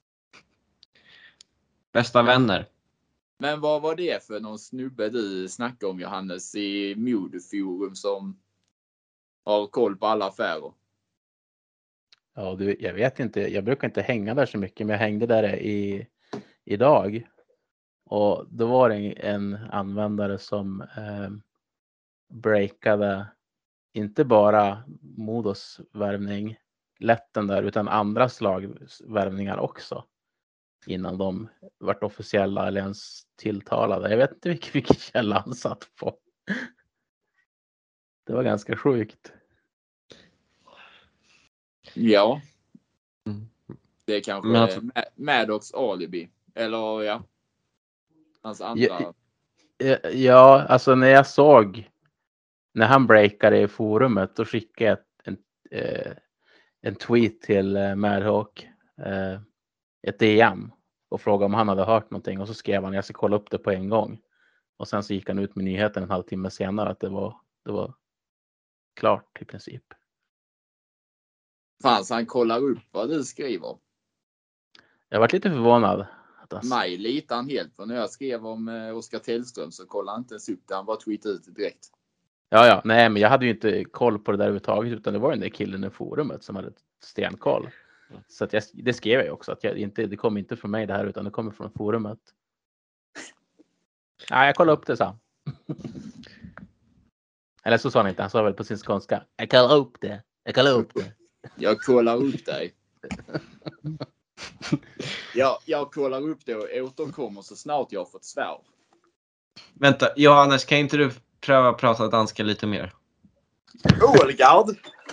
[SPEAKER 2] Bästa vänner.
[SPEAKER 4] Men vad var det för någon snubbe du snackade om, Johannes, i Modo-forum som har koll på alla affärer?
[SPEAKER 3] Ja, du, jag vet inte. Jag brukar inte hänga där så mycket, men jag hängde där i idag. Och då var det en användare som eh, breakade inte bara Modos värvning, lätten där, utan andra slagvärvningar också. Innan de vart officiella eller ens tilltalade. Jag vet inte vilken, vilken källa han satt på. Det var ganska sjukt.
[SPEAKER 4] Ja.
[SPEAKER 2] Mm.
[SPEAKER 4] Det är kanske
[SPEAKER 2] Men alltså-
[SPEAKER 4] Ma- Maddox alibi. Eller ja. Hans andra.
[SPEAKER 3] Ja, ja, alltså när jag såg när han breakade i forumet, då skickade jag en, eh, en tweet till eh, Madhawk, eh, ett D M, och frågade om han hade hört någonting, och så skrev han jag ska kolla upp det på en gång, och sen så gick han ut med nyheten en halvtimme senare att det var, det var klart i princip.
[SPEAKER 4] Fan, så han kollar upp vad du skriver.
[SPEAKER 3] Jag varit lite förvånad. Att han...
[SPEAKER 4] Mig litar han helt. För när jag skrev om eh, Oskar Tellström så kollade han inte ens upp det. Han bara tweetade ut det direkt.
[SPEAKER 3] Ja, ja, nej, men jag hade ju inte koll på det där överhuvudtaget, utan det var den där killen i forumet som hade stenkoll. Så att jag, det skrev jag också, att jag inte, det kommer inte från mig det här, utan det kommer från forumet. Ja, jag kollade upp det, så. Eller så sa han inte, han sa väl på sin skånska. Jag kollar upp det, jag kollar upp det.
[SPEAKER 4] Jag kollar upp dig. Ja, jag kollar upp det och återkommer så snart jag har fått svar.
[SPEAKER 2] Vänta, Johannes, kan inte du pröva att prata danska lite mer?
[SPEAKER 4] Ålgard!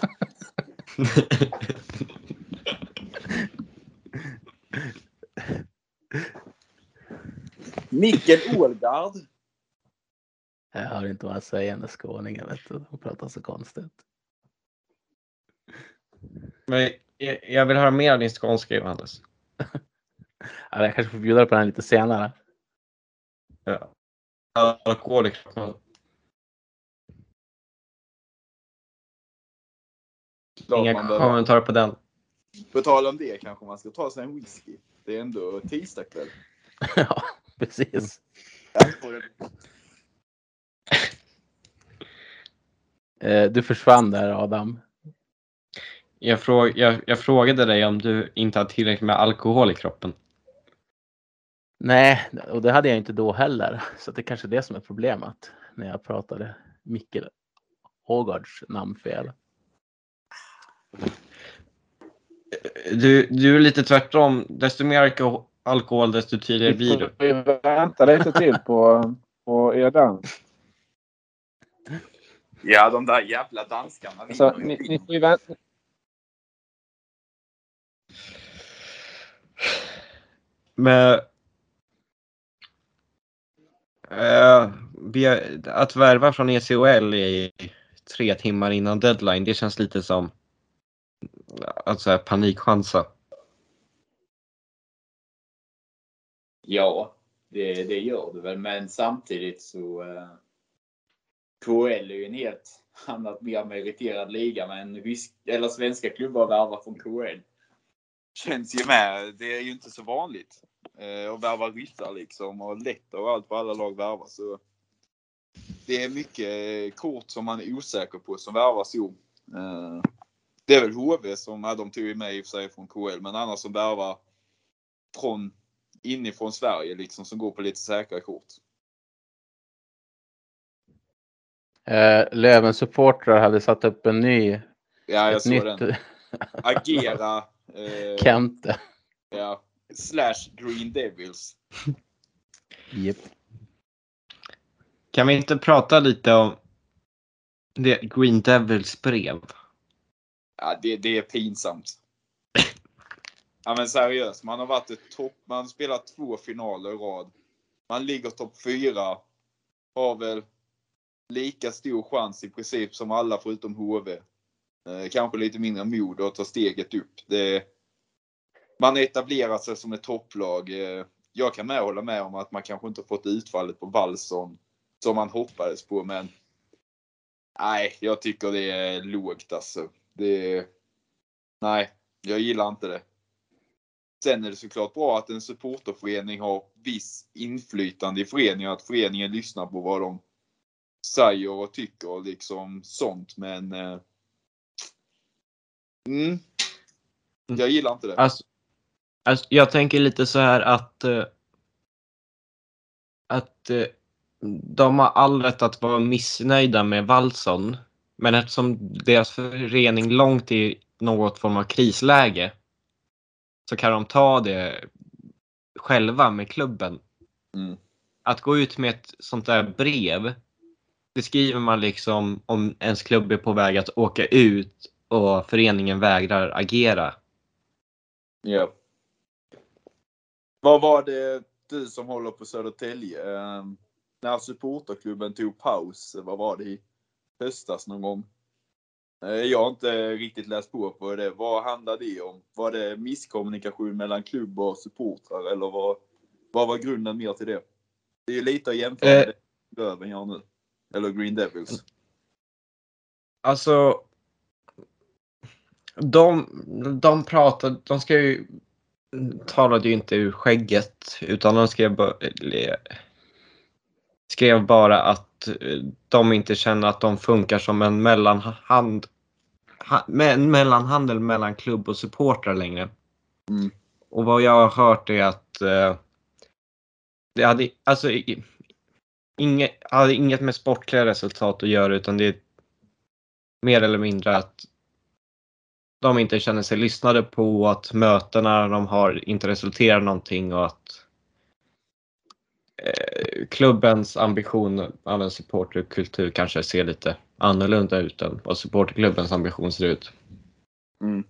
[SPEAKER 4] Mikkel Ålgard.
[SPEAKER 3] Jag hör inte vad jag säger när skåningen, vet du. De pratar så konstigt.
[SPEAKER 2] Men jag, jag vill höra mer av din skånska, Johannes.
[SPEAKER 3] Ja, jag kanske får bjuda på den lite senare.
[SPEAKER 2] Ja. Alkohol i kroppen. Inga kommentarer på den.
[SPEAKER 4] På tal om det kanske man ska ta sig en whisky. Det är ändå tisdag kväll.
[SPEAKER 3] Ja, precis. Eh, Du försvann där, Adam.
[SPEAKER 2] Jag, fråg, jag, jag frågade dig om du inte har tillräckligt med alkohol i kroppen.
[SPEAKER 3] Nej, och det hade jag inte då heller. Så det är kanske det som är problemet när jag pratade Mikkel Ågards namn fel.
[SPEAKER 2] Du, du är lite tvärtom. Desto mer alko- alkohol, desto tydligare blir du.
[SPEAKER 1] Vi får vänta lite till på, på er dans.
[SPEAKER 4] Ja, de där jävla danskarna.
[SPEAKER 1] Alltså, ni, ni får ju vänta.
[SPEAKER 2] Men äh, vi har, att värva från E C H L i tre timmar innan deadline, det känns lite som att så här, panikchansa.
[SPEAKER 4] Ja, det, det gör det väl. Men samtidigt så eh, K L är ju en helt annat mer meriterad liga. Men rysk, eller svenska klubbar värvar från K L. Känns ju med. Det är ju inte så vanligt eh, att värva ryssar liksom. Och lätt och allt på alla lag värvar. Så det är mycket kort som man är osäker på som värvas jo. Eh, det är väl H V som, ja, de tog ju med i och för sig från K L. Men annars som värvar från inifrån Sverige liksom, som går på lite säkra kort.
[SPEAKER 3] Eh, Lövens supportrar hade satt upp en ny.
[SPEAKER 4] Ja, jag
[SPEAKER 3] ett
[SPEAKER 4] såg
[SPEAKER 3] nytt
[SPEAKER 4] den. Agera. Eh,
[SPEAKER 3] Kente.
[SPEAKER 4] ja, slash Green Devils.
[SPEAKER 3] Yep.
[SPEAKER 2] Kan vi inte prata lite om det Green Devils brev?
[SPEAKER 4] Ja, det, det är pinsamt. Ja, men seriöst. Man har varit ett topp. Man har spelat två finaler i rad. Man ligger topp fyra. Har väl lika stor chans i princip som alla förutom H V. Eh, kanske lite mindre mod att ta steget upp. Det, man har etablerat sig som ett topplag. Eh, jag kan med hålla med om att man kanske inte fått utfallet på Wallson som man hoppades på. Men nej, jag tycker det är lågt alltså. Det, nej, jag gillar inte det. Sen är det såklart bra att en supporterförening har viss inflytande i föreningen. Att föreningen lyssnar på vad de säger och tycker och liksom sånt. Men eh, mm, jag gillar inte det.
[SPEAKER 2] Alltså, alltså, jag tänker lite så här att uh, att uh, de har all rätt att vara missnöjda med Wallson. Men eftersom deras förening långt i något form av krisläge så kan de ta det själva med klubben.
[SPEAKER 4] Mm.
[SPEAKER 2] Att gå ut med ett sånt där brev, det skriver man liksom om ens klubb är på väg att åka ut och föreningen vägrar agera.
[SPEAKER 5] Ja. Vad var det du som håller på Södertälje? Eh, när supporterklubben tog paus, vad var det i höstas någon gång? Eh, jag har inte riktigt läst på på det. Vad handlade det om? Var det misskommunikation mellan klubb och supportrar? Eller vad, vad var grunden mer till det? Det är ju lite att jämföra med
[SPEAKER 2] Eh.
[SPEAKER 5] det Löven gör nu. Eller Green Devils.
[SPEAKER 2] Alltså, de, de pratade, de ska ju, talade ju inte ur skägget, utan de skrev, bara- skrev bara att de inte känner att de funkar som en mellanhand, ha, en mellanhandel mellan klubb och supportrar längre.
[SPEAKER 5] Mm.
[SPEAKER 2] Och vad jag har hört är att eh, det hade, alltså, inget, hade inget med sportliga resultat att göra, utan det är mer eller mindre att de inte känner sig lyssnade på, att mötena de har inte resulterar någonting och att eh, klubbens ambition av en supporterkultur kanske ser lite annorlunda ut än vad supporterklubbens ambition ser ut.
[SPEAKER 5] Mm.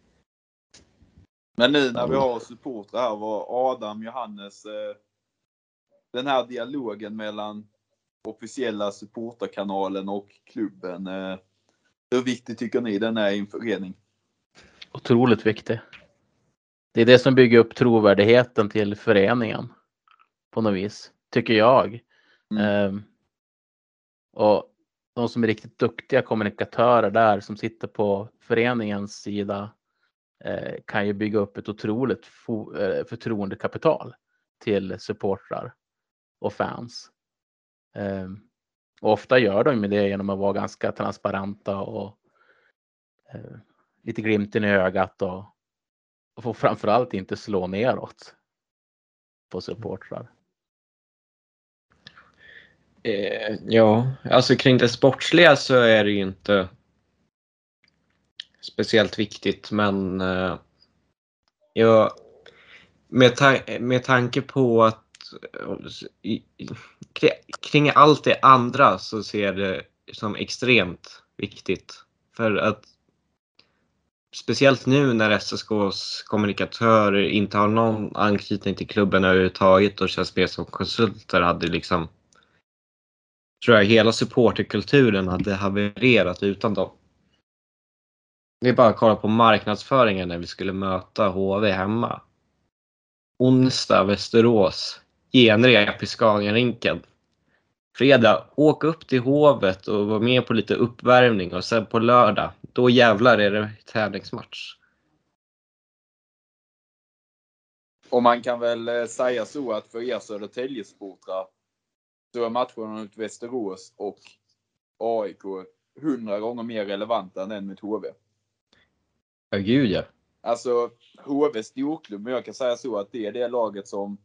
[SPEAKER 5] Men nu när vi har supportrar här, var Adam, Johannes, eh, den här dialogen mellan officiella supporterkanalen och klubben, eh, hur viktigt tycker ni den är i en förening?
[SPEAKER 3] Otroligt viktig. Det är det som bygger upp trovärdigheten till föreningen på något vis, tycker jag.
[SPEAKER 5] Mm.
[SPEAKER 3] Um, och de som är riktigt duktiga kommunikatörer där som sitter på föreningens sida eh, kan ju bygga upp ett otroligt fo- eh, förtroendekapital till supportrar och fans. Um, och ofta gör de med det genom att vara ganska transparenta och eh, lite glimten i ögat och, och får framförallt inte slå neråt på supportrar.
[SPEAKER 2] Eh, ja, alltså kring det sportsliga så är det ju inte speciellt viktigt, men eh, ja, med, ta- med tanke på att i, i, kring allt det andra så ser jag det som extremt viktigt, för att speciellt nu när S S K:s kommunikatörer inte har någon anknytning till klubben överhuvudtaget och känns mer som konsulter, hade liksom, tror jag, hela supporterkulturen hade havererat utan dem. Det är bara att kolla på marknadsföringen när vi skulle möta H V hemma. Onsdag Västerås, genrep i Scania-rinken. Fredag, åk upp till Hovet och var med på lite uppvärmning, och sen på lördag, då jävlar är det tävlingsmatch.
[SPEAKER 5] Och man kan väl eh, säga så att för er Södertäljesportrar så är matcherna mot Västerås och A I K hundra gånger mer relevanta än den mot H V.
[SPEAKER 2] Ja, gud ja.
[SPEAKER 5] Alltså H V storklubb, men jag kan säga så att det är det laget som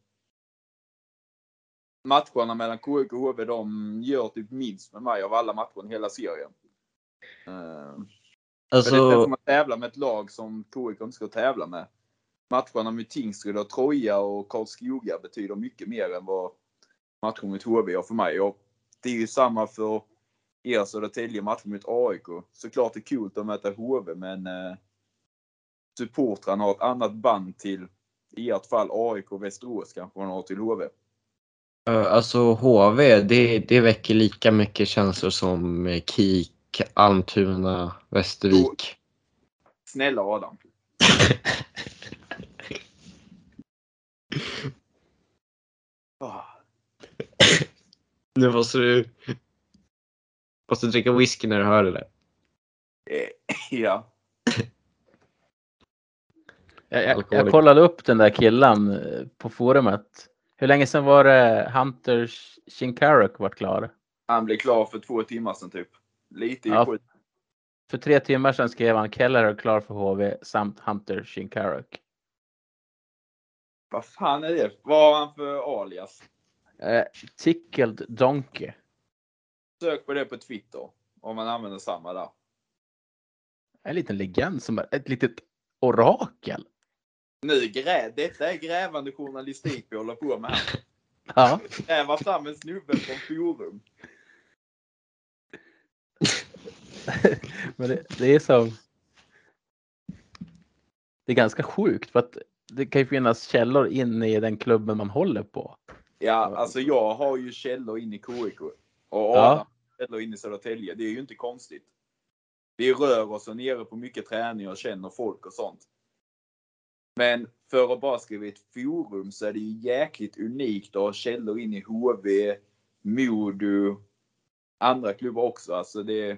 [SPEAKER 5] matcherna mellan K I K och H V, de gör typ minst med mig av alla matcher i hela serien. Uh,
[SPEAKER 2] Alltså,
[SPEAKER 5] för det är som att tävla med ett lag som K I K inte ska tävla med. Matcherna med Tingsryd och Troja och Karlskoga betyder mycket mer än vad matchen mot H V gör för mig. Och det är ju samma för er Södertälje matcher mot A I K. Såklart det är kul att möta H V, men eh, supportrarna har ett annat band till, i ert fall A I K och Västerås kanske man har till H V.
[SPEAKER 2] alltså H V, det, det väcker lika mycket känslor som Kik, Almtuna, Västervik.
[SPEAKER 5] Snälla Adam. Oh.
[SPEAKER 2] Nu måste du måste dricka whisky när du hör det där.
[SPEAKER 5] Ja.
[SPEAKER 3] Jag, jag, jag kollade upp den där killen på forumet. Hur länge sedan var det Hunter Shinkaruk var klar?
[SPEAKER 5] Han blev klar för två timmar sedan typ. Lite i
[SPEAKER 3] Ja,
[SPEAKER 5] skit.
[SPEAKER 3] för tre timmar sedan skrev han Keller är klar för H V samt Hunter Shinkaruk.
[SPEAKER 5] Vad fan är det? Vad har han för alias?
[SPEAKER 3] Eh, Tickled Donkey.
[SPEAKER 5] Sök på det på Twitter. Om man använder samma där.
[SPEAKER 3] En liten legend som är ett litet orakel.
[SPEAKER 5] Nu grä, detta är grävande journalistik vi håller på med här.
[SPEAKER 3] Ja.
[SPEAKER 5] Gräva fram en snubbe från forum.
[SPEAKER 3] Men det, det är som det är ganska sjukt för att det kan ju finnas källor inne i den klubben man håller på.
[SPEAKER 5] Ja, alltså jag har ju källor in i K I K. Och
[SPEAKER 3] Ja.
[SPEAKER 5] Adam har källor in i Södertälje. Det är ju inte konstigt. Vi rör oss och nere på mycket träning och känner folk och sånt. Men för att bara skriva ett forum så är det ju jäkligt unikt att ha källor in i H V, Modo, andra klubbar också. Alltså det...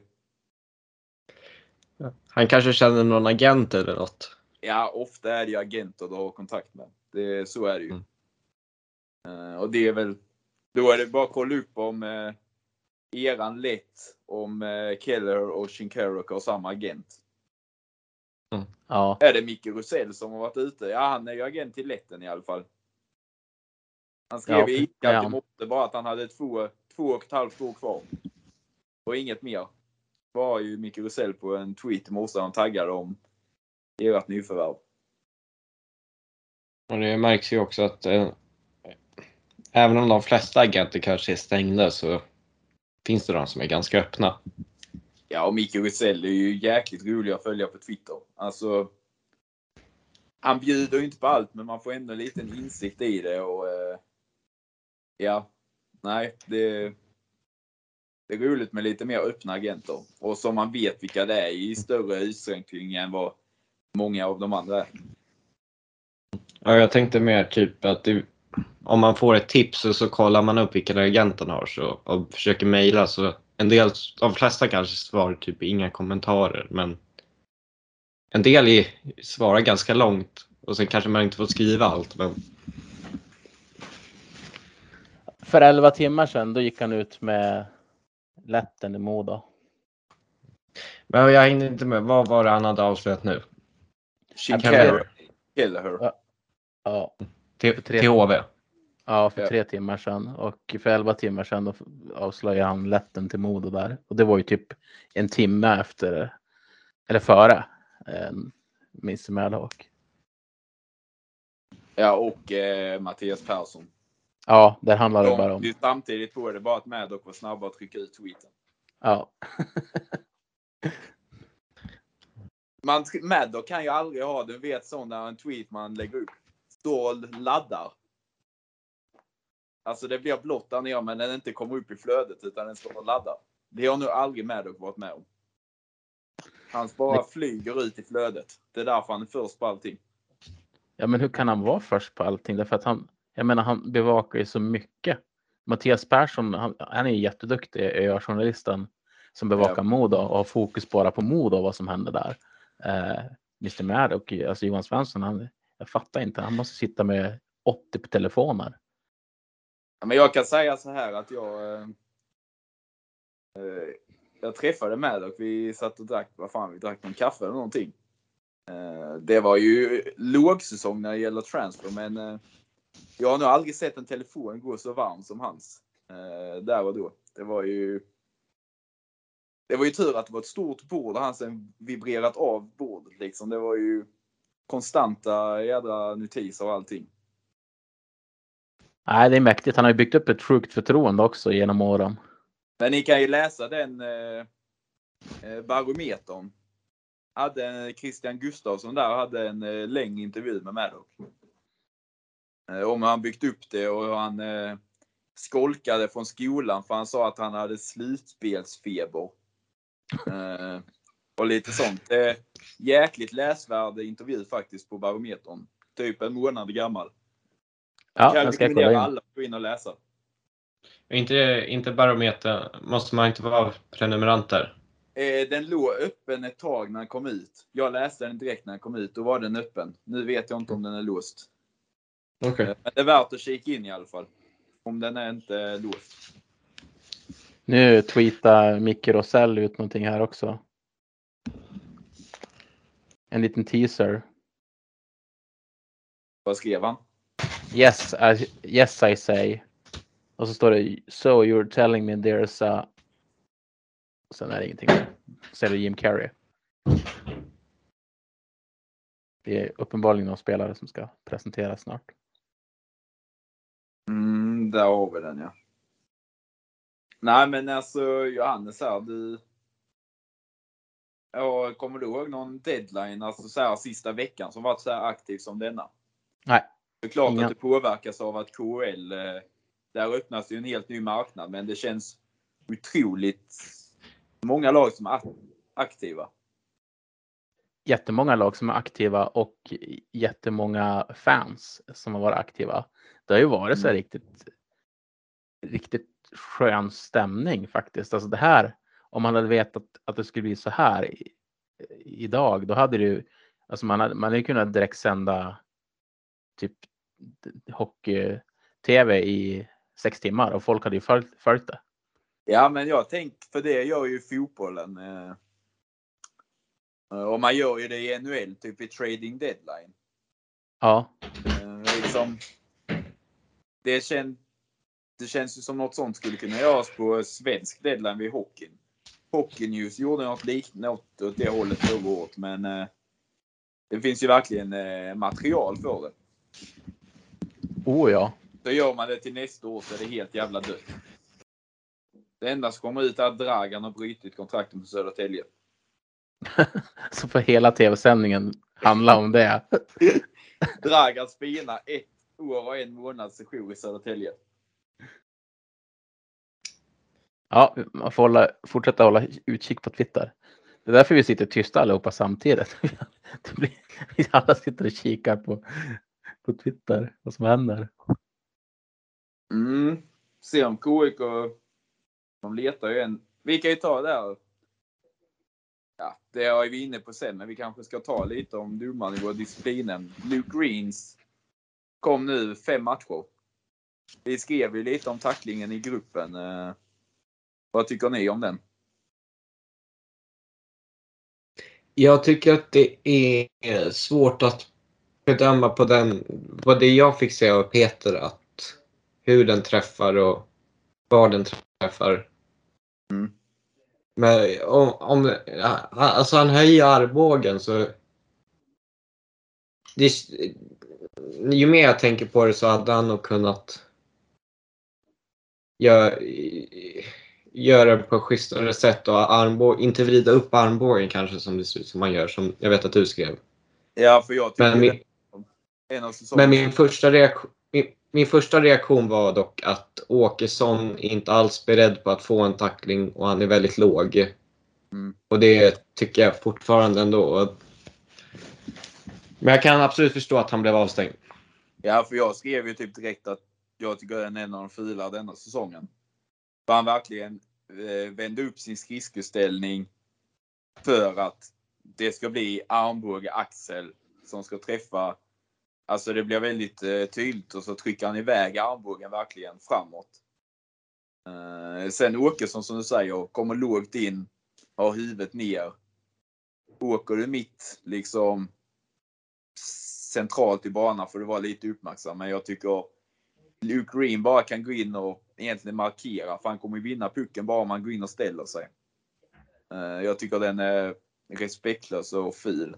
[SPEAKER 2] Han kanske känner någon agent eller något.
[SPEAKER 5] Ja, ofta är det ju agenter du har kontakt med. Det, så är det ju.
[SPEAKER 2] Mm.
[SPEAKER 5] Uh, och det är väl... Då är det bara att kolla upp om uh, eran lätt om uh, Keller och Shinkaruk har samma agent.
[SPEAKER 2] Mm.
[SPEAKER 3] Ja.
[SPEAKER 5] Är det Micke Rosell som har varit ute? Ja, han är ju agent till Letten i alla fall. Han skrev
[SPEAKER 3] Ja,
[SPEAKER 5] i
[SPEAKER 3] ja.
[SPEAKER 5] iskall i morse bara att han hade två, två och ett halvt år kvar. Och inget mer. Var ju Micke Rosell på en tweet i morse han taggade om ert nyförvärv.
[SPEAKER 2] Och det märks ju också att eh, även om de flesta agenter kanske är stängda så finns det de som är ganska öppna.
[SPEAKER 5] Ja, och Micke Rosell är ju jäkligt rolig att följa på Twitter. Alltså, han bjuder ju inte på allt, men man får ändå en liten insikt i det. Och eh, ja, nej, det, det är roligt med lite mer öppna agenter. Och som man vet vilka det är i större utsträckning än vad många av de andra är.
[SPEAKER 2] Ja, jag tänkte mer typ att det, om man får ett tips och så kollar man upp vilka agenten har så, och försöker mejla så en del, de flesta kanske svarar typ inga kommentarer, men en del är, svarar ganska långt och sen kanske man inte får skriva allt. Men...
[SPEAKER 3] För elva timmar sedan då gick han ut med Letten i Modo.
[SPEAKER 2] Men jag hängde inte med, vad var det han hade avslöjat nu?
[SPEAKER 5] Shinkaruk. Kelleher.
[SPEAKER 3] Ja. Ja.
[SPEAKER 2] Till,
[SPEAKER 3] tre-
[SPEAKER 2] till H V?
[SPEAKER 3] Ja, för
[SPEAKER 5] Ja.
[SPEAKER 3] tre timmar sedan. Och för elva timmar sedan då avslöjade han Letten till Modo där. Och det var ju typ en timme efter, eller före, en Miss Mälarhawk.
[SPEAKER 5] Ja, och eh, Mattias Persson.
[SPEAKER 3] Ja, där handlar det
[SPEAKER 5] De
[SPEAKER 3] bara om.
[SPEAKER 5] ju samtidigt på det, bara att Maddock var snabba att trycka ut tweeten.
[SPEAKER 3] Ja.
[SPEAKER 5] Man, Maddock kan ju aldrig ha, du vet sån där en tweet man lägger upp. Står och laddar. Alltså det blir blått där nere, men den inte kommer upp i flödet utan den står och laddar. Det har nog aldrig Maddock varit med om. Han bara
[SPEAKER 3] Nej.
[SPEAKER 5] flyger ut i flödet. Det är därför han är först på allting.
[SPEAKER 3] Ja, men hur kan han vara först på allting? Därför att han, jag menar, han bevakar ju så mycket. Mattias Persson, han, han är ju jätteduktig, är journalisten som bevakar
[SPEAKER 5] Ja.
[SPEAKER 3] Modo och har fokus bara på Modo och vad som händer där. Eh, mister Maddock, alltså Johan Svensson, han, jag fattar inte, han måste sitta med åttio på telefoner.
[SPEAKER 5] Ja, men jag kan säga så här att jag eh, eh, jag träffade Maddock. Vi satt och drack, vad fan, vi drack någon kaffe eller någonting. Eh, det var ju lågsäsong när det gäller transfer, men eh, jag har nog aldrig sett en telefon gå så varm som hans. Eh, där och då. Det var ju Det var ju tur att det var ett stort bord och han sen vibrerat av bordet liksom. Det var ju konstanta jädra notiser och allting.
[SPEAKER 3] Nej, det är mäktigt. Han har ju byggt upp ett sjukt förtroende också genom åren.
[SPEAKER 5] Men ni kan ju läsa den eh, barometern. Hade en, Christian Gustafsson där hade en eh, längre intervju med Maddock. Eh, om hur han byggt upp det och hur han eh, skolkade från skolan för han sa att han hade slutspelsfeber. Eh, och lite sånt. Eh, jäkligt läsvärd intervju faktiskt på barometern. Typ en månad gammal.
[SPEAKER 3] Ja,
[SPEAKER 5] Kan
[SPEAKER 3] den ska jag
[SPEAKER 5] rekommendera
[SPEAKER 3] kolla in.
[SPEAKER 5] alla att gå in och läsa.
[SPEAKER 2] Inte, inte barometer, måste man inte vara prenumerant där?
[SPEAKER 5] Eh, den låg öppen ett tag när den kom ut. Jag läste den direkt när den kom ut. Då var den öppen. Nu vet jag inte om den är låst.
[SPEAKER 2] Okej. Okay.
[SPEAKER 5] Eh, men det är värt att kika in i alla fall. Om den är inte låst.
[SPEAKER 3] Nu tweetar Micke Rosell ut någonting här också. En liten teaser.
[SPEAKER 5] Vad skrev han?
[SPEAKER 3] Yes, I, yes I say. Och så står det so you're telling me there's a... Sen är det ingenting. Så är det Jim Carrey. Det är uppenbarligen någon spelare som ska presenteras snart.
[SPEAKER 5] Mm, där har vi den, ja. Nej, men alltså Johannes här, du... Ja, kommer du ihåg någon deadline, alltså så här sista veckan som varit så här aktiv som denna?
[SPEAKER 3] Nej.
[SPEAKER 5] Det är klart
[SPEAKER 3] Inga.
[SPEAKER 5] att det påverkas av att K H L, eh, där öppnas ju en helt ny marknad, men det känns otroligt många lag som är aktiva.
[SPEAKER 3] Jättemånga lag som är aktiva och jättemånga fans som har varit aktiva. Det har ju varit så här riktigt riktigt skön stämning faktiskt. Alltså det här, om man hade vetat att det skulle bli så här i, idag, då hade det ju, alltså man hade, man hade kunnat direkt sända typ hockey-tv i sex timmar och folk hade ju följt, följt det.
[SPEAKER 5] Ja, men jag tänker, för det gör ju fotbollen. Eh, och man gör ju det i N H L, typ i trading deadline.
[SPEAKER 3] Ja.
[SPEAKER 5] Eh, liksom, det, kän, det känns ju som något sånt skulle kunna göras på svensk deadline vid hockeyn. Hockey News gjorde något liknande åt, åt det hållet förra året, men eh, det finns ju verkligen eh, material för det.
[SPEAKER 3] Oh ja.
[SPEAKER 5] Så gör man det till nästa år så är det helt jävla dött. Det enda som kommer ut är att Dragan har brutit kontrakten på Södertälje.
[SPEAKER 3] Så för hela tv-sändningen handla om det.
[SPEAKER 5] Dragan spinar ett år och en månad session i Södertälje.
[SPEAKER 3] Ja, man får hålla, fortsätta hålla utkik på Twitter. Det är därför vi sitter tysta allihopa samtidigt. Det blir, vi alla sitter och kikar på, på Twitter vad som händer.
[SPEAKER 5] Mm. Se om K I K, de letar ju en. Vi kan ju ta där. Ja, det är vi inne på sen, men vi kanske ska ta lite om domarnivå och disciplinen. Luke Greens kom nu fem matcher. Vi skrev ju lite om tacklingen i gruppen. Eh, vad tycker ni om den?
[SPEAKER 2] Jag tycker att det är svårt att bedöma på den, vad det jag fick se av Peter, att hur den träffar och var den träffar.
[SPEAKER 5] Mm.
[SPEAKER 2] Men om, om alltså han höjer armbågen så det, ju mer jag tänker på det så hade han nog kunnat göra, göra det på schysstare sätt och armbåg, inte vrida upp armbågen kanske som det ser ut som man gör, som jag vet att du skrev.
[SPEAKER 5] Ja, för jag tycker
[SPEAKER 2] Men min,
[SPEAKER 5] det, en av säsongen.
[SPEAKER 2] men min första reaktion min, min första reaktion var dock att Åkesson är inte alls beredd på att få en tackling och han är väldigt låg.
[SPEAKER 5] Mm.
[SPEAKER 2] Och det tycker jag fortfarande ändå. Men jag kan absolut förstå att han blev avstängd.
[SPEAKER 5] Ja, för jag skrev ju typ direkt att jag tycker den är en av de fula denna säsongen. För han verkligen eh, vände upp sin skridskoställning för att det ska bli armbåge axel som ska träffa. Alltså det blir väldigt eh, tydligt och så trycker han iväg armbågen verkligen framåt. Eh, sen Åkesson som du säger kommer lågt in, har huvudet ner. Åker du mitt liksom centralt i banan för det var lite uppmärksam, men jag tycker Luke Green bara kan gå in och egentligen markera, för han kommer vinna pucken bara om han går in och ställer sig. Uh, jag tycker den är respektlös och ful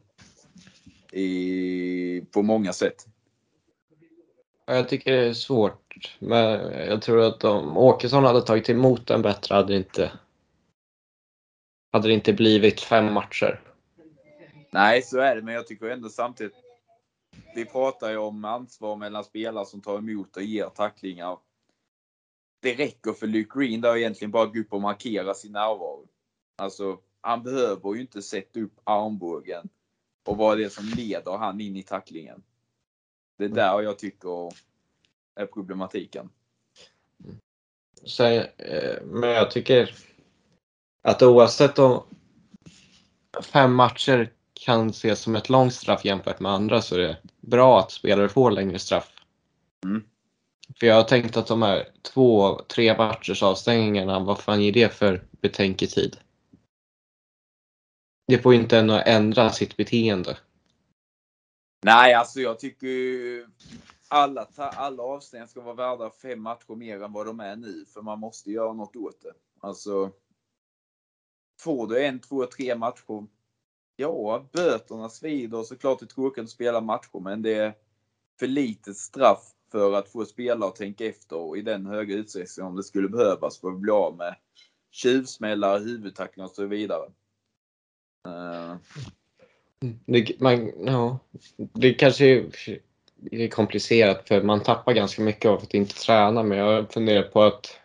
[SPEAKER 5] i, på många sätt.
[SPEAKER 2] Jag tycker det är svårt, men jag tror att om Åkesson hade tagit emot den bättre hade det inte hade det inte blivit fem matcher.
[SPEAKER 5] Nej, så är det, men jag tycker ändå samtidigt vi pratar ju om ansvar mellan spelare som tar emot och ger tacklingar. Det räcker för Luke Green där egentligen bara gå upp och markera sin närvaro. Alltså, han behöver ju inte sätta upp armbågen och vara det som leder han in i tacklingen. Det är där jag tycker är problematiken.
[SPEAKER 2] Så, men jag tycker att oavsett om fem matcher kan ses som ett långt straff jämfört med andra så är det bra att spelare får längre straff.
[SPEAKER 5] Mm.
[SPEAKER 2] För jag har tänkt att de här två, tre matchers avstängningarna, vad fan ger det för betänketid? Det får ju inte ändå ändra sitt beteende.
[SPEAKER 5] Nej, alltså jag tycker ju alla, alla avstängningar ska vara värda fem matcher mer än vad de är nu. För man måste göra något åt det. Alltså, får du en, två, tre matcher, ja, böterna svider och såklart det är tråkigt att spela matcher, men det är för litet straff för att få spela och tänka efter och i den höga utsträckning om det skulle behövas för att bli av med tjuvsmällar, huvudtacklingar och så vidare. Uh,
[SPEAKER 2] Det, man, ja, det kanske är, det är komplicerat för man tappar ganska mycket av att inte träna. Men jag funderar på att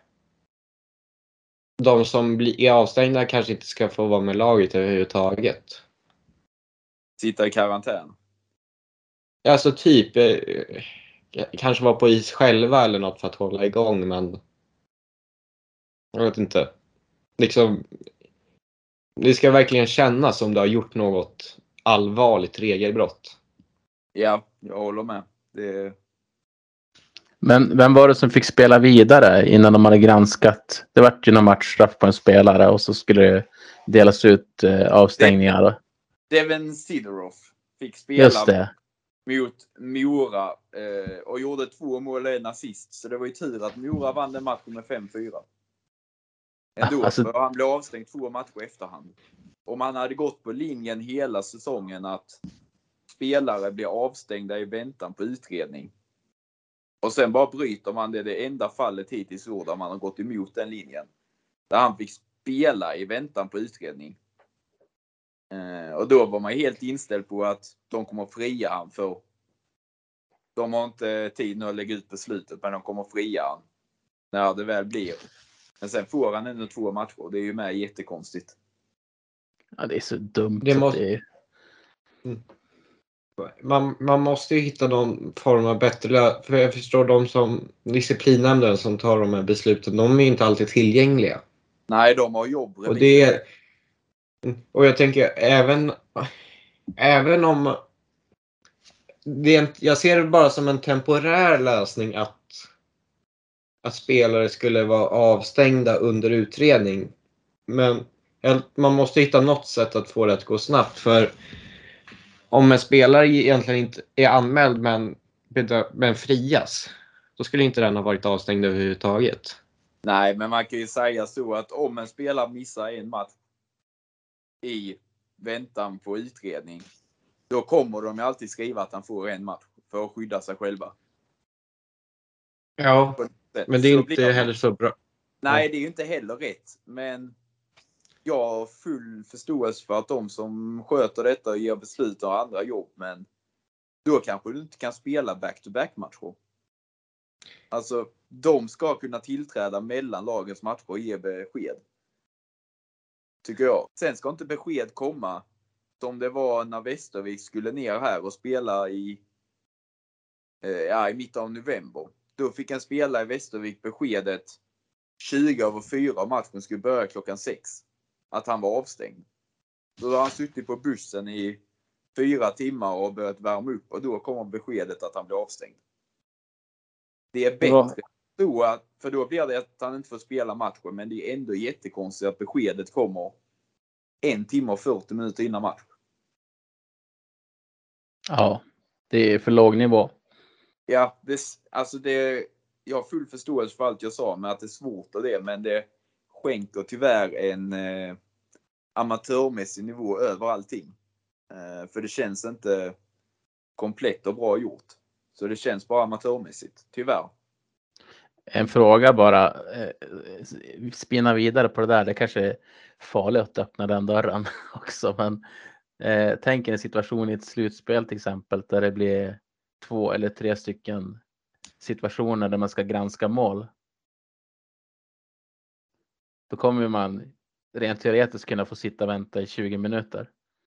[SPEAKER 2] de som blir, är avstängda kanske inte ska få vara med laget överhuvudtaget.
[SPEAKER 5] sitta i karantän.
[SPEAKER 2] Alltså typ eh, kanske vara på is själva eller något för att hålla igång, men jag vet inte. Liksom, det ska verkligen kännas som du har gjort något allvarligt regelbrott.
[SPEAKER 5] Ja, jag håller med. Det...
[SPEAKER 3] Men vem var det som fick spela vidare innan de hade granskat? Det var ju någon matchstraff på en spelare och så skulle det delas ut eh, avstängningar.
[SPEAKER 5] Det, Devin Sidoroff fick spela
[SPEAKER 3] Just det.
[SPEAKER 5] mot Mora eh, och gjorde två mål och en assist. Så det var ju tur att Mora vann den matchen med fem fyra. Ändå,
[SPEAKER 3] Alltså-
[SPEAKER 5] för han blev avstängd två matcher efterhand. Om han hade gått på linjen hela säsongen att spelare blir avstängda i väntan på utredning. Och sen bara bryter man det, det enda fallet hittills år där man har gått emot den linjen. Där han fick spela i väntan på utredning. Eh, och då var man helt inställd på att de kommer fria han för de har inte tid nu att lägga ut beslutet, men de kommer fria han när det väl blir. Men sen får han ändå två matcher. Det är ju med jättekonstigt.
[SPEAKER 3] Ja, det är så dumt.
[SPEAKER 2] Det
[SPEAKER 3] så
[SPEAKER 2] måste-
[SPEAKER 3] det är...
[SPEAKER 2] Man, man måste ju hitta någon form av bättre lö- för jag förstår de som disciplinnämnden som tar de här besluten, de är ju inte alltid tillgängliga.
[SPEAKER 5] Nej, de har jobb.
[SPEAKER 2] Och det är, och jag tänker även även om det är, jag ser det bara som en temporär lösning att att spelare skulle vara avstängda under utredning. Men man måste hitta något sätt att få det att gå snabbt, för om en spelare egentligen inte är anmäld men, men frias, då skulle inte den ha varit avstängd överhuvudtaget.
[SPEAKER 5] Nej, men man kan ju säga så att om en spelare missar en match i väntan på utredning, då kommer de ju alltid skriva att han får en match för att skydda sig själva.
[SPEAKER 2] Ja, men det är
[SPEAKER 5] Så
[SPEAKER 2] inte
[SPEAKER 5] blir det.
[SPEAKER 2] heller så bra.
[SPEAKER 5] Nej, det är ju inte heller rätt. Men jag har full förståelse för att de som sköter detta och ger beslut har andra jobb. Men då kanske du inte kan spela back-to-back-matcher. Alltså, de ska kunna tillträda mellan lagens matcher och ge besked. Tycker jag. Sen ska inte besked komma som det var när Västervik skulle ner här och spela i, eh, ja, i mitten av november. Då fick en spelare i Västervik beskedet tjugo över fyra och matchen skulle börja klockan sex. Att han var avstängd. Då har han suttit på bussen i fyra timmar och börjat värma upp och då kommer beskedet att han blir avstängd. Det är bättre så att, för då blir det att han inte får spela matchen, men det är ändå jättekonstigt att beskedet kommer en timme och fyrtio minuter innan match.
[SPEAKER 3] Ja, det är för låg nivå.
[SPEAKER 5] Ja, det, alltså det, jag har full förståelse för allt jag sa med att det är svårt och det, men det skänker tyvärr en eh, amatörmässig nivå över allting. Eh, för det känns inte komplett och bra gjort. Så det känns bara amatörmässigt, tyvärr.
[SPEAKER 3] En fråga bara, eh, spinna vidare på det där, det kanske är farligt att öppna den dörren också, men eh, tänk en situation i ett slutspel till exempel där det blir två eller tre stycken situationer där man ska granska mål. Då kommer man rent teoretiskt kunna få sitta och vänta i tjugo minuter.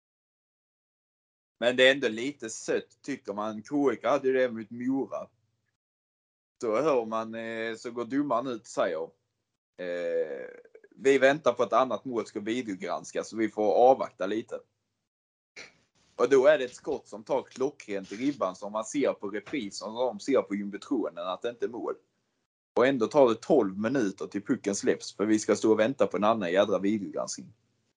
[SPEAKER 5] Men det är ändå lite sött tycker man. K I K hade ju det mot Mora. Så hör man, eh, så går domaren ut och säger eh, vi väntar på att annat mål ska videogranskas så vi får avvakta lite. Och då är det ett skott som tar klockrent i ribban som man ser på reprisen och de ser på jumbotronen att det inte är mål. Och ändå tar det tolv minuter till pucken släpps för vi ska stå och vänta på en annan jädra videogranskning.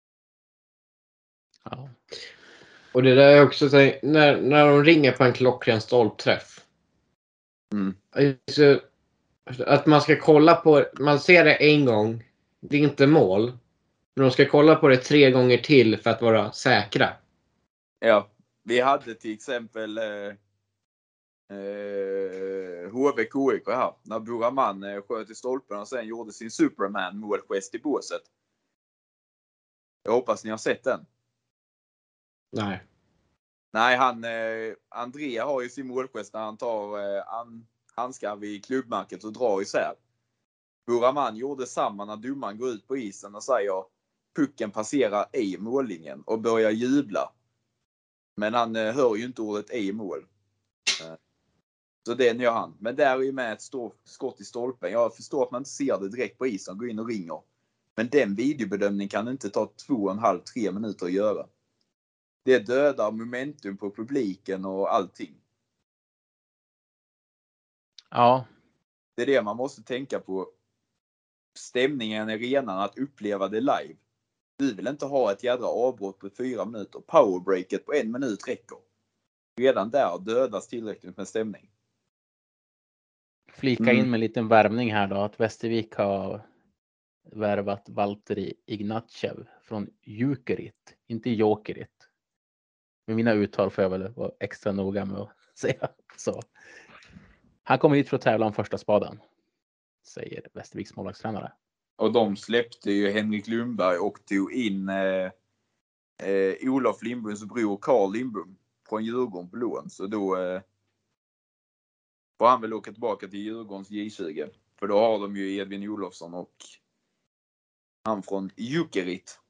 [SPEAKER 3] Ja.
[SPEAKER 2] Och det där är också så, när, när de ringer på en klockren stolpträff.
[SPEAKER 5] Mm.
[SPEAKER 2] Så, att man ska kolla på, man ser det en gång, det är inte mål. Men de ska kolla på det tre gånger till för att vara säkra.
[SPEAKER 5] Ja, vi hade till exempel eh, eh, H V K I K här. När Buraman eh, sköt i stolpen och sen gjorde sin Superman-målgest i båset. Jag hoppas ni har sett den.
[SPEAKER 2] Nej.
[SPEAKER 5] Nej, han, eh, Andrea har ju sin målgest när han tar eh, an, handskar vid klubbmärket och drar isär. Buraman gjorde samma när domaren går ut på isen och säger pucken passerar i mållinjen och börjar jubla. Men han eh, hör ju inte ordet i mål. Eh, så den gör han. Men där är ju med ett stort skott i stolpen. Jag förstår att man inte ser det direkt på isen, går in och ringer. Men den videobedömningen kan inte ta två och en halv, tre minuter att göra. Det dödar momentum på publiken och allting.
[SPEAKER 3] Ja,
[SPEAKER 5] Det är det man måste tänka på. Stämningen i arenan, att uppleva det live. Du vill inte ha ett jädra avbrott på fyra minuter. Powerbreaket på en minut räcker. Redan där dödas tillräckligt med stämning.
[SPEAKER 3] flika
[SPEAKER 5] Mm.
[SPEAKER 3] in med en liten värvning här då. Att Västervik har värvat Valtteri Ignatjev från Jukerit. Inte Jokerit. Med mina uttal får jag väl vara extra noga med att säga så. Han kommer hit för att tävla om första spaden, säger Västerviks målvaktstränare.
[SPEAKER 5] Och de släppte ju Henrik Lundberg och tog in eh, eh, Olof Lindboms bror Carl Lindbom från Djurgården på lån. Så då eh, får han väl åka tillbaka till Djurgårdens J tjugo. För då har de ju Edvin Olofsson och han från Jukerit.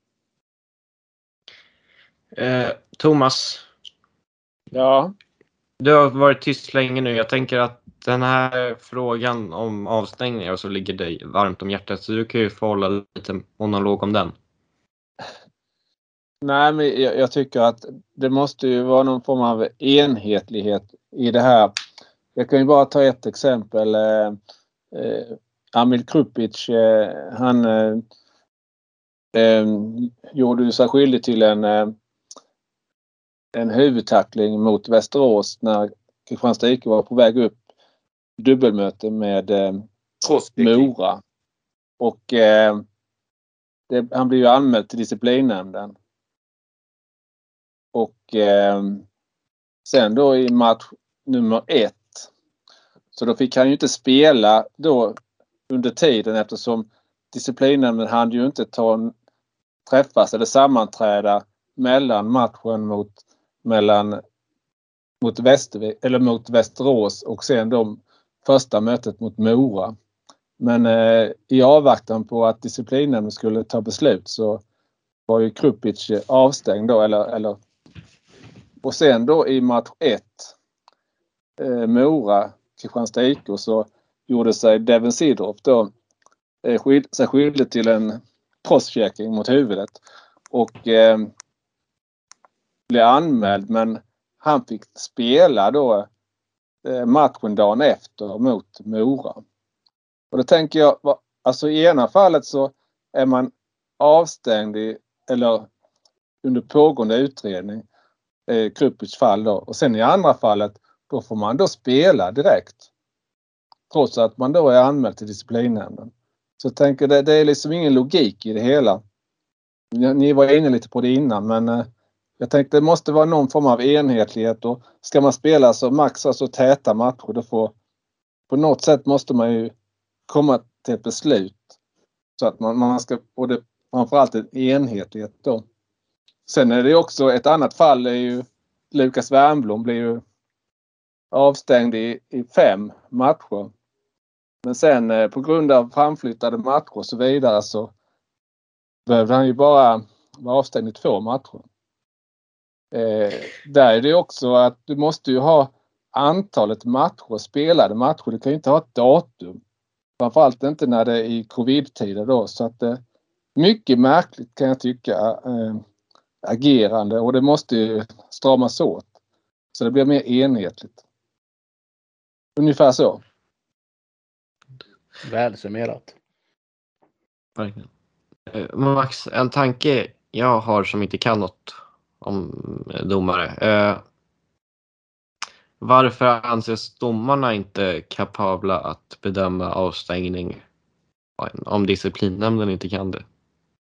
[SPEAKER 2] Eh, Thomas,
[SPEAKER 1] Ja,
[SPEAKER 2] du har varit tyst länge nu. Jag tänker att den här frågan om avstängningar så ligger dig varmt om hjärtat. Så du kan ju få hålla lite monolog om den.
[SPEAKER 1] nej men jag, jag tycker att det måste ju vara någon form av enhetlighet i det här. Jag kan ju bara ta ett exempel. Eh, eh, Amil Krupic, eh, han eh, eh, gjorde ju sig skyldig till en, eh, en huvudtackling mot Västerås när Kristianstad I K var på väg upp dubbelmöte med eh, Mora. Och eh, det, han blev ju anmäld till disciplinnämnden. Och eh, sen då i match nummer ett så då fick han ju inte spela då under tiden eftersom disciplinnämnden hade ju inte ta, träffas eller sammanträda mellan matchen mot mellan mot Västervik eller mot Västerås och sen då första mötet mot Mora. Men eh, i avvaktan på att disciplinnämnden skulle ta beslut så var ju Krupic avstängd då eller eller och sen då i match ett eh, Mora Kristianstad I K så gjorde sig Devin Sidorf då eh, skyld, sig skyldig till en crosschecking mot huvudet och eh, blev anmäld, men han fick spela då eh, matchen dagen efter mot Mora. Och då tänker jag, alltså i ena fallet så är man avstängd i, eller under pågående utredning, eh, Krupic fall då. Och sen i andra fallet, då får man då spela direkt. Trots att man då är anmäld till disciplinnämnden. Så jag tänker det, det är liksom ingen logik i det hela. Ni var inne lite på det innan, men eh, jag tänkte det måste vara någon form av enhetlighet och ska man spela så max alltså täta matcher då får på något sätt måste man ju komma till ett beslut så att man, man ska och det framförallt en enhetlighet då. Sen är det också ett annat fall är ju Lukas Wernbloom blir ju avstängd i, i fem matcher. Men sen eh, på grund av framflyttade matcher och så vidare så behövde han ju bara vara avstängd i två matcher. Eh, där är det också att du måste ju ha antalet matcher, spelade matcher. Du kan ju inte ha ett datum. Framförallt inte när det är i covid-tider då. Så att eh, mycket märkligt kan jag tycka eh, agerande och det måste ju stramas åt. Så det blir mer enhetligt. Ungefär så.
[SPEAKER 3] Väl summerat.
[SPEAKER 2] Verkligen. Eh, Max, en tanke jag har som inte kan något om domare. Eh, varför anses domarna inte kapabla att bedöma avstängning om disciplinnämnden inte kan det?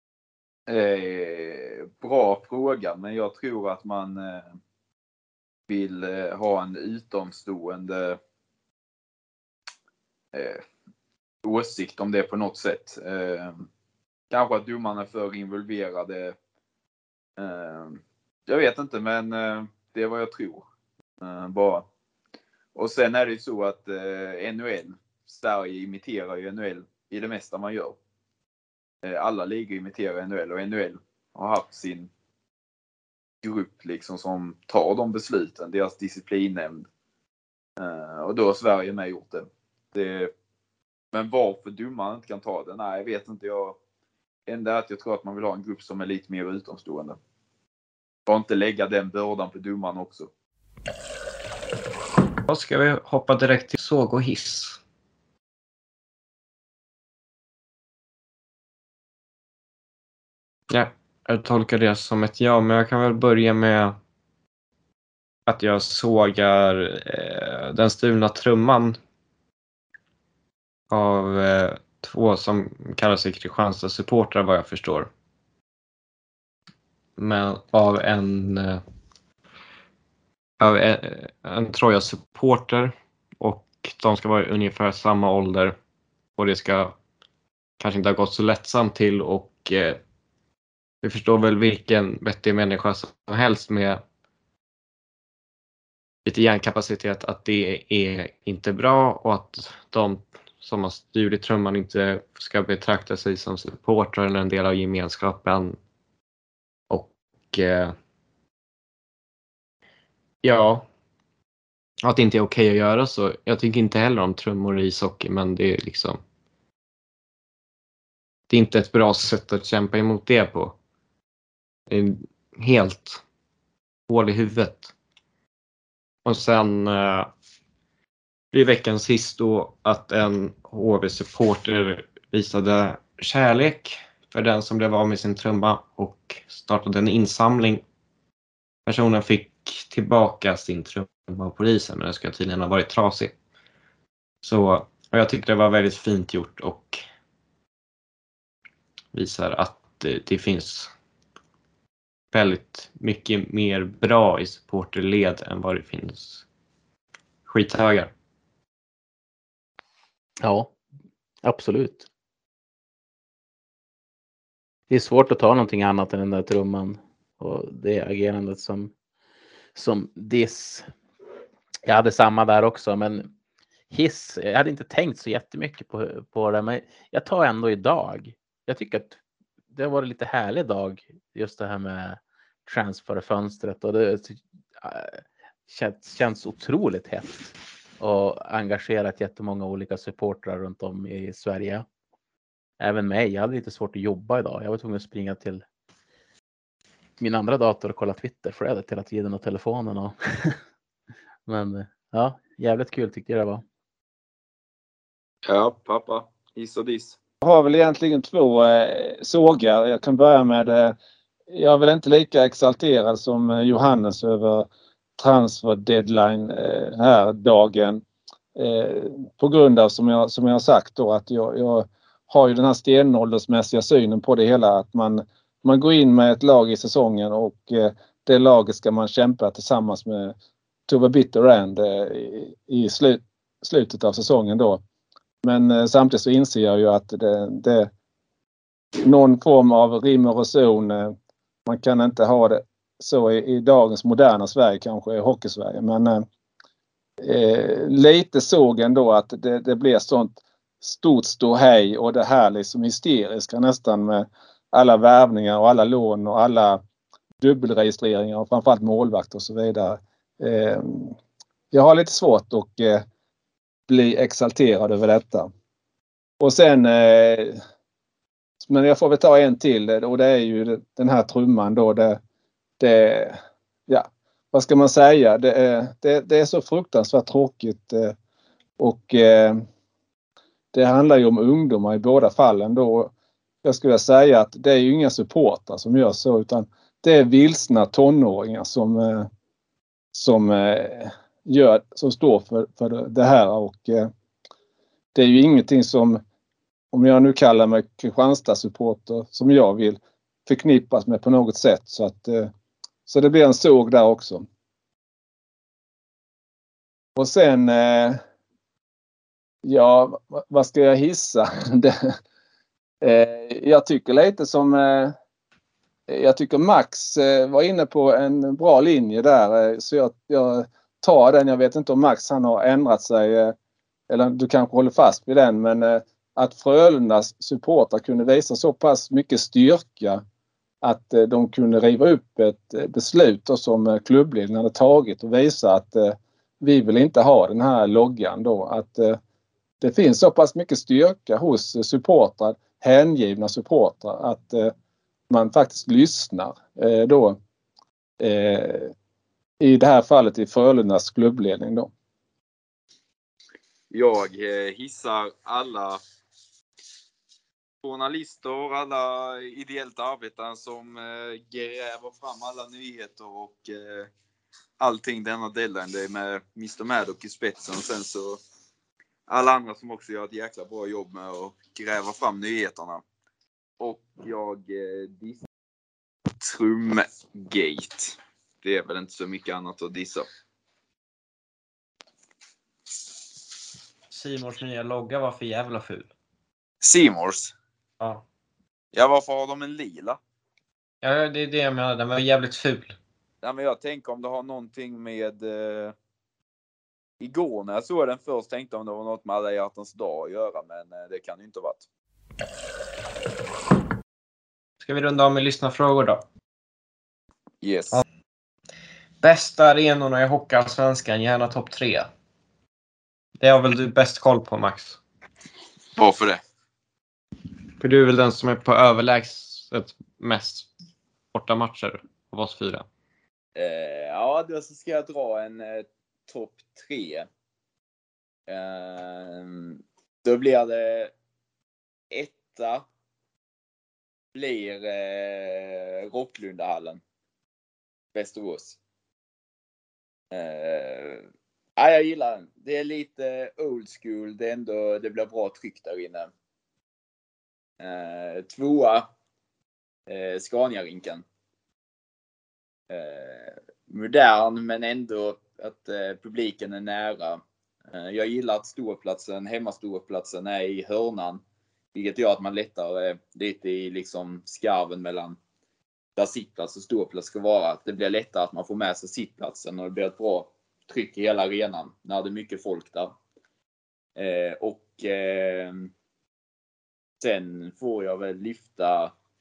[SPEAKER 5] Eh, bra fråga, men jag tror att man eh, vill eh, ha en utomstående eh, åsikt om det på något sätt. Eh, kanske att domarna är för involverade. Eh, Jag vet inte, men eh, det är vad jag tror. Eh, bara. Och sen är det ju så att eh, N H L, Sverige imiterar ju N H L i det mesta man gör. Eh, alla ligor imiterar N H L och N H L har haft sin grupp liksom som tar de besluten, deras disciplinnämnd. Eh, och då har Sverige med gjort det. det. Men varför domaren inte kan ta det? Nej, jag vet inte. Jag, enda är att jag tror att man vill ha en grupp som är lite mer utomstående. Och inte lägga den bördan på domaren också.
[SPEAKER 2] Då ska vi hoppa direkt till såg och hiss. Ja, jag tolkar det som ett ja, men jag kan väl börja med att jag sågar eh, den stulna trumman av eh, två som kallar sig Kristianstad supportrar vad jag förstår. Men av en eh, av en, en Troja supporter, och de ska vara ungefär samma ålder och det ska kanske inte ha gått så lättsamt till, och eh, vi förstår väl vilken vettig människa som helst med lite hjärnkapacitet att det är inte bra och att de som har stulit trumman inte ska betrakta sig som supportrar eller en del av gemenskapen. Och eh, ja, att det inte är okej att göra så. Jag tycker inte heller om trummor i ishockey, men det är liksom det är inte ett bra sätt att kämpa emot det på. Det är helt hål i huvudet. Och sen eh, blir veckans hiss då att en H V-supporter visade kärlek för den som blev av med sin trumma och startade en insamling. Personen fick tillbaka sin trumma av polisen, men den ska tydligen ha varit trasig. Så och jag tyckte det var väldigt fint gjort och visar att det, det finns väldigt mycket mer bra i supporterled än vad det finns skithögar.
[SPEAKER 3] Ja, absolut. Det är svårt att ta någonting annat än den där trumman och det agerandet som, som diss. Jag hade samma där också, men hiss, jag hade inte tänkt så jättemycket på, på det, men jag tar ändå idag. Jag tycker att det har varit lite härlig dag, just det här med transferfönstret, och det äh, känns, känns otroligt hett och engagerat jättemånga olika supportrar runt om i Sverige. Även mig, jag hade lite svårt att jobba idag. Jag var tvungen att springa till min andra dator och kolla Twitter-flödet hela tiden och telefonen. Och men ja, jävligt kul tyckte jag det var.
[SPEAKER 5] Ja, pappa. Hiss och diss.
[SPEAKER 1] Jag har väl egentligen två eh, sågar. Jag kan börja med eh, jag är väl inte lika exalterad som eh, Johannes över transfer deadline eh, här dagen. Eh, på grund av som jag, som jag har sagt då att jag, jag har ju den här stenåldersmässiga synen på det hela, att man, man går in med ett lag i säsongen och eh, det laget ska man kämpa tillsammans med Tove Bitterand eh, i, i slut, slutet av säsongen då. Men eh, samtidigt så inser jag ju att det, det någon form av rim och reson, eh, man kan inte ha det så i, i dagens moderna Sverige, kanske i hockeysverige, men eh, eh, lite såg ändå att det, det blir sånt stort ståhej och det här liksom hysteriska nästan med alla värvningar och alla lån och alla dubbelregistreringar och framförallt målvakt och så vidare. Eh, jag har lite svårt att eh, bli exalterad över detta. Och sen eh, men jag får väl ta en till och det är ju den här trumman då. Det, det, ja, vad ska man säga? Det är, det, det är så fruktansvärt tråkigt eh, och eh, det handlar ju om ungdomar i båda fallen då. Jag skulle säga att det är ju inga supportrar som gör så, utan det är vilsna tonåringar som, eh, som, eh, gör, som står för, för det här och eh, det är ju ingenting som, om jag nu kallar mig Kristianstad-supporter, som jag vill förknippas med på något sätt. Så, att, eh, så det blir en såg där också. Och sen, eh, ja, vad ska jag hissa? det, eh, jag tycker lite som, eh, jag tycker Max eh, var inne på en bra linje där. Eh, så jag, jag tar den. Jag vet inte om Max han har ändrat sig. Eh, eller du kanske håller fast vid den. Men eh, att Frölundas supportrar kunde visa så pass mycket styrka att eh, de kunde riva upp ett eh, beslut då, som eh, klubbledningen hade tagit och visa att eh, vi vill inte ha den här loggan då. Att eh, det finns så pass mycket styrka hos eh, supportrar, hängivna supportrar, att eh, man faktiskt lyssnar eh, då eh, i det här fallet i Frölundas klubbledning då.
[SPEAKER 5] Jag eh, hissar alla journalister, alla ideellt arbetare som eh, gräver fram alla nyheter och eh, allting denna delen. Det är med mister Maddock i spetsen och sen så alla andra som också gör ett jäkla bra jobb med att gräva fram nyheterna. Och jag eh, dissar Trumgate. Det är väl inte så mycket annat att dissa.
[SPEAKER 2] Simors nya logga var för jävla ful.
[SPEAKER 5] Seymours?
[SPEAKER 2] Ja.
[SPEAKER 5] Ja, varför har de en lila?
[SPEAKER 2] Ja, det är det jag menar. Den var jävligt ful.
[SPEAKER 5] Ja, men jag tänker om det har någonting med... Eh... Igår när jag såg den först tänkte jag om det var något med alla hjärtans dag att göra. Men eh, det kan ju inte ha varit.
[SPEAKER 2] Ska vi runda av med lyssnarfrågor då?
[SPEAKER 5] Yes.
[SPEAKER 2] Ja. Bästa arenorna i Hockeyallsvenskan, gärna topp tre. Det har väl du bäst koll på, Max?
[SPEAKER 5] Varför det?
[SPEAKER 2] För du är väl den som är på överlägset mest borta matcher av oss fyra.
[SPEAKER 5] Eh, ja, då så ska jag dra en eh, topp tre. Eh, då blir det etta blir eh, Rocklundahallen. Västerås. Eh, ja, jag gillar den. Det är lite old school. Det är ändå, det blir bra tryck där inne. Eh, tvåa eh, Scania-rinken. Eh, modern men ändå att eh, publiken är nära. Eh, jag gillar att ståplatsen, hemmaståplatsen är i hörnan. Vilket gör att man lättare eh, lite i liksom skarven mellan där sittplats och ståplats ska vara. Att det blir lättare att man får med sig sittplatsen och det blir ett bra tryck i hela arenan när det är mycket folk där. Eh, och eh, sen får jag väl lyfta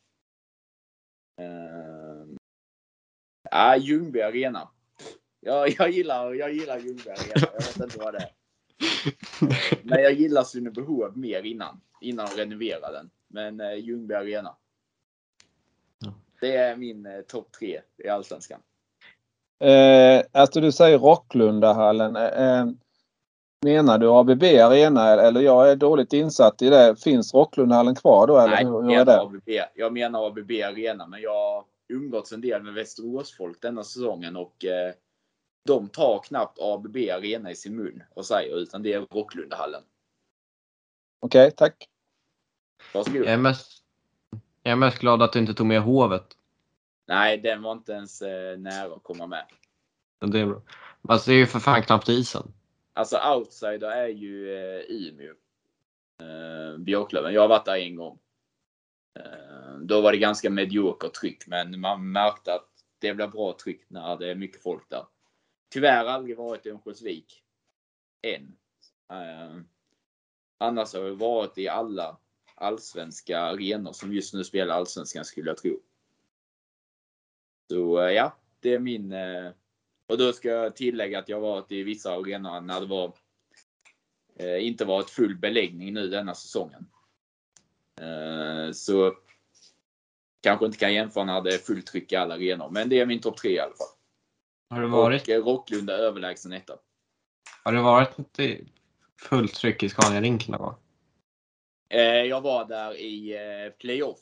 [SPEAKER 5] eh, ja, Ljungby Arena. Ja, jag gillar, jag gillar Ljungby Arena. Jag vet inte vad det är. Eh, men jag gillar Sundbyhov mer innan. Innan de renoverade den. Men eh, Ljungby Arena. Det är min eh, topp tre i Allsvenskan.
[SPEAKER 1] Eh, alltså du säger Rocklundahallen. Eh, menar du A B B Arena? Eller jag är dåligt insatt i det. Finns Rocklundahallen kvar då? Eller
[SPEAKER 5] Nej,
[SPEAKER 1] hur, hur
[SPEAKER 5] jag,
[SPEAKER 1] är det?
[SPEAKER 5] A B B. Jag menar A B B Arena. Men jag har umgåtts en del med Västeråsfolk denna säsongen. Och eh, de tar knappt A B B Arena i sin mun och säger. Utan det är Rocklundahallen.
[SPEAKER 1] Okej, okay, tack.
[SPEAKER 5] Varsågod.
[SPEAKER 2] Jag är mest, jag är mest glad att du inte tog med Hovet.
[SPEAKER 5] Nej, den var inte ens eh, nära att komma med.
[SPEAKER 2] Det är bra. Alltså det är ju för fan knappt isen.
[SPEAKER 5] Alltså outsider är ju eh, Umeå. Eh, Björklöven. Jag har varit där en gång. Eh, då var det ganska medioker tryck. Men man märkte att det blev bra tryck när det är mycket folk där. Tyvärr aldrig varit i Örnsköldsvik. Än. Eh, annars har jag varit i alla allsvenska arenor som just nu spelar allsvenskan skulle jag tro. Så eh, ja, det är min... Eh, och då ska jag tillägga att jag varit i vissa arenor när det var eh, inte varit full beläggning nu denna säsongen. Eh, så kanske inte kan jämföra när det är fullt tryck i alla arenor. Men det är min topp tre i alla fall.
[SPEAKER 2] Har det varit?
[SPEAKER 5] Och eh, Rocklunda överlägsen etta.
[SPEAKER 2] Har det varit inte fullt tryck i Scania-rinken då?
[SPEAKER 5] Eh, jag var där i eh, playoff.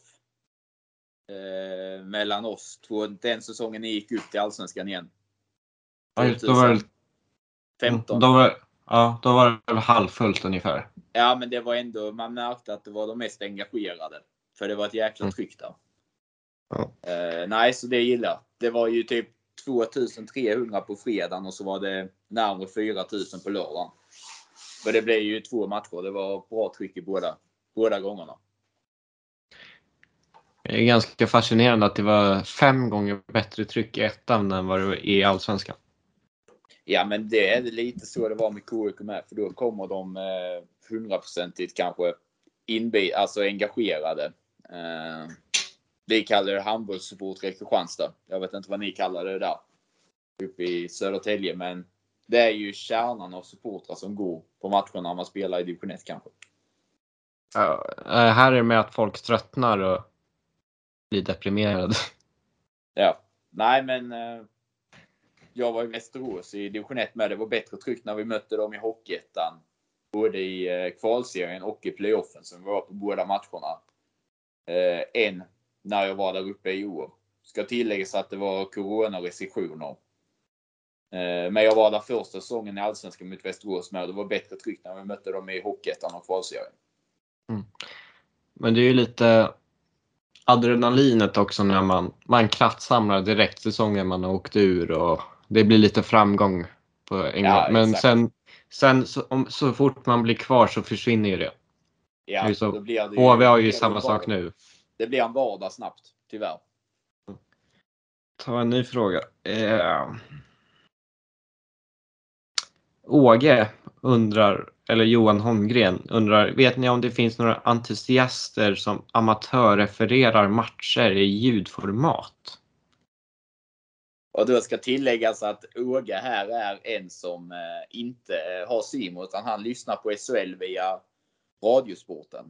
[SPEAKER 5] Eh, mellan oss två. Den säsongen ni gick upp till Allsvenskan igen.
[SPEAKER 2] Ja, just, då var det,
[SPEAKER 5] femton.
[SPEAKER 2] då var, ja, då var det halvfullt ungefär.
[SPEAKER 5] Ja, men det var ändå, man märkte att det var de mest engagerade. För det var ett jäkla tryck där.
[SPEAKER 2] Ja.
[SPEAKER 5] Eh, nej, så det gillar jag. Det var ju typ tvåtusen-trehundra på fredagen och så var det närmare fyra tusen på lördagen. För det blev ju två matcher. Det var bra tryck i båda, båda gångerna.
[SPEAKER 2] Det är ganska fascinerande att det var fem gånger bättre tryck i ettan än vad det var i allsvenskan.
[SPEAKER 5] Ja, men det är lite så det var med K I K med. För då kommer de hundraprocentigt eh, kanske inby, alltså engagerade. Eh, vi kallar det handbollssupport i Kristianstad. Jag vet inte vad ni kallar det där uppe i Södertälje, men det är ju kärnan av supportrar som går på matcherna när man spelar i division ett kanske.
[SPEAKER 2] Ja, här är det med att folk tröttnar och blir deprimerade.
[SPEAKER 5] Ja, nej men eh, jag var i Västerås i division ett med. Det var bättre tryck när vi mötte dem i Hockeyettan. Både i eh, kvalserien och i playoffen som vi var på båda matcherna. Eh, än när jag var där uppe i år. Ska tilläggas att det var coronarestriktioner. Eh, men jag var där första säsongen i Allsvenskan mot Västerås med. Det var bättre tryck när vi mötte dem i Hockeyettan och kvalserien.
[SPEAKER 2] Mm. Men det är ju lite adrenalinet också när man, man kraftsamlar direkt säsongen man har åkt ur och det blir lite framgång på en
[SPEAKER 5] Ja,
[SPEAKER 2] gång. Men
[SPEAKER 5] exakt.
[SPEAKER 2] sen, sen så, om, så fort man blir kvar så försvinner ju det.
[SPEAKER 5] Ja,
[SPEAKER 2] det är så,
[SPEAKER 5] då blir det ju,
[SPEAKER 2] H V har ju
[SPEAKER 5] det
[SPEAKER 2] samma
[SPEAKER 5] var,
[SPEAKER 2] sak nu.
[SPEAKER 5] Det blir en vardag snabbt, tyvärr.
[SPEAKER 2] Ta en ny fråga. Eh, Åge undrar, eller Johan Holmgren undrar, vet ni om det finns några entusiaster som amatörrefererar matcher i ljudformat?
[SPEAKER 5] Och då ska tilläggas att Åge här är en som eh, inte har Simon, utan han lyssnar på S H L via Radiosporten.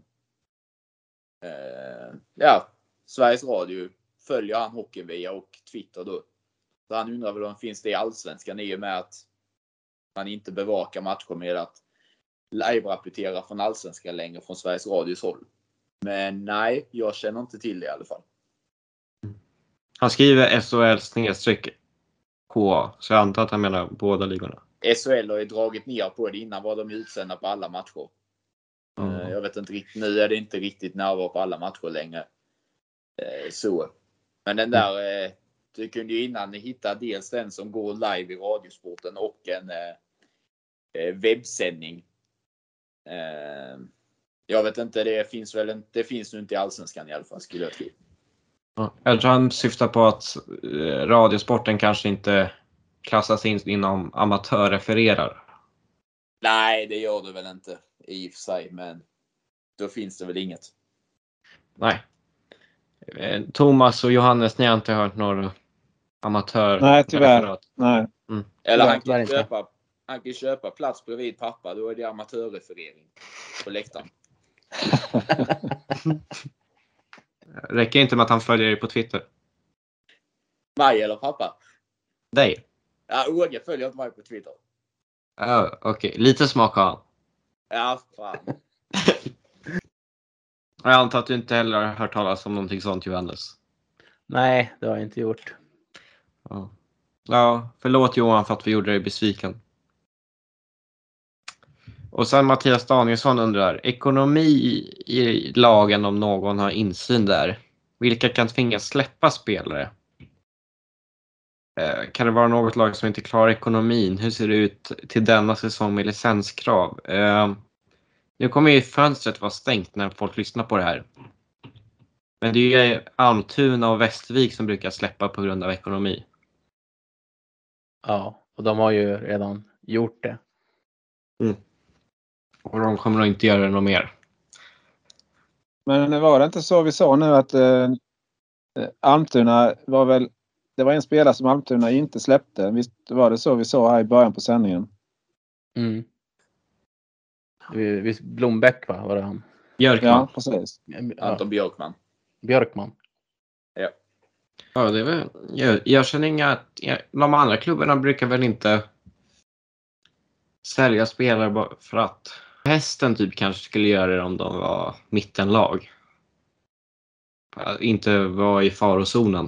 [SPEAKER 5] Eh, ja, Sveriges Radio följer han hockey via och Twitter då. Så han undrar väl om det finns det i Allsvenskan i och med att man inte bevakar matcher med att live-rapportera från Allsvenskan längre från Sveriges Radios håll. Men nej, jag känner inte till det i alla fall.
[SPEAKER 2] Han skriver S H L snedstreck K, så jag antar att han menar båda ligorna.
[SPEAKER 5] S H L har ju dragit ner på det. Innan var de utsända på alla matcher.
[SPEAKER 2] Mm.
[SPEAKER 5] Jag vet inte riktigt, nu är det inte riktigt närvaro på alla matcher längre. Så. Men den där, du kunde ju innan hitta dels den som går live i Radiosporten och en webbsändning. Jag vet inte, det finns väl inte, det finns nu inte i Allsvenskan i alla fall, skulle jag tro.
[SPEAKER 2] Jag tror han syftar på att Radiosporten kanske inte klassas in inom amatörrefererar.
[SPEAKER 5] Nej, det gör det väl inte i och för sig, men då finns det väl inget.
[SPEAKER 2] Nej. Thomas och Johannes, ni har inte hört några amatör.
[SPEAKER 1] Nej, tyvärr. Nej.
[SPEAKER 2] Mm.
[SPEAKER 5] Eller han kan, köpa, han kan köpa plats bredvid pappa, då är det amatörreferering på läktaren.
[SPEAKER 2] Räcker inte med att han följer dig på Twitter?
[SPEAKER 5] Mig eller pappa?
[SPEAKER 2] Dig?
[SPEAKER 5] Ja, Åge följer inte mig på Twitter.
[SPEAKER 2] Ja, uh, okej. Okay. Lite smak har han.
[SPEAKER 5] Ja, fan.
[SPEAKER 2] Jag antar att du inte heller har hört talas om någonting sånt, Johannes.
[SPEAKER 3] Nej, det har jag inte gjort.
[SPEAKER 2] Ja, ja, förlåt Johan för att vi gjorde dig besviken. Och sen Mattias Danielsson undrar, ekonomi i lagen om någon har insyn där. Vilka kan tvingas släppa spelare? Eh, kan det vara något lag som inte klarar ekonomin? Hur ser det ut till denna säsong med licenskrav? Eh, nu kommer ju fönstret vara stängt när folk lyssnar på det här. Men det är ju Almtuna och Västervik som brukar släppa på grund av ekonomi.
[SPEAKER 3] Ja, och de har ju redan gjort det.
[SPEAKER 2] Mm. Och de kommer nog inte göra det något mer.
[SPEAKER 1] Men var det inte så vi sa nu att eh, Almtuna var väl, det var en spelare som Almtuna inte släppte. Visst var det så vi sa här i början på sändningen?
[SPEAKER 3] Mm. Visst Blombeck, va? Var det han?
[SPEAKER 2] Björkman.
[SPEAKER 1] Ja, precis.
[SPEAKER 5] Ja. Anton Björkman.
[SPEAKER 3] Björkman.
[SPEAKER 5] Ja.
[SPEAKER 2] Ja, det är väl, jag, jag känner inga, jag, de andra klubbarna brukar väl inte sälja spelare bara för att hästen typ kanske skulle göra det om de var mittenlag. Inte var i farozonen.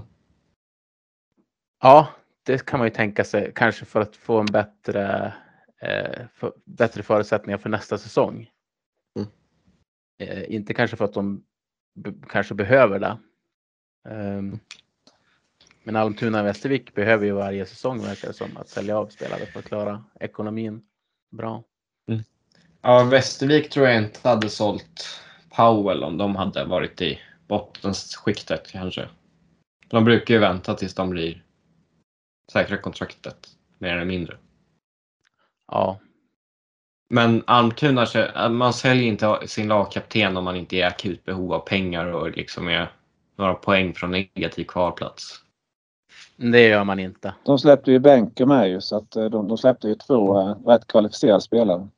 [SPEAKER 3] Ja, det kan man ju tänka sig. Kanske för att få en bättre, eh, för, bättre förutsättningar för nästa säsong.
[SPEAKER 2] Mm.
[SPEAKER 3] Eh, inte kanske för att de be, kanske behöver det. Um, men Almtuna och Västervik behöver ju varje säsong, verkar det som, att sälja av spelare för att klara ekonomin bra.
[SPEAKER 2] Mm. Ja, Västervik tror jag inte hade sålt Powell om de hade varit i bottenskiktet kanske. De brukar ju vänta tills de blir säkra kontraktet, mer eller mindre.
[SPEAKER 3] Ja.
[SPEAKER 2] Men Almtuna, man säljer inte sin lagkapten om man inte är i akut behov av pengar och liksom är några poäng från negativ kvalplats.
[SPEAKER 3] Det gör man inte.
[SPEAKER 1] De släppte ju bänken med ju, så att de, de släppte ju två äh, rätt kvalificerade spelare.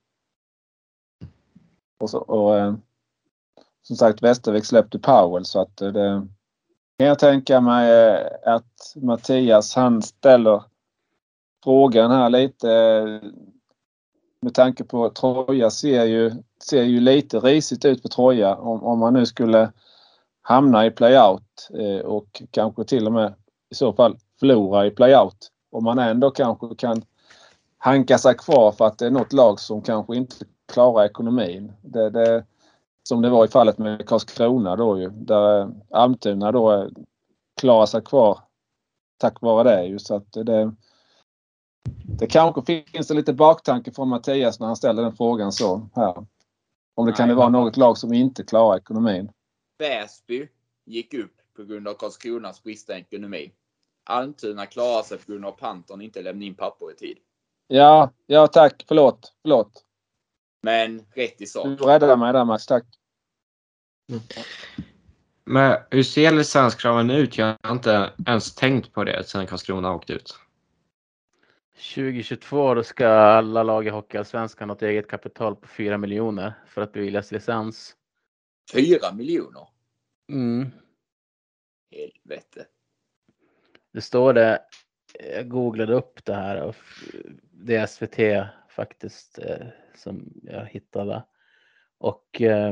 [SPEAKER 1] Och, så, och äh, som sagt, Västervik släppte Powell, så att äh, det kan jag tänka mig äh, att Mattias, han ställer frågan här lite äh, med tanke på Troja ser ju, ser ju lite risigt ut för Troja om, om man nu skulle hamna i playout äh, och kanske till och med i så fall förlora i playout. Om man ändå kanske kan hanka sig kvar för att det är något lag som kanske inte klarar ekonomin. Det, det, som det var i fallet med Karlskrona då ju. Där Almtuna då klarar sig kvar tack vare det ju. Så att det, det kanske finns en lite baktanke från Mattias när han ställer den frågan så här. Om det kan det vara något lag som inte klarar ekonomin.
[SPEAKER 5] Väsby gick upp på grund av Karlskronas bristande ekonomi. Almtuna klarar sig på grund av Panton inte lämnar in papper i tid.
[SPEAKER 1] Ja, ja tack. Förlåt. Förlåt.
[SPEAKER 5] Men rätt i sak.
[SPEAKER 1] Du räddade mig där, Max. Tack.
[SPEAKER 2] Mm. Men hur ser licenskraven ut? Jag har inte ens tänkt på det sedan Karlskrona åkte ut.
[SPEAKER 3] tjugo tjugotvå då ska alla lag i Hockeyallsvenskan ha ett eget kapital på fyra miljoner för att beviljas licens.
[SPEAKER 5] fyra miljoner?
[SPEAKER 3] Mm.
[SPEAKER 5] Helvete.
[SPEAKER 3] Det står det, jag googlade upp det här och det är S V T faktiskt eh, som jag hittade. Och eh,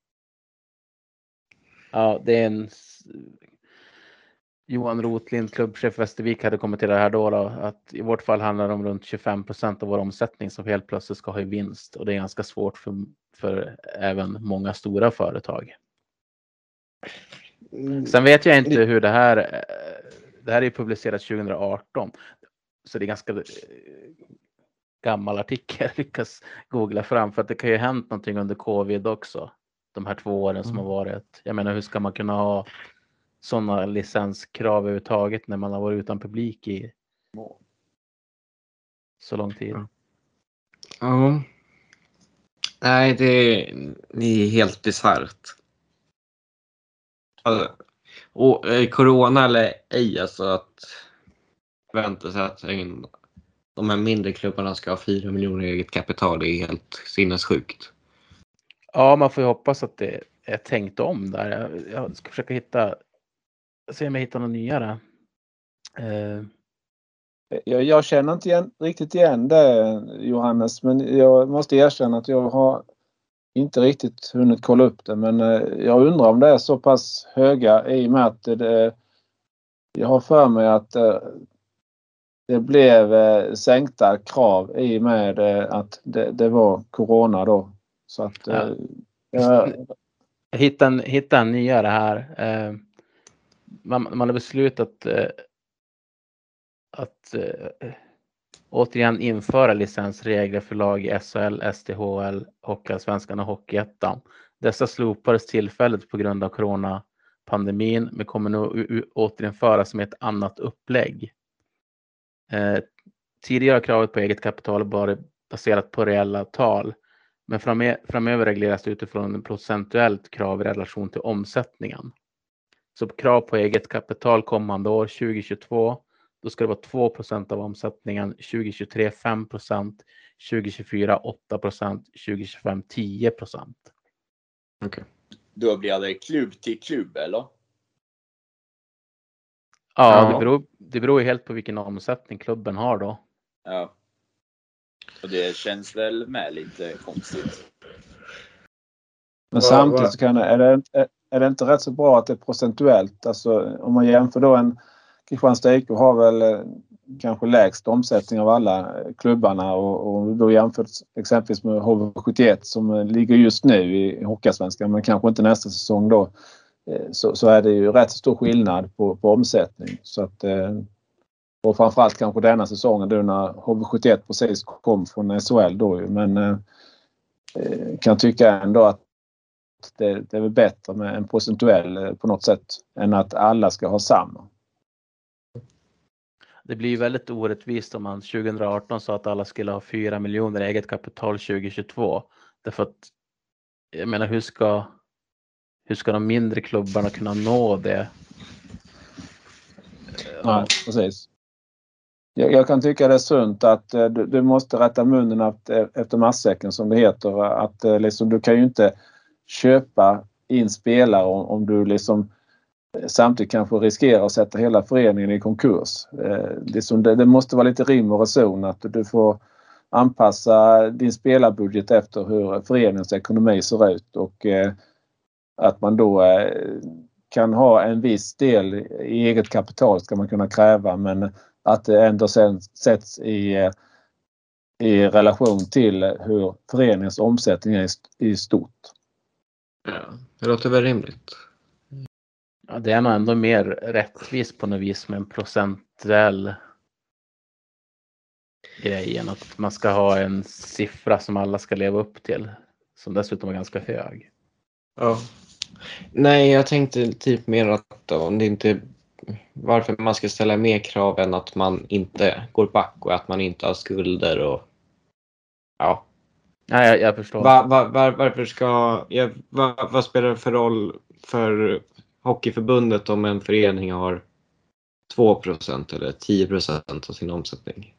[SPEAKER 3] ja, det är en Johan Rotlind, klubbchef Västervik, hade kommenterat det här då, då att i vårt fall handlar det om runt tjugofem procent av vår omsättning som helt plötsligt ska ha i vinst, och det är ganska svårt för, för även många stora företag. Sen vet jag inte hur det här det här är publicerat tjugo arton, så det är ganska gammal artikel jag lyckas googla fram, för att det kan ju ha hänt någonting under covid också, de här två åren som har varit. Jag menar, hur ska man kunna ha sådana licenskrav överhuvudtaget när man har varit utan publik i så lång tid?
[SPEAKER 2] Ja. Nej, det är, det är helt bisarrt. Alltså, och eh, corona eller ej, alltså att vänta sig att in, de här mindre klubbarna ska ha fyra miljoner eget kapital, det är helt sinnessjukt.
[SPEAKER 3] Ja, man får ju hoppas att det är tänkt om där. Jag, jag ska försöka hitta, se om jag hittar något nyare. Uh.
[SPEAKER 1] Jag, jag känner inte igen, riktigt igen det, Johannes, men jag måste erkänna att jag har inte riktigt hunnit kolla upp det, men jag undrar om det är så pass höga i och med att det, jag har för mig att det blev sänkta krav i och med att det, det var corona då. Så att
[SPEAKER 3] ja.
[SPEAKER 1] jag,
[SPEAKER 3] jag hittade en, hittade en nyare här. Man, man har beslutat att äh, återigen införa licensregler för lag i S H L, S D H L, Hockeyallsvenskan och Hockeyettan. Dessa slopades tillfälligt på grund av coronapandemin, men kommer nu återinföras med ett annat upplägg. Eh, tidigare har kravet på eget kapital varit baserat på reella tal, men framöver regleras det utifrån en procentuellt krav i relation till omsättningen. Så krav på eget kapital kommande år tjugo tjugotvå, då ska det vara två procent av omsättningen, tjugo tjugotre fem procent, tjugo tjugofyra åtta procent, tjugo tjugofem tio procent.
[SPEAKER 2] Okej. Okay.
[SPEAKER 5] Då blir det klubb till klubb, eller?
[SPEAKER 3] Ja,
[SPEAKER 2] ja.
[SPEAKER 3] Det, beror, det beror ju helt på vilken omsättning klubben har då.
[SPEAKER 5] Ja. Och det känns väl med lite konstigt.
[SPEAKER 1] Men samtidigt så kan det, är, det, är det inte rätt så bra att det är procentuellt. Alltså om man jämför då en Kristianstad I K har väl kanske lägst omsättning av alla klubbarna, och, och då jämfört exempelvis med H V sjuttioett som ligger just nu i Hockeyallsvenskan, men kanske inte nästa säsong då, så, så är det ju rätt stor skillnad på, på omsättning. Så att, och framförallt kanske denna säsongen då när H V sjuttioett precis kom från S H L då, men eh, kan tycka ändå att det, det är väl bättre med en procentuell på något sätt än att alla ska ha samma.
[SPEAKER 3] Det blir ju väldigt orättvist om man tjugo arton sa att alla skulle ha fyra miljoner eget kapital tjugo tjugotvå. Därför att, jag menar, hur ska, hur ska de mindre klubbarna kunna nå det?
[SPEAKER 1] Ja, precis. Jag, jag kan tycka det är sunt att eh, du, du måste rätta munnen att, eh, efter matsäcken som det heter. Att eh, liksom, du kan ju inte köpa in spelare om, om du liksom samtidigt kanske riskerar att sätta hela föreningen i konkurs. Eh, det, som, det, det måste vara lite rim och reson att du får anpassa din spelarbudget efter hur föreningens ekonomi ser ut och eh, att man då eh, kan ha en viss del i eget kapital ska man kunna kräva, men att det ändå sen sätts i, i relation till hur föreningens omsättning är i stort.
[SPEAKER 2] Ja, det låter väl rimligt.
[SPEAKER 3] Ja, det är nog ändå mer rättvist på något vis med en procentuell grej än att man ska ha en siffra som alla ska leva upp till, som dessutom är ganska hög.
[SPEAKER 2] Ja. Nej, jag tänkte typ mer att om det inte varför man ska ställa mer krav än att man inte går back och att man inte har skulder och ja.
[SPEAKER 3] Nej, jag, jag förstår.
[SPEAKER 2] Va, va, var, varför ska ja, va, vad spelar det för roll för Hockeyförbundet om en förening har två procent eller tio procent av sin omsättning?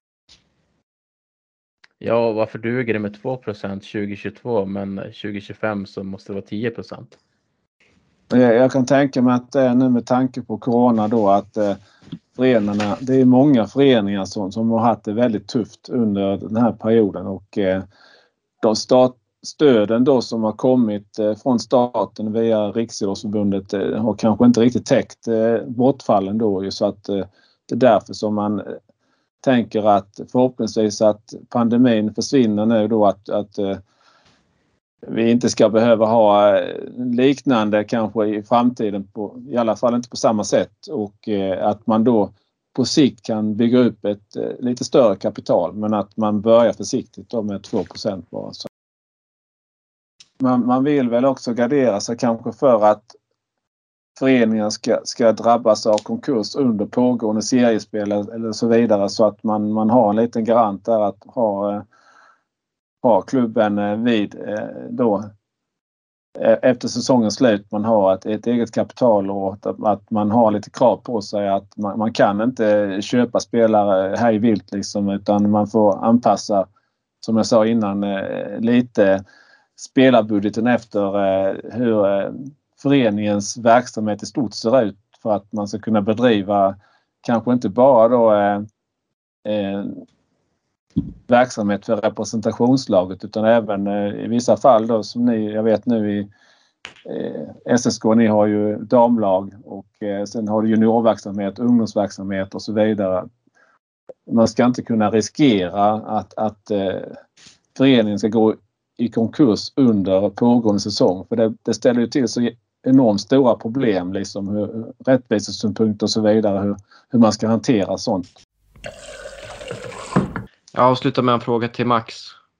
[SPEAKER 3] Ja, varför duger det med två procent tjugo tjugotvå men tjugo tjugofem så måste det vara tio procent?
[SPEAKER 1] Jag kan tänka mig att det är nu med tanke på corona då att eh, föreningarna, det är många föreningar som, som har haft det väldigt tufft under den här perioden och eh, de stat, stöden då som har kommit eh, från staten via Riksidrottsförbundet eh, har kanske inte riktigt täckt eh, bortfallen då, så att eh, det är därför som man eh, tänker att förhoppningsvis att pandemin försvinner nu då, att, att eh, vi inte ska behöva ha liknande kanske i framtiden, på, i alla fall inte på samma sätt, och eh, att man då på sikt kan bygga upp ett eh, lite större kapital, men att man börjar försiktigt då med två procent bara. Så. Man, man vill väl också gardera sig kanske för att föreningen ska, ska drabbas av konkurs under pågående seriespel eller så vidare, så att man, man har en liten garant där att ha eh, ha klubben vid då efter säsongens slut. Man har ett, ett eget kapital och att, att man har lite krav på sig att man, man kan inte köpa spelare hej vilt liksom, utan man får anpassa, som jag sa innan, lite spelarbudgeten efter hur föreningens verksamhet i stort ser ut, för att man ska kunna bedriva kanske inte bara då eh, verksamhet för representationslaget, utan även eh, i vissa fall då, som ni, jag vet nu i eh, S S K, ni har ju damlag och eh, sen har du juniorverksamhet, ungdomsverksamhet och så vidare. Man ska inte kunna riskera att, att eh, föreningen ska gå i konkurs under pågående säsong, för det, det ställer ju till så enormt stora problem, liksom hur, rättvisesynpunkt och så vidare, hur, hur man ska hantera sånt.
[SPEAKER 2] Jag avslutar med en fråga till Max.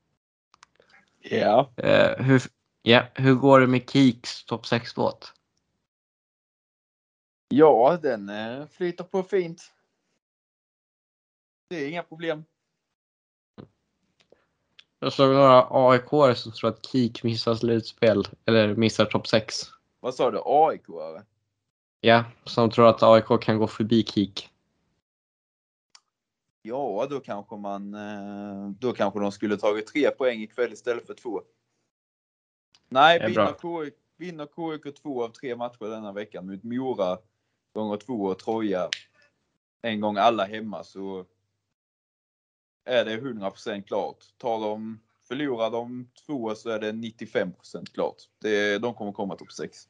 [SPEAKER 5] Ja.
[SPEAKER 2] Eh, hur, ja, hur går det med Kiks topp sex-båt?
[SPEAKER 5] Ja, den eh, flyter på fint. Det är inga problem.
[SPEAKER 2] Jag såg några A I K som tror att Kik missar slutspel eller missar topp sex.
[SPEAKER 5] Vad sa du? A I K eller?
[SPEAKER 2] Ja, som tror att A I K kan gå förbi Kik.
[SPEAKER 5] Ja, då kanske man då kanske de skulle tagit tre poäng ikväll istället för två. Nej, vinner K I K, vinner K I K två av tre matcher denna veckan mot Mora gånger två och Troja en gång alla hemma, så är det hundra procent klart. Tar de, förlorar de två så är det nittiofem procent klart. Det, de kommer komma topp sex.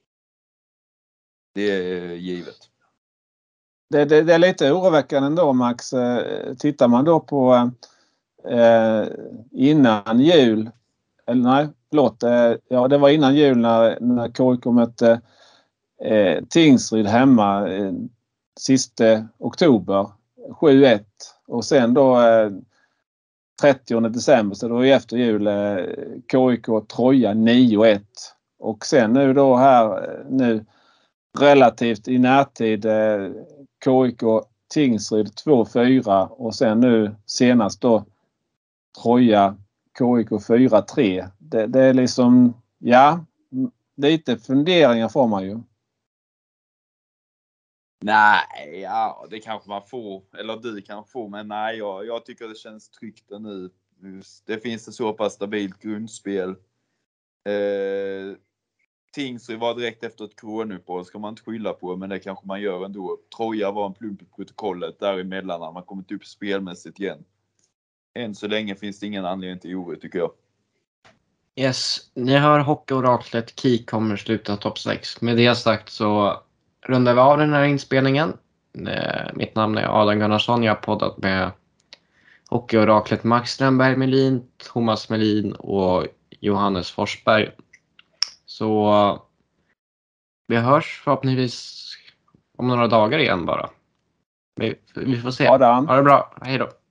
[SPEAKER 5] Det är givet.
[SPEAKER 1] Det, det, det är lite oroväckande ändå, Max. Tittar man då på eh, innan jul, eller nej, förlåt, eh, ja det var innan jul när, när K I K mötte eh, Tingsryd hemma eh, sista oktober sju ett, och sen då eh, trettionde december, så då är efter jul eh, K I K Troja nio ett, och sen nu då här nu relativt i närtid eh, K I K Tingsryd två fyra och sen nu senast då Troja K I K fyra tre. Det, det är liksom, ja, lite funderingar får man ju.
[SPEAKER 5] Nej, ja, det kanske man får. Eller du kan få. Men nej, jag, jag tycker det känns tryggt nu. Det finns ett så pass stabilt grundspel. Eh, Tingsryd var direkt efter ett coronuppehåll. Ska man inte skylla på. Men det kanske man gör ändå. Troja var en plump i protokollet däremellan. När man kommit upp spelmässigt igen. Än så länge finns det ingen anledning till oro tycker jag.
[SPEAKER 2] Yes, ni hör Hockeyoraklet. Key kommer sluta topp sex. Med det sagt så rundar vi av den här inspelningen. Mitt namn är Adam Gunnarsson. Jag har poddat med Hockeyoraklet Max Strömberg Melin, Thomas Melin och Johannes Forsberg. Så vi hörs förhoppningsvis om några dagar igen bara. Vi, vi får se.
[SPEAKER 1] Adam.
[SPEAKER 2] Ha det bra. Hej då.